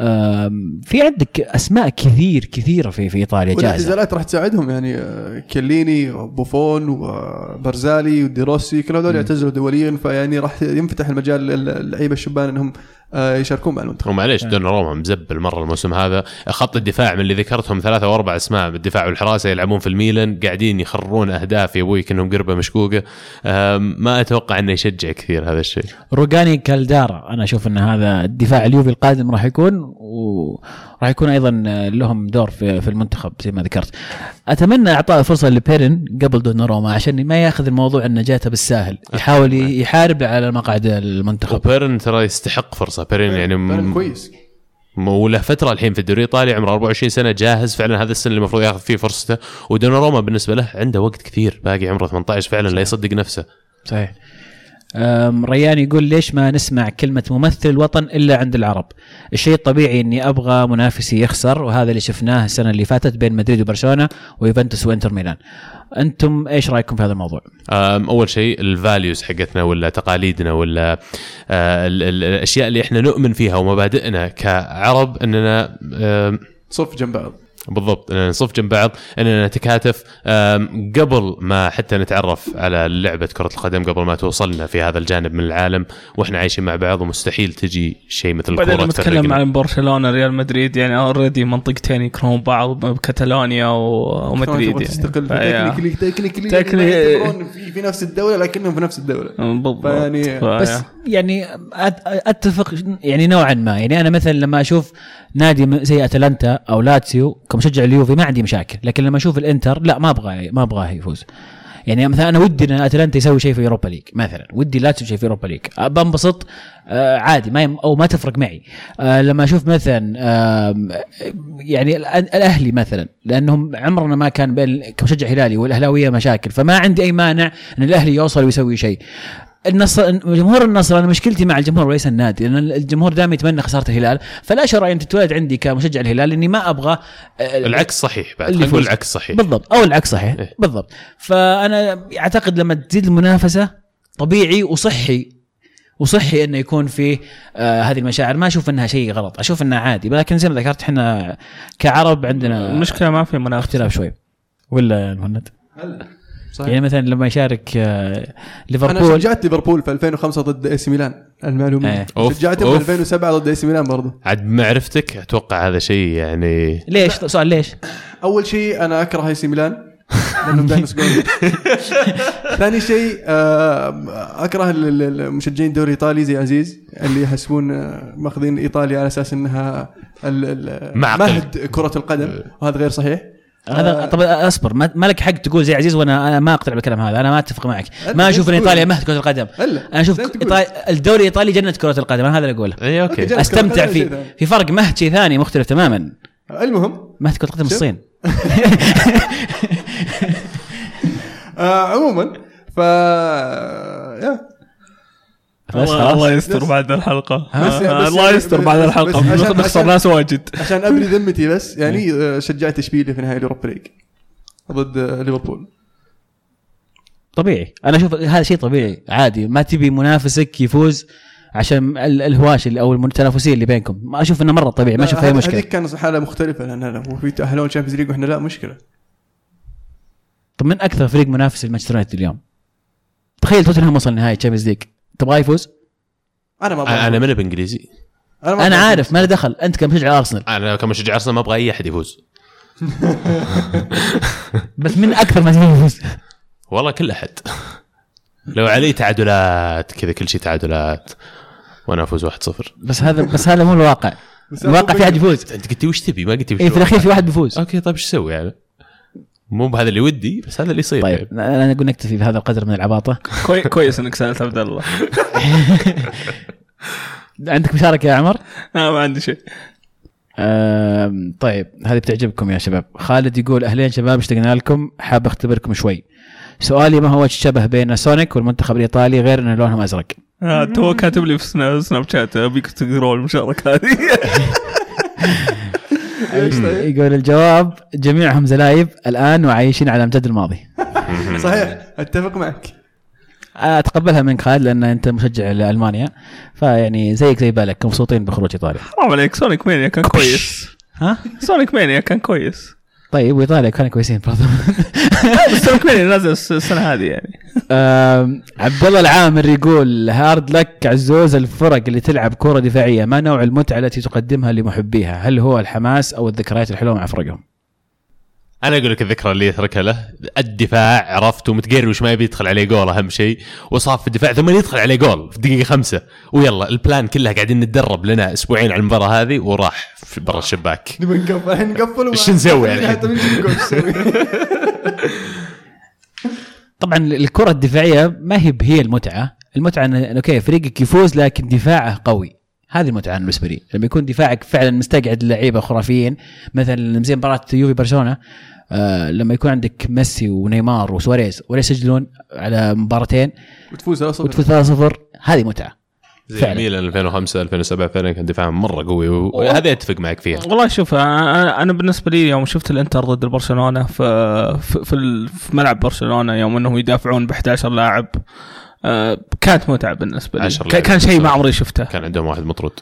في عندك اسماء كثير كثيره في في ايطاليا جاهزه. والاعتزالات راح تساعدهم يعني كيليني وبوفون وبرزالي وديروسي كل هذول يعتزلوا دوليا، فيعني راح ينفتح المجال للعيبه الشبان انهم يشاركون مع المنتخب. ومعليش دوناروما مزبل مره الموسم هذا. خط الدفاع من اللي ذكرتهم ثلاثة او اربع اسماء بالدفاع والحراسه يلعبون في الميلان، قاعدين يخررون اهداف يا ابوي كانهم قربه مشكوكه. ما اتوقع انه يشجع كثير هذا الشيء. روغاني كالدارا انا اشوف ان هذا الدفاع اليوفي القادم راح يكون، وراح يكون ايضا لهم دور في في المنتخب زي ما ذكرت. اتمنى اعطاء فرصه لبيرن قبل دوناروما عشان ما ياخذ الموضوع ان نجاته بالساهل، يحاول يحارب على مقعد المنتخب. وبيرن ترى يستحق فرصه. بيرن يعني م... كويس وله فتره الحين في الدوري الايطالي، عمره أربعة وعشرين سنه، جاهز فعلا. هذا السنه اللي المفروض ياخذ فيه فرصته. ودوناروما بالنسبه له عنده وقت كثير باقي، عمره ثمانية عشر فعلا لا يصدق نفسه. صحيح. ريان يقول ليش ما نسمع كلمة ممثل الوطن إلا عند العرب؟ الشيء الطبيعي إني أبغى منافسي يخسر، وهذا اللي شفناه السنة اللي فاتت بين مدريد وبرشلونة ويوفنتوس وإنتر ميلان. أنتم إيش رأيكم في هذا الموضوع؟ أول شيء الفاليوز حقتنا ولا تقاليدنا ولا الأشياء اللي إحنا نؤمن فيها ومبادئنا كعرب، أننا صف جنب بعض. بالضبط، أننا نصف جنب بعض، أننا نتكاتف قبل ما حتى نتعرف على لعبة كرة القدم، قبل ما توصلنا في هذا الجانب من العالم وإحنا عايشين مع بعض، ومستحيل تجي شيء مثل الكرة. بعدين نتكلم عن برشلونة ريال مدريد، يعني أوردي منطقتين يكرهون بعض، كاتالونيا ومدريد. تستقل تكنيكلي تكنيكلي في في نفس الدولة لكنهم في نفس الدولة. بالضبط. يعني بس يعني أتفق يعني نوعا ما. يعني أنا مثلا لما أشوف نادي زي أتلانتا أو لاتسيو كمشجع اليوفي ما عندي مشاكل، لكن لما اشوف الانتر لا ما ابغى ما ابغاه يفوز. يعني مثلا انا ودي ان اتلانتا يسوي شيء في اوروبا ليج، مثلا ودي لاتسيو شيء في اوروبا ليج، بنبسط آه عادي ما يم او ما تفرق معي. آه لما اشوف مثلا آه يعني الاهلي مثلا، لانهم عمرنا ما كان بين كمشجع هلالي والاهلاويه مشاكل، فما عندي اي مانع ان الاهلي يوصل ويسوي شيء. النصر جمهور النصر انا مشكلتي مع الجمهور وليس النادي، لان الجمهور دائما يتمنى خساره الهلال، فلا شرعي ان تتولد عندي كمشجع الهلال اني ما ابغى العكس صحيح بعد نقول العكس صحيح بالضبط او العكس صحيح إيه؟ بالضبط. فانا اعتقد لما تزيد المنافسه طبيعي وصحي وصحي انه يكون في آه هذه المشاعر، ما اشوف انها شيء غلط، اشوف انها عادي، لكن زي ما ذكرت احنا كعرب عندنا المشكله ما في منافسه اختلاف شوي ولا مهند. صحيح. يعني مثلا لما يشارك آه ليفربول، انا شجعت ليفربول في ألفين وخمسة ضد اي سي ميلان المعلومه ايه. شجعتهم في ألفين وسبعة ضد اي سي ميلان برضو. عاد معرفتك اتوقع هذا شيء يعني ليش سؤال ليش؟ اول شيء انا اكره اي سي ميلان لانهم دائما يسقون. ثاني شيء اكره المشجعين الدوري الايطالي زي عزيز اللي يحسبون ماخذين ايطاليا على اساس انها مهد كرة القدم، وهذا غير صحيح. هذا طب اصبر، ما لك حق تقول زي عزيز، وانا انا ما اقتنع بالكلام هذا، انا ما اتفق معك. ما اشوف ان ايطاليا مهد كرة القدم، انا اشوف الدوري الايطالي جنة كرة القدم، انا هذا اللي اقوله. اي اوكي استمتع فيه. في فرق مهد شيء ثاني مختلف تماما. المهم مهد كرة القدم الصين. آه عموما ف يا الله يستر بعد الحلقه. الله يستر بعد الحلقه نخسر ناس واجد. عشان ابري ذمتي بس يعني شجعت اشبيليه في نهائي اليوروبا ليج ضد ليفربول. طبيعي، انا اشوف هذا شيء طبيعي عادي، ما تبي منافسك يفوز عشان الهواش او التنافسيه اللي بينكم، ما اشوف انه مره طبيعي، ما اشوف فيها مشكله. هذيك كان حاله مختلفه لان هو في تاهلون تشامبيونز ليج واحنا لا مشكله. طب من اكثر فريق منافس لمانشستر يونايتد اليوم؟ تخيل توتنهام وصل نهائي تشامبيونز ليج، تبغى يفوز؟ انا ما انا من بانجليزي، انا, أنا عارف ما له دخل، انت كمشجع ارسنال. انا كمشجع ارسنال ما ابغى اي احد يفوز. بس من اكثر ما تبي يفوز؟ والله كل احد، لو علي تعادلات كذا كل شيء تعادلات وانا افوز واحد صفر. بس هذا بس هذا مو الواقع. الواقع في احد يفوز. انت قلتي وش تبي؟ ما قلتي وش. اي في الاخير في واحد بيفوز. اوكي طيب ايش اسوي يعني؟ مو بهذا اللي ودي بس هذا اللي يصير. طيب يعني. انا اقول نكتفي بهذا القدر من العباطه. كويس كويس انك سالت عبد الله. عندك مشاركه يا عمر؟ لا ما عندي شيء. طيب هذه بتعجبكم يا شباب. خالد يقول اهلين شباب اشتقنا لكم، حاب اختبركم شوي. سؤالي ما هو الشبه بين سونيك والمنتخب الايطالي غير ان لونهم ازرق؟ اه تو كاتب لي في سناب شات ابيك تقرأوا المشاركه هذه. يقول الجواب جميعهم زلايب الان وعايشين على امجاد الماضي. صحيح اتفق معك، اتقبلها منك خالد لان انت مشجع لالمانيا، فيعني زيك زي بالك مبسوطين بخروج ايطاليا. حرام عليك، سونيك مانيا كان كويس. ها سونيك مانيا كان كويس. طيب وايطاليا كانوا كويسين برضه. بس سونيك مانيا نازل السنه هذه يعني. عبد الله العامر يقول هارد لك عزوز، الفرق اللي تلعب كرة دفاعية ما نوع المتعة التي تقدمها لمحبيها؟ هل هو الحماس او الذكريات الحلوة مع فرقهم؟ انا اقول لك الذكرى اللي يتركها له الدفاع، عرفت، ومتقروش ما يبي يدخل عليه جول اهم شيء، وصاف في الدفاع ثم يدخل عليه جول في دقيقه خمسة، ويلا البلان كلها قاعدين نتدرب لنا اسبوعين على المباراه هذه وراح في برا الشباك. نبي نقفل الحين نقفل ايش نسوي يعني؟ طبعا الكرة الدفاعية ما هي هي المتعة، المتعة ان اوكي فريقك يفوز لكن دفاعه قوي، هذه المتعة بالنسبة لي. لما يكون دفاعك فعلا مستقعد لعيبة خرافيين، مثلا زي مباراة يوفي برشلونة، آه لما يكون عندك ميسي ونيمار وسواريز ولا يسجلون على مباراتين وتفوز ثلاثة ثلاثة صفر، هذه متعة. زي ميلان ألفين وخمسة ألفين وسبعة فعلا كان دفاعهم مرة قوي، وهذا اتفق معك فيها. والله شوف انا انا بالنسبة لي يوم شفت الانتر ضد برشلونة في في, في ملعب برشلونة، يوم انهم يدافعون ب إحدى عشر لاعب، آه كانت متعة بالنسبة لي، كان شيء ما عمري شفته. كان عندهم واحد مطرود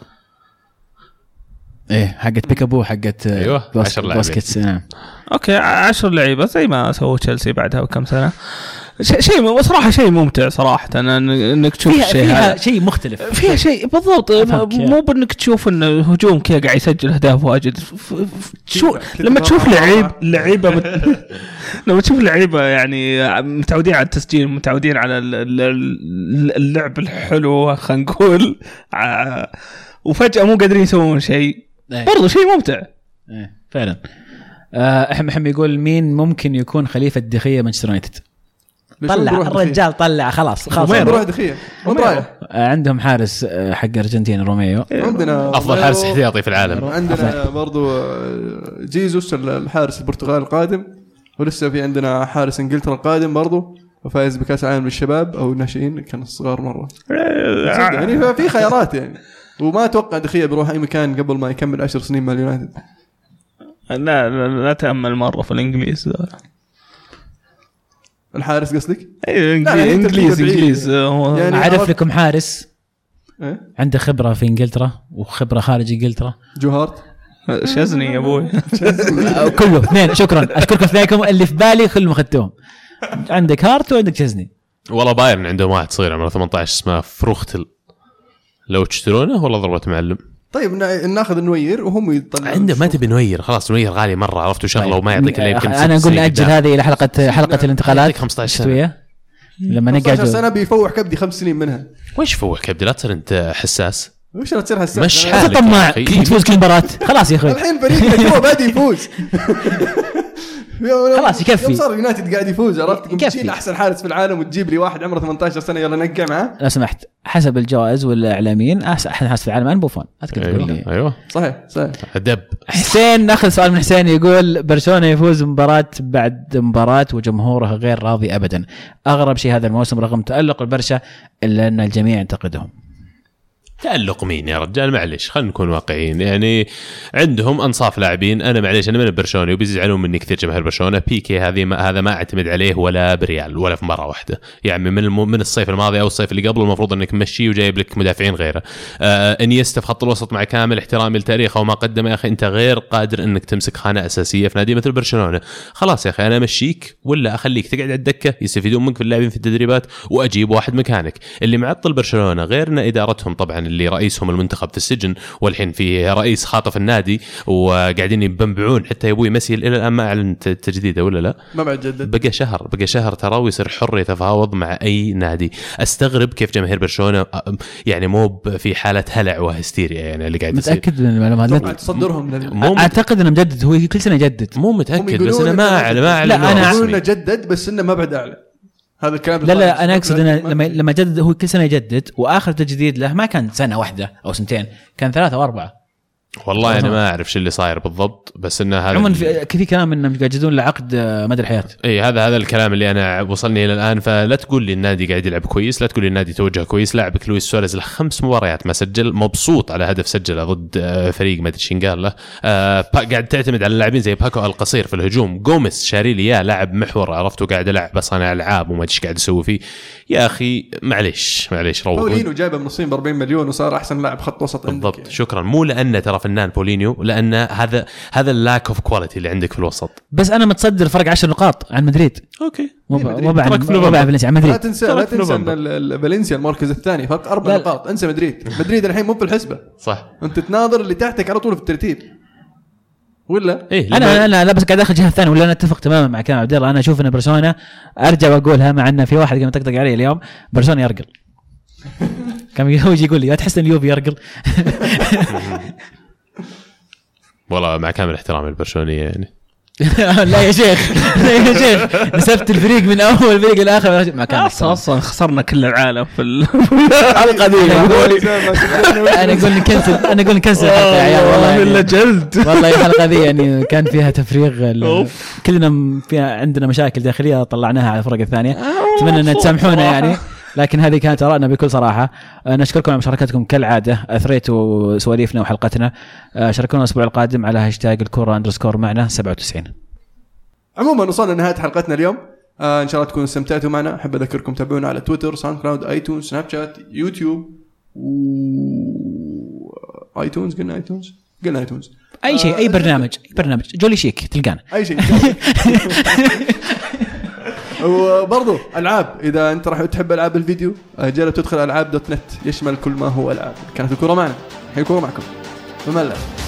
ايه حقت بيكابو حقت ايوه باسكتس. اوكي عشر لعيبه زي ما سووا تشيلسي بعدها بكم سنه. شيء صراحه شيء ممتع صراحه انك تشوف شيء هذا شيء مختلف، فيها شيء بالضبط، مو بانك تشوف ان هجوم كذا قاعد يسجل اهداف واجد. شو لما تشوف لعيب لعيبه مت... لما تشوف لعيبه يعني متعودين على التسجيل، متعودين على اللعب الحلو خلينا نقول، وفجاه مو قادرين يسوون شيء، برضو شيء ممتع. ايه فعلا. احمد محمد يقول مين ممكن يكون خليفه دخيه مانشستر يونايتد؟ طلع الرجال طلع خلاص خلاص وين روح دخيه؟ عندهم حارس حق ارجنتين روميو، عندنا افضل حارس احتياطي في العالم، عندنا برضو جيزوس الحارس البرتغال القادم، ولسه في عندنا حارس انجلترا القادم برضو، وفايز بكاس العالم للشباب او الناشئين كان صغار مره يعني في خيارات يعني. وما اتوقع دخية بيروح اي مكان قبل ما يكمل عشر سنين مع اليونايتد. لا لا, لا تأمل مرة في الإنجليز. الحارس قصدك؟ ايوه انجليز انجليز يعني اعرف لكم حارس إيه؟ عنده خبره في انجلترا وخبره خارج انجلترا. جوهارت شزني يا ابوي. كله اثنين. شكرا اشكركم اثنينكم اللي في بالي كلهم اخذتوهم. عندك هارت وعندك شزني. والله بايرن عندهم واحد صغير عمره ثمانية عشر اسمه فروختل لو تشترونه والله ضربة معلم. طيب ناخذ النوير وهم يطلعون عنده ما تبي نوير خلاص نوير غالي مرة عرفتوا شغله وما يعطيك إلا يمكن. أنا أقول نأجل هذه إلى حلقة حلقة الانتقالات خمسة عشر سنة لما نقعد خمسة عشر سنة بيفوح كبدي خمس سنين منها. وش فوح كبدي لا تصير أنت حساس. وش لا تصير حساس مش حالك طماع كنت تفوز كل مباراة خلاص يا أخوي. الحين فريقك هو بادي يفوز خلاص يكفي. يوم صار يونايتد قاعد يفوز عرفت تجيب أحسن حارس في العالم وتجيب لي واحد عمره ثمانية عشر سنة يلا نقع معه. لو سمحت حسب الجوائز والإعلاميين أحسن حارس في العالم أنا بوفون. أيوة. أيوة صحيح صحيح. دب. حسين ناخذ سؤال من حسين يقول برشلونة يفوز مباراة بعد مباراة وجمهوره غير راضي أبدا. أغرب شيء هذا الموسم رغم تألق البرشا إلا أن الجميع ينتقدهم. تألق مين يا رجال معليش خلينا نكون واقعيين يعني عندهم أنصاف لاعبين. أنا معليش أنا من برشلونة وبيزعلون مني كثير جماهير برشلونة. بيكي هذه ما هذا ما اعتمد عليه ولا بريال ولا في مرة واحدة يعني من الم... من الصيف الماضي أو الصيف اللي قبله المفروض إنك مشي وجايب لك مدافعين غيره. آه إنيستا في خط الوسط مع كامل احترامي لتاريخه وما قدم يا أخي أنت غير قادر إنك تمسك خانة أساسية في نادي مثل برشلونة. خلاص يا أخي أنا أمشيك ولا أخليك تقعد على الدكة يستفيدون منك في اللاعبين في التدريبات وأجيب واحد مكانك. اللي معطل برشلونة غيرنا إدارتهم طبعا اللي رئيسهم المنتخب في السجن والحين في رئيس خاطف النادي وقاعدين يبنبعون حتى يبوي مسي الى الان ما اعلن تجديده ولا لا ما بعد جدد بقى شهر بقى شهر ترى ويصير حر يتفاوض مع اي نادي. استغرب كيف جماهير برشلونه يعني مو في حاله هلع وهستيريا يعني اللي قاعد يصير. متاكد من المعلومات لا تصدرهم اعتقد انه مجدد هو كل سنه يجدد مو متاكد بس انا ما اعلم ما اعلم لا انا اقول انه جدد بس انه ما بعد اعلن هذا الكلام. لا لا انا اقصد انه لما لما جدد هو كل سنه يجدد واخر تجديد له ما كان سنه واحده او سنتين كان ثلاثه واربعه. والله انا ما اعرف شو اللي صاير بالضبط بس انه هذا عموما في في كلام انهم يجددون لعقد مدى الحياه. اي هذا هذا الكلام اللي انا وصلني الى الان. فلا تقول لي النادي قاعد يلعب كويس لا تقول لي النادي توجه كويس. لاعبك لويس سواريز له خمس مباريات ما سجل مبسوط على هدف سجله ضد فريق ما ادري شين قال له. آه قاعد تعتمد على اللاعبين زي باكو القصير في الهجوم. جوميس شاري لي يا لاعب محور عرفته قاعد يلعب صانع العاب وما ادري ايش قاعد يسوي فيه يا اخي. معليش معليش روح بولينيو جايبه من الصين ب أربعين مليون وصار احسن لاعب خط وسط عندك بالضبط يعني. شكرا مو لانه ترى فنان بولينيو لأن هذا هذا اللاك اوف كواليتي اللي عندك في الوسط. بس انا متصدر فرق عشر نقاط عن مدريد. اوكي مو بعد فالنسيا مدريد. لا تنسى لا تنسى ان فالنسيا المركز الثاني فرق اربع نقاط. انسى مدريد. مدريد الحين مو في الحسبه صح. انت تناظر اللي تحتك على طول في الترتيب ولا إيه انا انا لا بس قاعد اخذ جهه ثانيه ولا انا اتفق تماما مع كلام عبد الله. انا اشوف ان برشلونه ارجع واقولها مع ان في واحد قام يطقطق علي اليوم برشلونه يرقل كان يجي يقول لي لا تحس ان اليوفي يرقل. والله مع كامل احترامي البرشلونيه يعني لا يا شيخ لا يا شيخ نسبت الفريق من اول فريق الاخر ما كان اصلا خسرنا كل العالم في الحلقه دي. انا اقول نكنسل انا اقول نكنسل الحلقه يا عيال والله الا جلد والله الحلقه دي يعني كان فيها تفريغ كلنا فيها عندنا مشاكل داخليه طلعناها على الفرق الثانيه. اتمنى ان تسامحونا يعني لكن هذه كانت آرائنا بكل صراحة. نشكركم على مشاركتكم كالعادة أثريتوا سواليفنا وحلقتنا. شاركونا الأسبوع القادم على هاشتاج الكرة أندرسكور معنا سبعة وتسعين. عموما وصلنا لنهاية حلقتنا اليوم. آه إن شاء الله تكونوا استمتعتوا معنا. أحب أذكركم تابعونا على تويتر ساوند كلاود آيتونز سناب شات يوتيوب و آيتونز قلنا آيتونز قلنا آيتونز أي شيء أي برنامج أي برنامج جولي شيك تلقانا أي شيء. وبرضو ألعاب إذا أنت راح تحب ألعاب الفيديو جرب تدخل ألعاب دوت نت يشمل كل ما هو ألعاب. كانت الكرة معنا الحين الكرة معكم. فما الله.